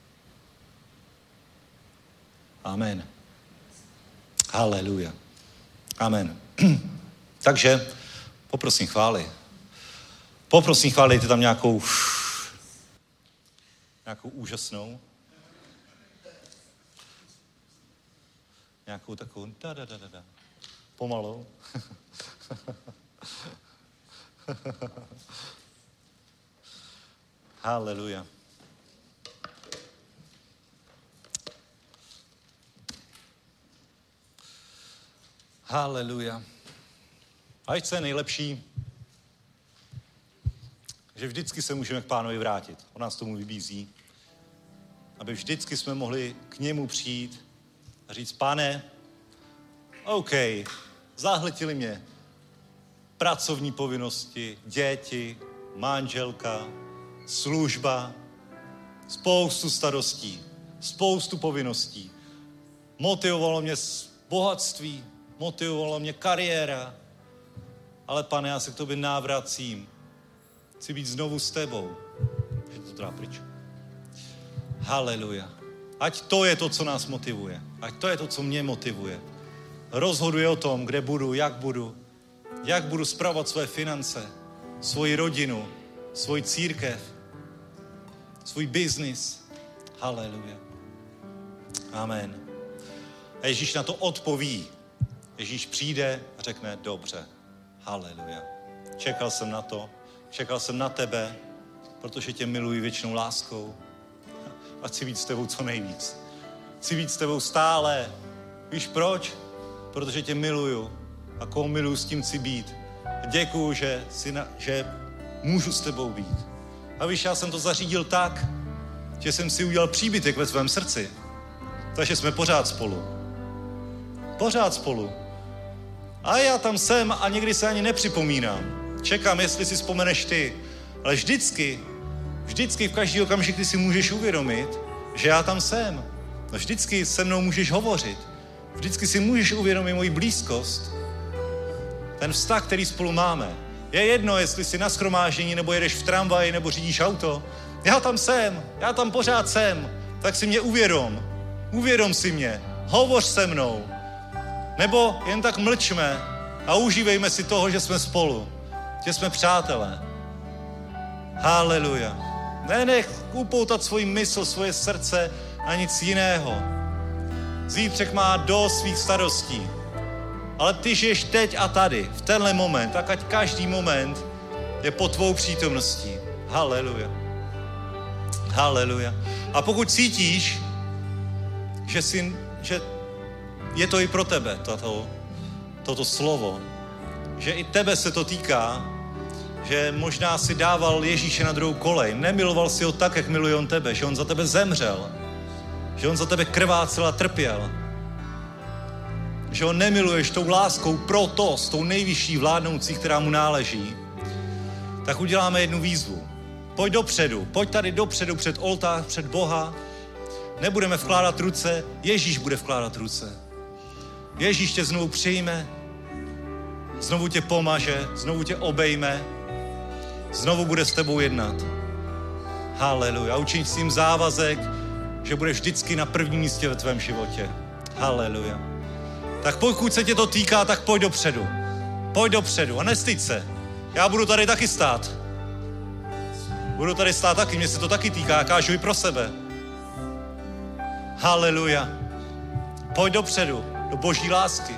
Amen. Haleluja. Amen. Takže poprosím chvály. Dejte tam nějakou úžasnou. Nějakou takovou da. Pomalou. Haleluja. Haleluja. A co je nejlepší, že vždycky se můžeme k Pánovi vrátit. On nás tomu vybízí. Aby vždycky jsme mohli k němu přijít a říct, Pane, OK, zahltili mě pracovní povinnosti, děti, manželka, služba, spoustu starostí, spoustu povinností. Motivovalo mě bohatství, motivovalo mě kariéra, ale Pane, já se k tobě návracím. Chci být znovu s tebou. Že to dá pryč. Haleluja. Ať to je to, co nás motivuje. Ať to je to, co mě motivuje. Rozhoduje o tom, kde budu, jak budu spravovat své finance, svoji rodinu, svoji církev, svůj biznis. Haleluja. Amen. A Ježíš na to odpoví. Ježíš přijde a řekne, dobře, haleluja. Čekal jsem na to, čekal jsem na tebe, protože tě miluji věčnou láskou a chci být s tebou co nejvíc. Chci být s tebou stále. Víš proč? Protože tě miluju a koho miluju, s tím chci být. Děkuju, že můžu s tebou být. A víš, já jsem to zařídil tak, že jsem si udělal příbytek ve svém srdci. Takže jsme pořád spolu. Pořád spolu. A já tam jsem a někdy se ani nepřipomínám. Čekám, jestli si vzpomeneš ty. Ale vždycky v každý okamžik ty si můžeš uvědomit, že já tam jsem. No vždycky se mnou můžeš hovořit. Vždycky si můžeš uvědomit moji blízkost. Ten vztah, který spolu máme. Je jedno, jestli jsi na shromáždění, nebo jedeš v tramvaji, nebo řídíš auto. Já tam jsem, já tam pořád jsem. Tak si mě uvědom. Uvědom si mě. Hovoř se mnou. Nebo jen tak mlčme a užívejme si toho, že jsme spolu. Že jsme přátelé. Haleluja. Nenech upoutat svoji mysl, svoje srdce na nic jiného. Zítřek má dost svých starostí. Ale ty žiješ teď a tady, v tenhle moment, tak ať každý moment je pod tvou přítomností. Haleluja. Haleluja. A pokud cítíš, že je to i pro tebe, toto slovo, že i tebe se to týká, že možná si dával Ježíše na druhou kolej, nemiloval si ho tak, jak miluje on tebe, že on za tebe zemřel, že on za tebe krvácel a trpěl, že ho nemiluješ tou láskou proto, s tou nejvyšší vládnoucí, která mu náleží, tak uděláme jednu výzvu. Pojď dopředu, pojď tady dopředu před oltář, před Boha. Nebudeme vkládat ruce, Ježíš bude vkládat ruce. Ježíš tě znovu přijme, znovu tě pomaže, znovu tě obejme, znovu bude s tebou jednat. Haleluja. Učiň s tím závazek, že budeš vždycky na prvním místě ve tvém životě. Haleluja. Tak pokud se tě to týká, tak pojď dopředu. Pojď dopředu a nestyď se. Já budu tady taky stát. Budu tady stát taky, mě se to taky týká, já kážu i pro sebe. Haleluja. Pojď dopředu, do boží lásky.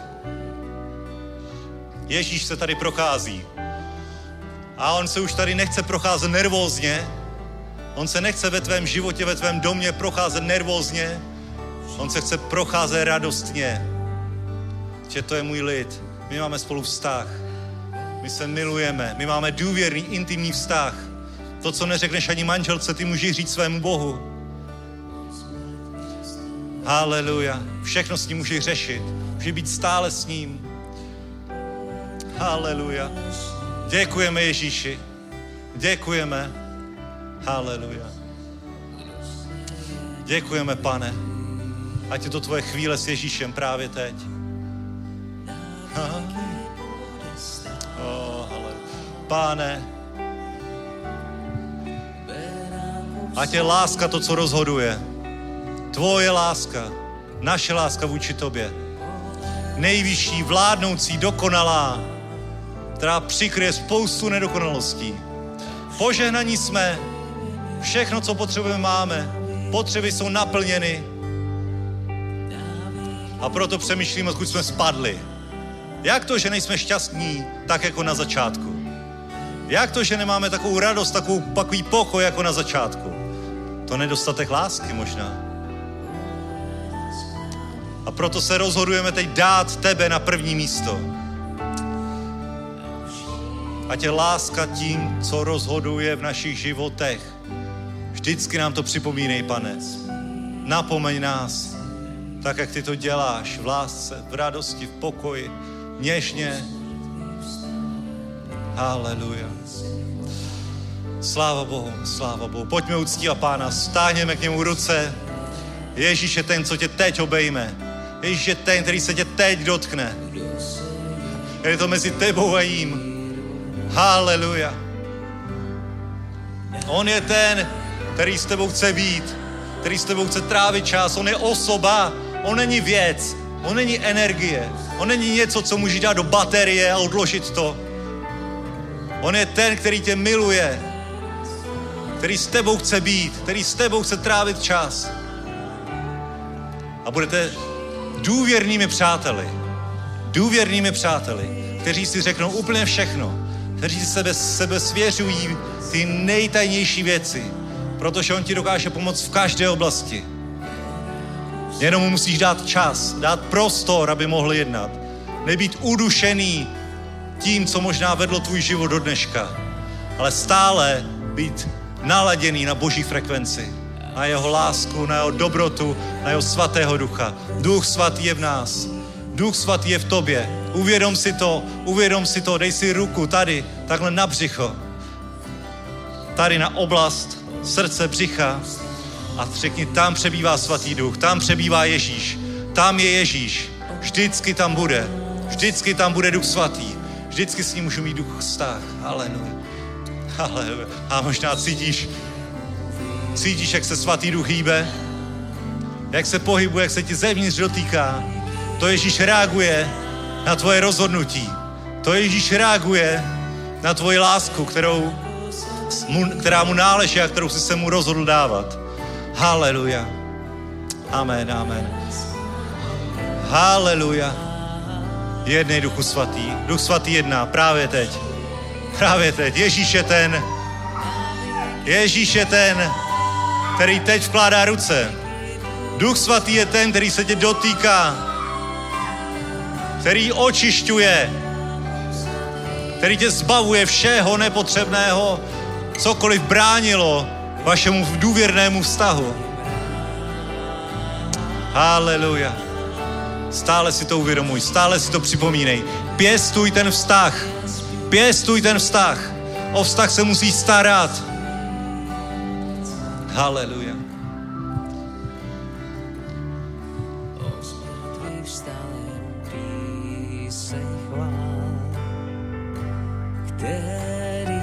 Ježíš se tady prochází. A on se už tady nechce procházet nervózně. On se nechce ve tvém životě, ve tvém domě procházet nervózně. On se chce procházet radostně. Že to je můj lid. My máme spolu vztah. My se milujeme. My máme důvěrný, intimní vztah. To, co neřekneš ani manželce, ty můžeš říct svému Bohu. Haleluja. Všechno s ním můžeš řešit. Můžeš být stále s ním. Haleluja. Děkujeme Ježíši. Děkujeme. Haleluja. Děkujeme, Pane. Ať je to tvoje chvíle s Ježíšem právě teď. Pane, ať je láska to, co rozhoduje. Tvoje láska, naše láska vůči tobě. Nejvyšší, vládnoucí, dokonalá, která přikryje spoustu nedokonalostí. Požehnaní jsme, všechno, co potřebujeme, máme. Potřeby jsou naplněny. A proto přemýšlíme, odkud jsme spadli. Jak to, že nejsme šťastní tak jako na začátku? Jak to, že nemáme takovou radost, takový pokoj jako na začátku? To nedostatek lásky možná. A proto se rozhodujeme teď dát tebe na první místo. Ať je láska tím, co rozhoduje v našich životech. Vždycky nám to připomínej, Pane. Napomeň nás, tak jak ty to děláš, v lásce, v radosti, v pokoji, něžně. Haleluja. Sláva Bohu, sláva Bohu. Pojďme uctívat Pána, stáhněme k němu ruce. Ježíš je ten, co tě teď obejme. Ježíš je ten, který se tě teď dotkne. Je to mezi tebou a jím. Haleluja. On je ten, který s tebou chce být, který s tebou chce trávit čas. On je osoba, on není věc, on není energie, on není něco, co můžeš dát do baterie a odložit to. On je ten, který tě miluje, který s tebou chce být, který s tebou chce trávit čas. A budete důvěrnými přáteli, kteří si řeknou úplně všechno, kteří sebe svěřují ty nejtajnější věci, protože on ti dokáže pomoct v každé oblasti. Jenom mu musíš dát čas, dát prostor, aby mohl jednat. Nebýt udušený tím, co možná vedlo tvůj život do dneška, ale stále být naladěný na boží frekvenci, na jeho lásku, na jeho dobrotu, na jeho svatého ducha. Duch svatý je v nás. Duch svatý je v tobě. Uvědom si to, dej si ruku tady, takhle na břicho. Tady na oblast srdce, břicha a řekni, tam přebývá svatý duch, tam přebývá Ježíš, tam je Ježíš, vždycky tam bude duch svatý, vždycky s ním můžu mít duch vztah. Haleluja. Haleluja. A možná cítíš, jak se svatý duch hýbe, jak se pohybuje, jak se ti zevnitř dotýká. To Ježíš reaguje na tvoje rozhodnutí. To Ježíš reaguje na tvoji lásku, která mu náleží a kterou jsi se mu rozhodl dávat. Haleluja. Amen, amen. Haleluja. Jednej Duchu svatý. Duch svatý jedná právě teď. Ježíš je ten, který teď vkládá ruce. Duch svatý je ten, který se tě dotýká, který očišťuje, který tě zbavuje všeho nepotřebného, cokoliv bránilo vašemu důvěrnému vztahu. Haleluja. Stále si to uvědomuj, stále si to připomínej. Pěstuj ten vztah. O vztah se musí starat. Haleluja.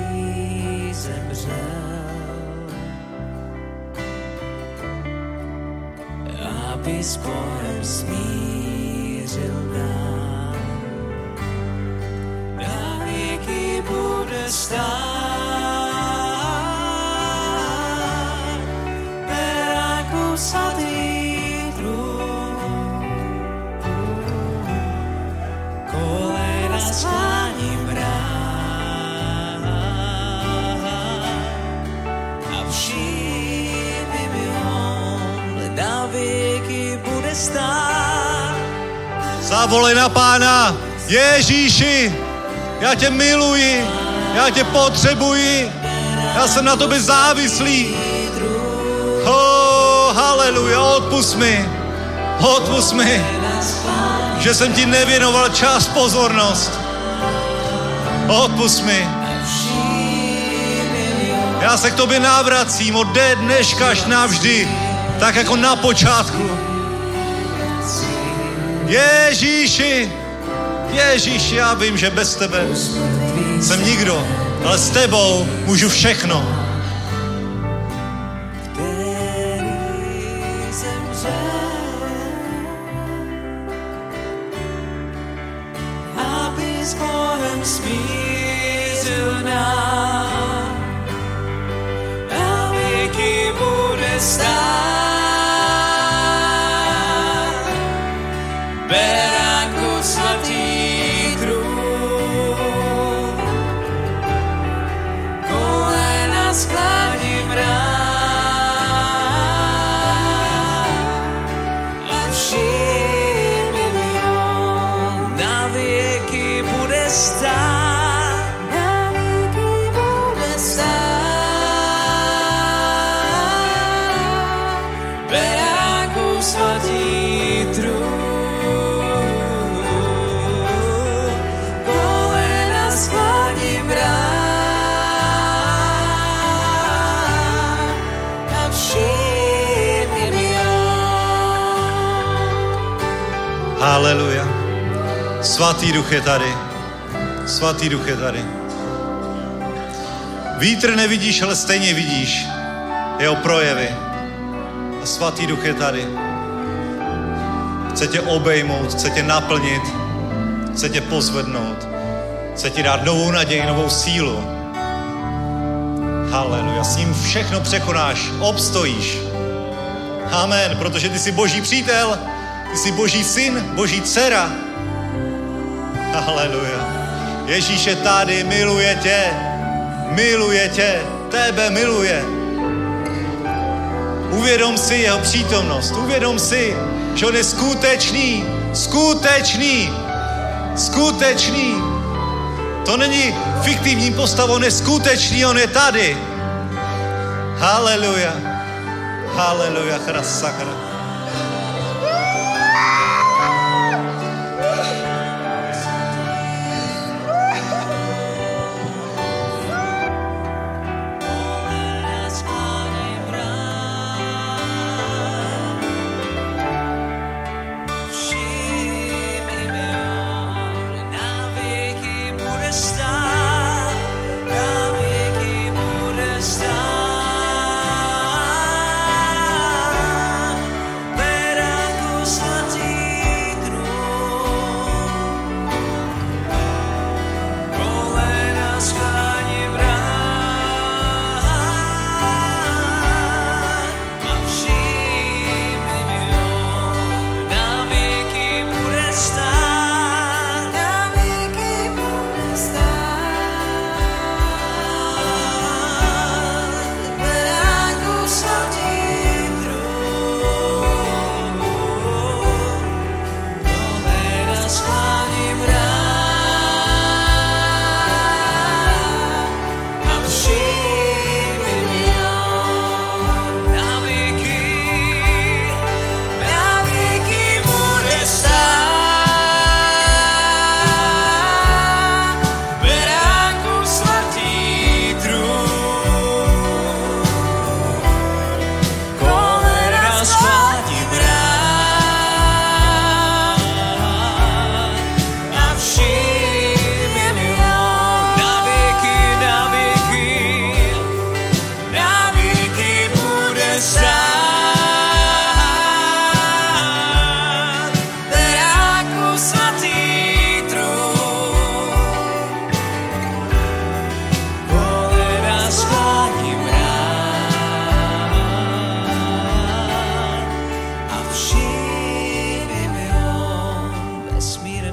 Který zemřel aby s Bohem smířil nám. Na věky bude stát beráku svatý trůn. Kolena skláním rád a všími mi on na věky bude stát. Zavolej na Pána. Ježíši, já tě miluji, já tě potřebuji, já jsem na tobě závislý. Oh, haleluja, odpusť mi, že jsem ti nevěnoval čas, pozornost. Odpusť mi. Já se k tobě navracím od dneška až navždy, tak jako na počátku. Ježíši, já vím, že bez tebe jsem nikdo, ale s tebou můžu všechno. Aby s Bohem smířil nám, na věky bude stát beránku svatý trůn. Kolena skláním rád a všími mi on na věky bude stát. Na věky bude stát beránku svatý trůn. Kolena skláním rád a všími mi on. Haleluja. Svatý Duch je tady. Svatý Duch je tady. Vítr nevidíš, ale stejně vidíš jeho projevy. A Svatý Duch je tady. Chce tě obejmout, chce tě naplnit, chce tě pozvednout, chce ti dát novou naději, novou sílu. Haleluja. S ním všechno překonáš, obstojíš. Amen, protože ty jsi Boží přítel, ty jsi Boží syn, Boží dcera. Haleluja. Ježíš je tady, miluje tě, tebe miluje. Uvědom si jeho přítomnost, uvědom si, že on je skutečný. To není fiktivní postava, on je skutečný, on je tady. Haleluja, chrasakra.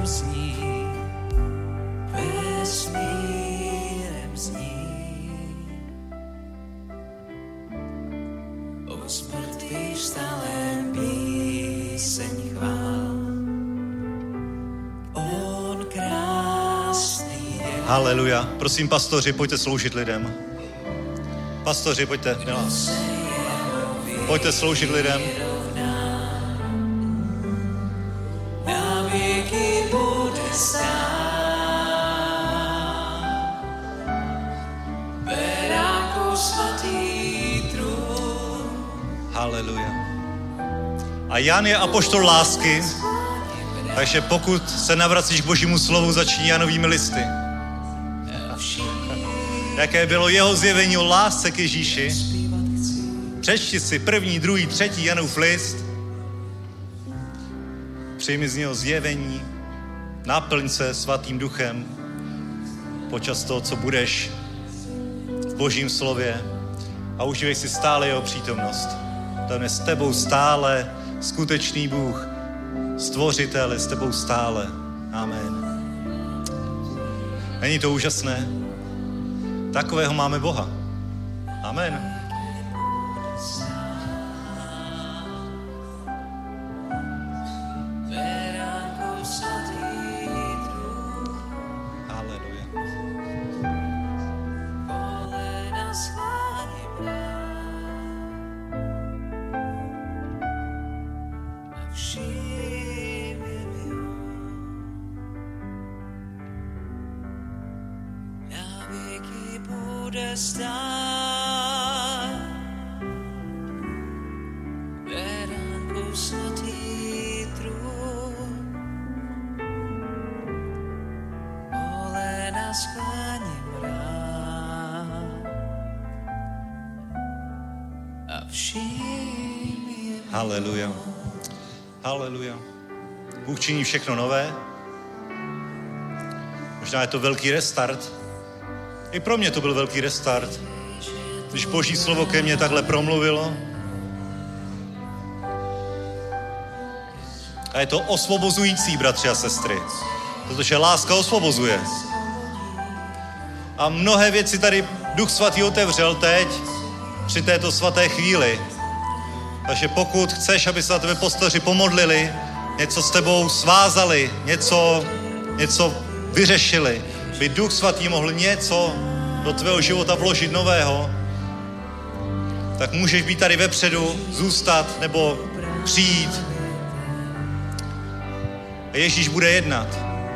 zní, vesmírem zní. O zmrtvých vstalém píseň chvál. On krásný je. Haleluja. Prosím, pastoři, pojďte sloužit lidem. Pastoři, pojďte, milá. Pojďte sloužit lidem. Na věky bude stát. Beránku svatý trůn. Haleluja. A Jan je apoštol lásky, takže pokud se navracíš k Božímu slovu, začni Janovými listy. Jaké bylo jeho zjevení o lásce k Ježíši. Přečti si 1., 2., 3. Janův list. Přijmi z něho zjevení. Naplň se svatým duchem počas toho, co budeš v Božím slově a užívej si stále jeho přítomnost. Ten je s tebou stále skutečný Bůh, stvořitel je s tebou stále. Amen. Není to úžasné? Takového máme Boha. Amen. Haleluja. Stát, beránku svatý trůn, kolena skláním rád a všim. Haleluja. Haleluja. Bůh činí všechno nové. Možná je to velký restart. I pro mě to byl velký restart, když Boží slovo ke mně takhle promluvilo. A je to osvobozující, bratři a sestry, protože láska osvobozuje. A mnohé věci tady Duch Svatý otevřel teď, při této svaté chvíli. Takže pokud chceš, aby se na tebe pastoři pomodlili, něco s tebou svázali, něco vyřešili, by Duch Svatý mohl něco do tvého života vložit nového, tak můžeš být tady vepředu, zůstat nebo přijít. A Ježíš bude jednat.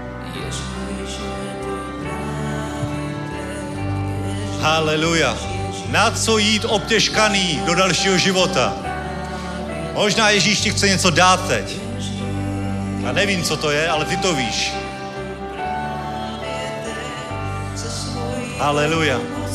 Haleluja. Na co jít obtěžkaný do dalšího života? Možná Ježíš ti chce něco dát teď. A nevím, co to je, ale ty to víš. Haleluja.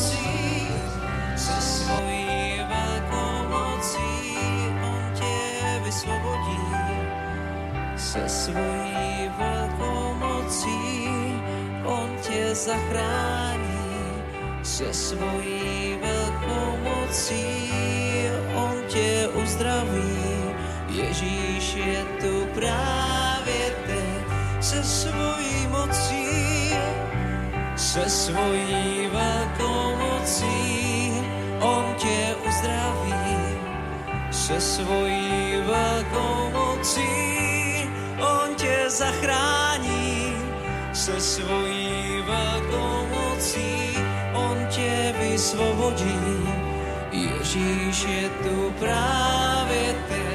Se svojí velkou mocí on tě vysvobodí. Se svojí velkou mocí on tě zachrání. Se svojí velkou mocí on tě uzdraví. Ježíš je tu právě teď. Se svojí mocí, se svojí velkou mocí on tě uzdraví. Se svojí velkou mocí on tě zachrání. Se svojí velkou mocí on tě vysvobodí. Ježíš je tu právě teď.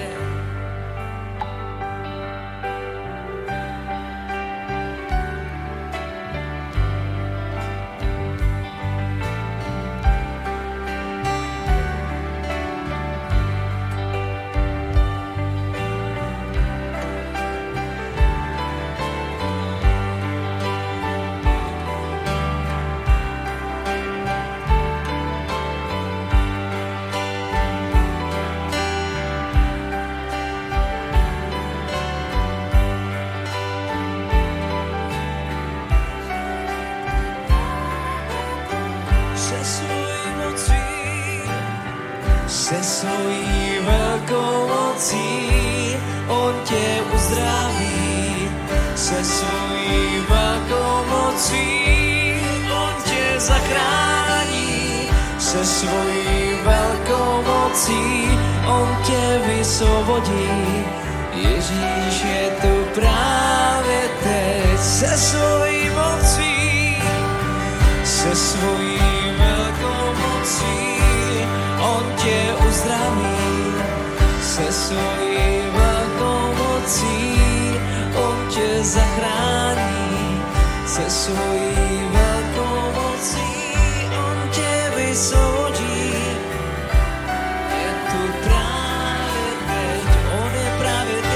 Se svojí velkou mocí on tě uzdraví. se svojí velkou mocí on tě zachrání, se svojí velkou mocí on tě vysvobodí. Ježíš je tu právě teď se svojí mocí, se svojí velkou mocí on tě uzdraví, se svojí velkou mocí on tě zachrání, se svojí velkou mocí on tě vysvobodí. Je tu právě teď, on je právě teď.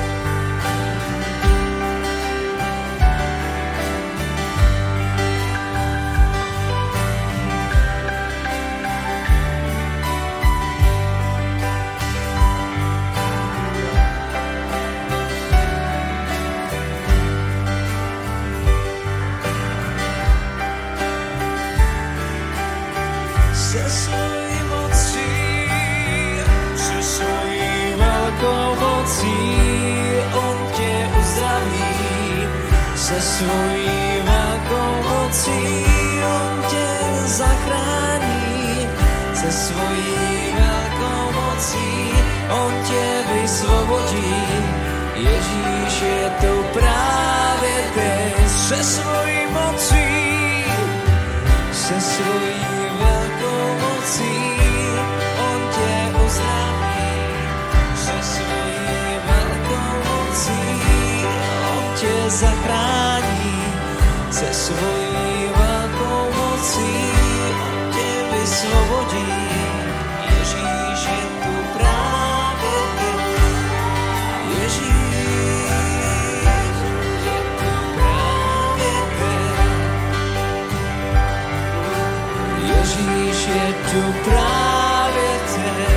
Se svojí mocí, se svojí velkou mocí on tě uzdraví, se svojí velkou mocí on tě zachrání, se svojí velkou mocí on tě vysvobodí. Ježíš je tu právě teď se svojí mocí, se svojí velkou mocí on tě uzdraví, se svojí velkou mocí on tě zachrání, se svojí velkou mocí on tě vysvobodí. Ježíš je tu právě teď, Ježíš je tu právě teď. Ježíš je tu právě teď.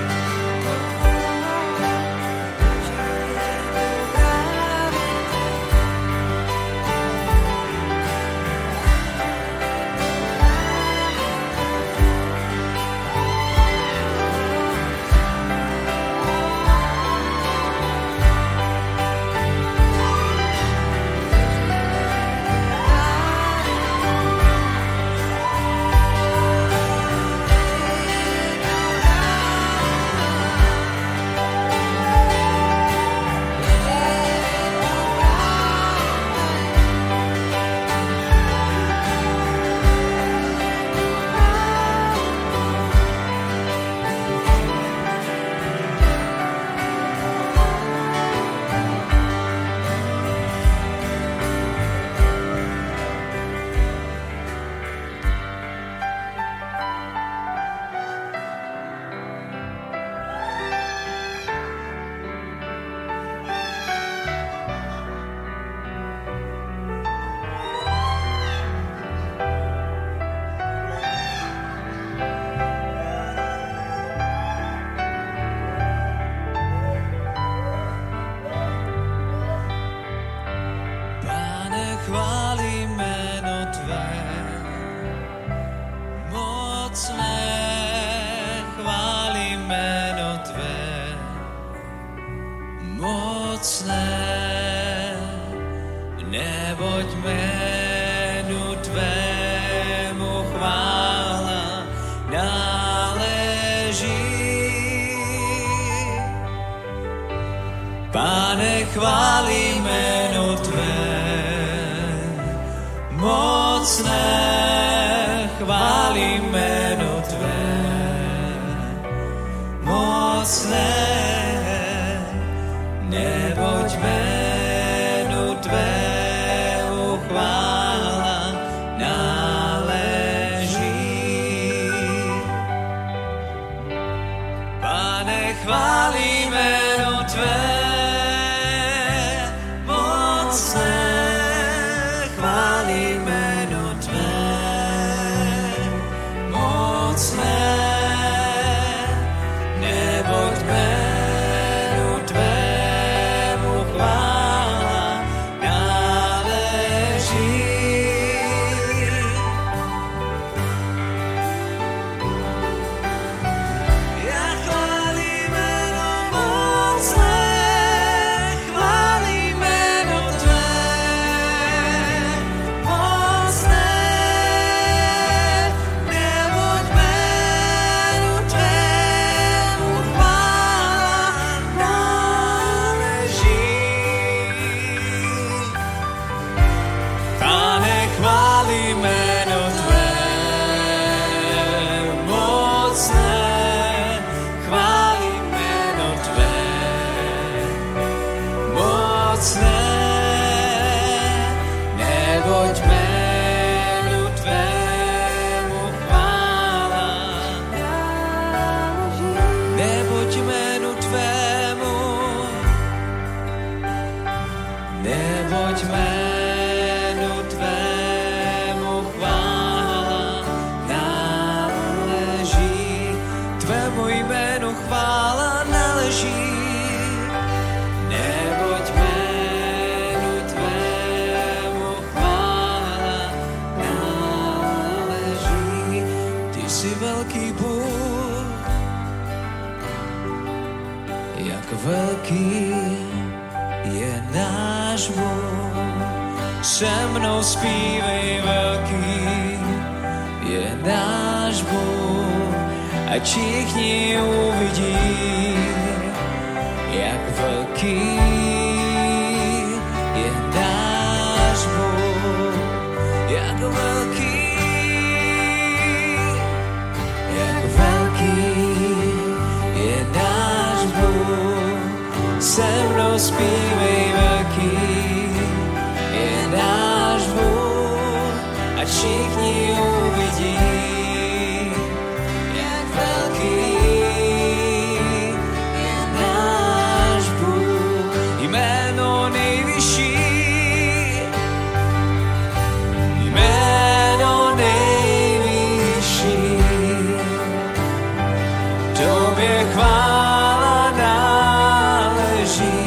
Chválí jméno tvé, mocné, chválí jméno tvé, mocné, neboť jménu tvému chvála náleží. Pane, chválí jméno tvé, mocné, chválí jméno tvé, mocné, neboť jménu tvému chvála náleží. Pane, chválí jméno tvé, mocné, chválí jméno tvé, velký Bůh, jak velký je náš Bůh. Se mnou zpívej, velký je náš Bůh, ať všichni uvidí, jak velký je náš Bůh, jak velký, je náš Bůh. Se mnou zpívej, velký je náš Bůh, ať všichni uvidí, jak velký je náš Bůh. Jméno nejvyšší, jméno nejvyšší, tobě chvála náleží.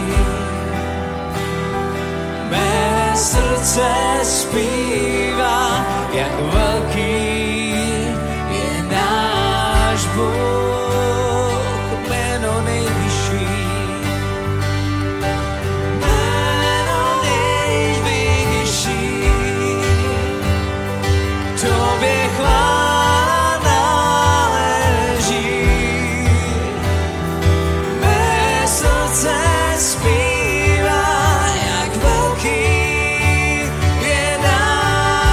Mé srdce zpívá, jak velký je náš Bůh. Jméno nejvyšší, jméno nejvyšší, tobě chvála náleží. Mé srdce zpívá, jak velký je náš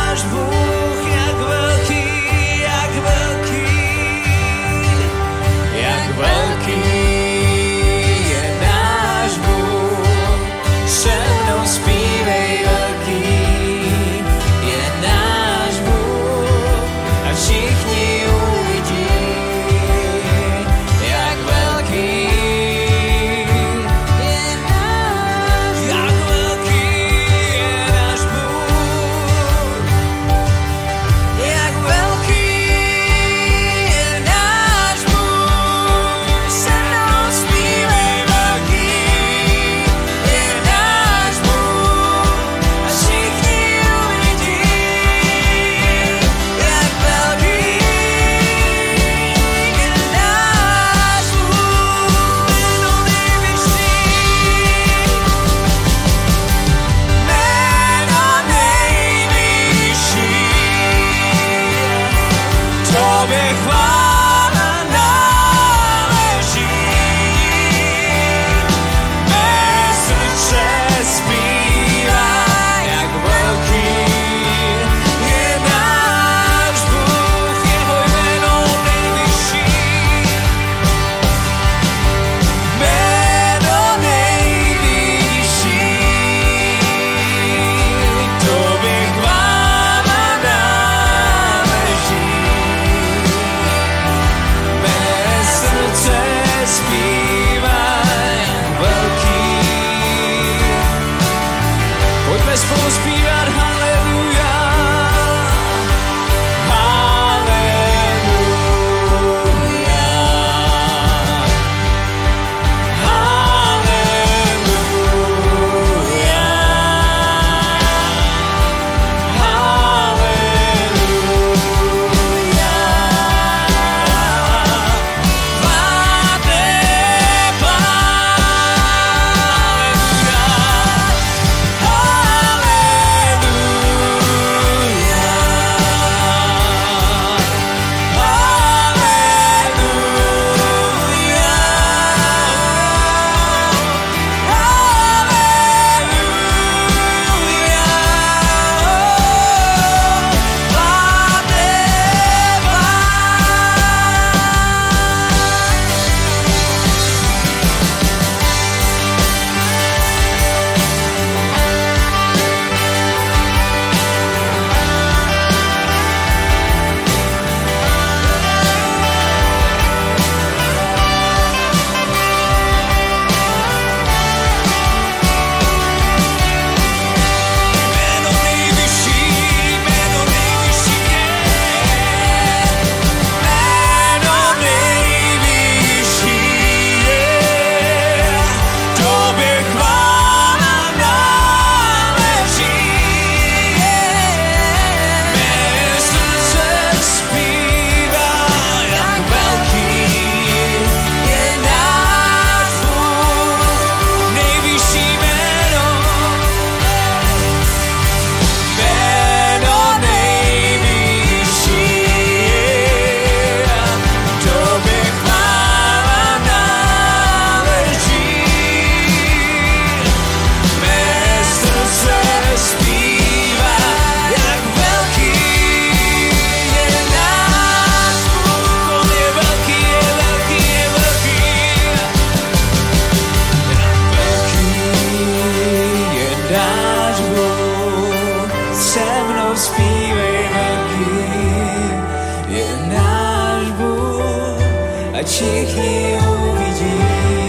mnou zpívej, velký je náš Bůh, ať všichni uvidí,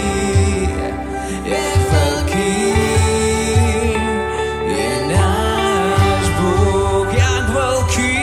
jak velký je náš Bůh, jak velký.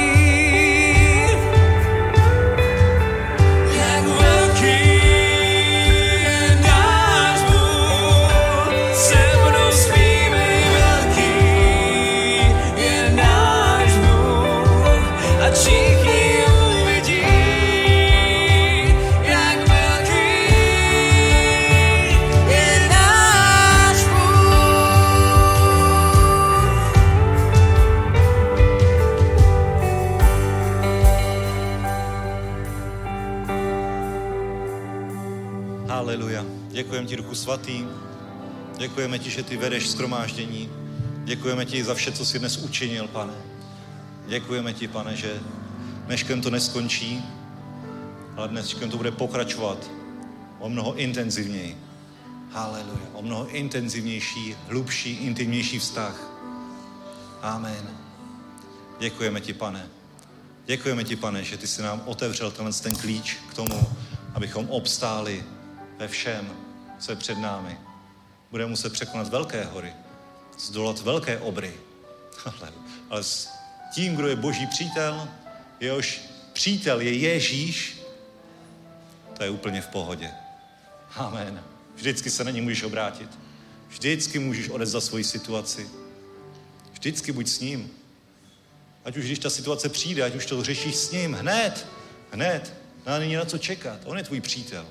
Haleluja. Děkujeme ti, Duchu Svatý. Děkujeme ti, že ty vedeš shromáždění. Děkujeme ti za vše, co jsi dnes učinil, Pane. Děkujeme ti, Pane, že dneškem to neskončí, ale dneškem to bude pokračovat o mnoho intenzivněji. Haleluja. O mnoho intenzivnější, hlubší, intimnější vztah. Amen. Děkujeme ti, Pane. Děkujeme ti, Pane, že ty jsi nám otevřel ten klíč k tomu, abychom obstáli ve všem, co je před námi. Budeme muset překonat velké hory, zdolat velké obry. Ale s tím, kdo je Boží přítel, jehož přítel je Ježíš, to je úplně v pohodě. Amen. Vždycky se na něj můžeš obrátit. Vždycky můžeš odevzdat svoji situaci. Vždycky buď s ním. Ať už když ta situace přijde, ať už to řešíš s ním hned. Není na co čekat. On je tvůj přítel.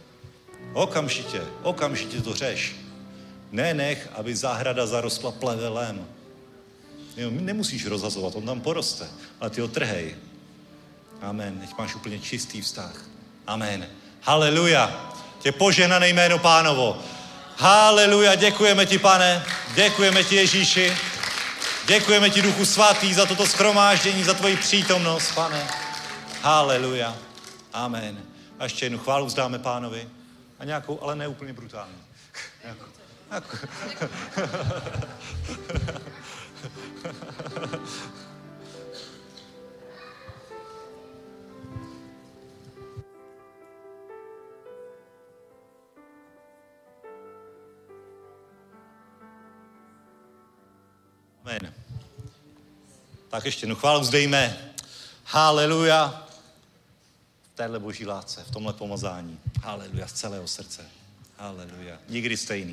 Okamžitě to řeš. Nech, aby zahrada zarostla plevelem. Nemusíš rozhazovat, on tam poroste, ale ty ho trhej. Amen. Teď máš úplně čistý vztah. Amen. Haleluja. Tě požehnané jméno Pánovo. Haleluja. Děkujeme ti, Pane. Děkujeme ti, Ježíši. Děkujeme ti, Duchu Svatý, za toto shromáždění, za tvoji přítomnost, Pane. Haleluja. Amen. A ještě jednu chválu vzdáme Pánovi. A nějakou, ale ne úplně brutální. Amen. Tak ještě jednu chválu vzdejme. Haleluja. V téhle boží lásce, v tomhle pomazání. Haleluja, z celého srdce. Haleluja. Nikdy stejný.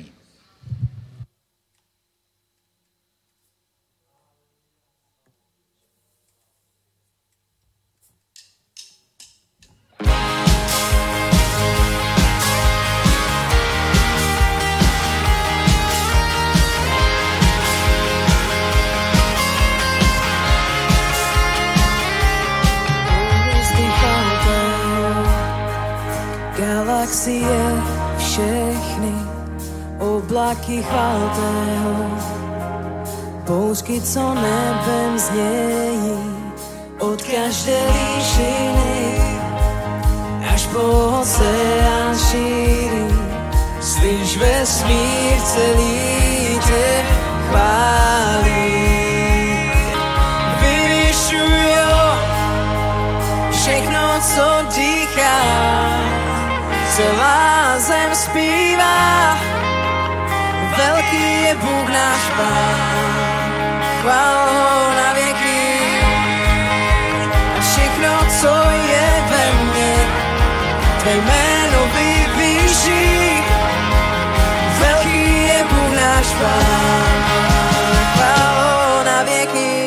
Galaxie všechny, oblaky chváltého, bouřky, co nebem znějí, od každé výšiny až po oceán šíří. Slyš vesmír celý tě chválí. Vyvyšujo všechno, co dýchá, celá zem zpívá, velký je Bůh náš Pán, chvál ho na věky. A všechno, co je ve mně, tvé jméno vypíší, velký je Bůh náš Pán, chvál ho na věky.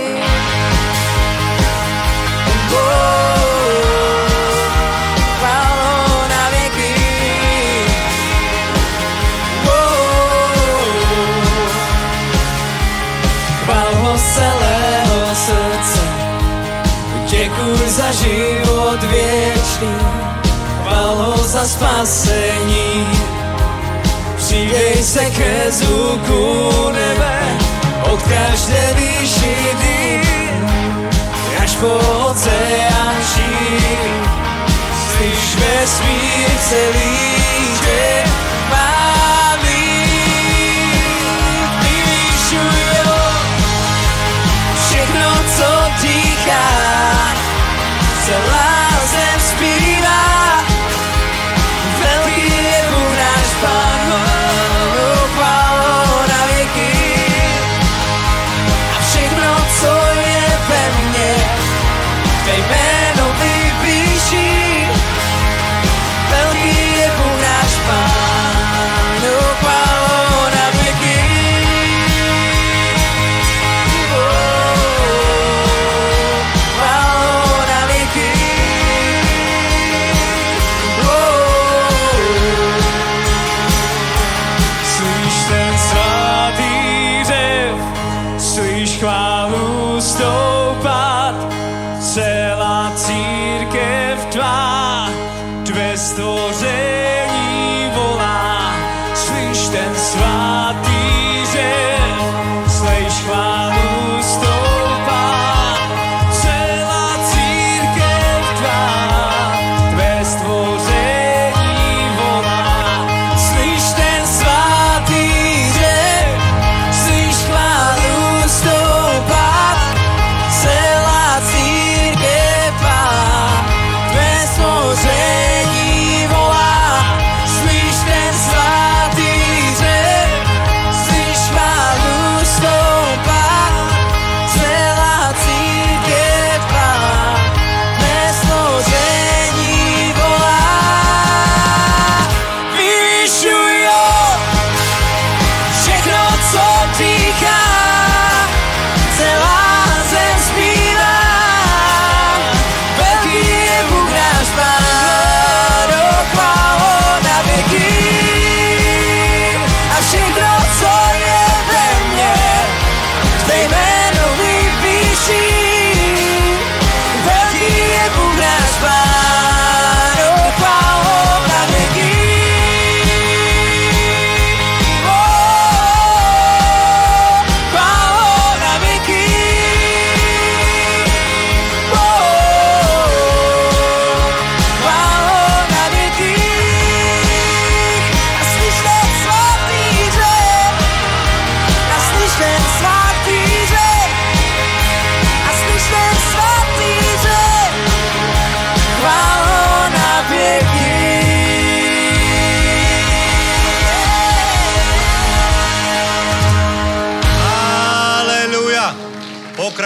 Celého srdce děkuj za život věčný, chvál ho za spasení. Přidej se ke zvuku nebe, od každé výšiny až po oceán šíří. Slyš vesmír celý tě chválí. Vyvyšuj všechno, co dýchá,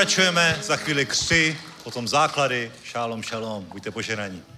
pokračujeme, za chvíli křty, potom základy. Šálom, šalom, buďte požehnaní.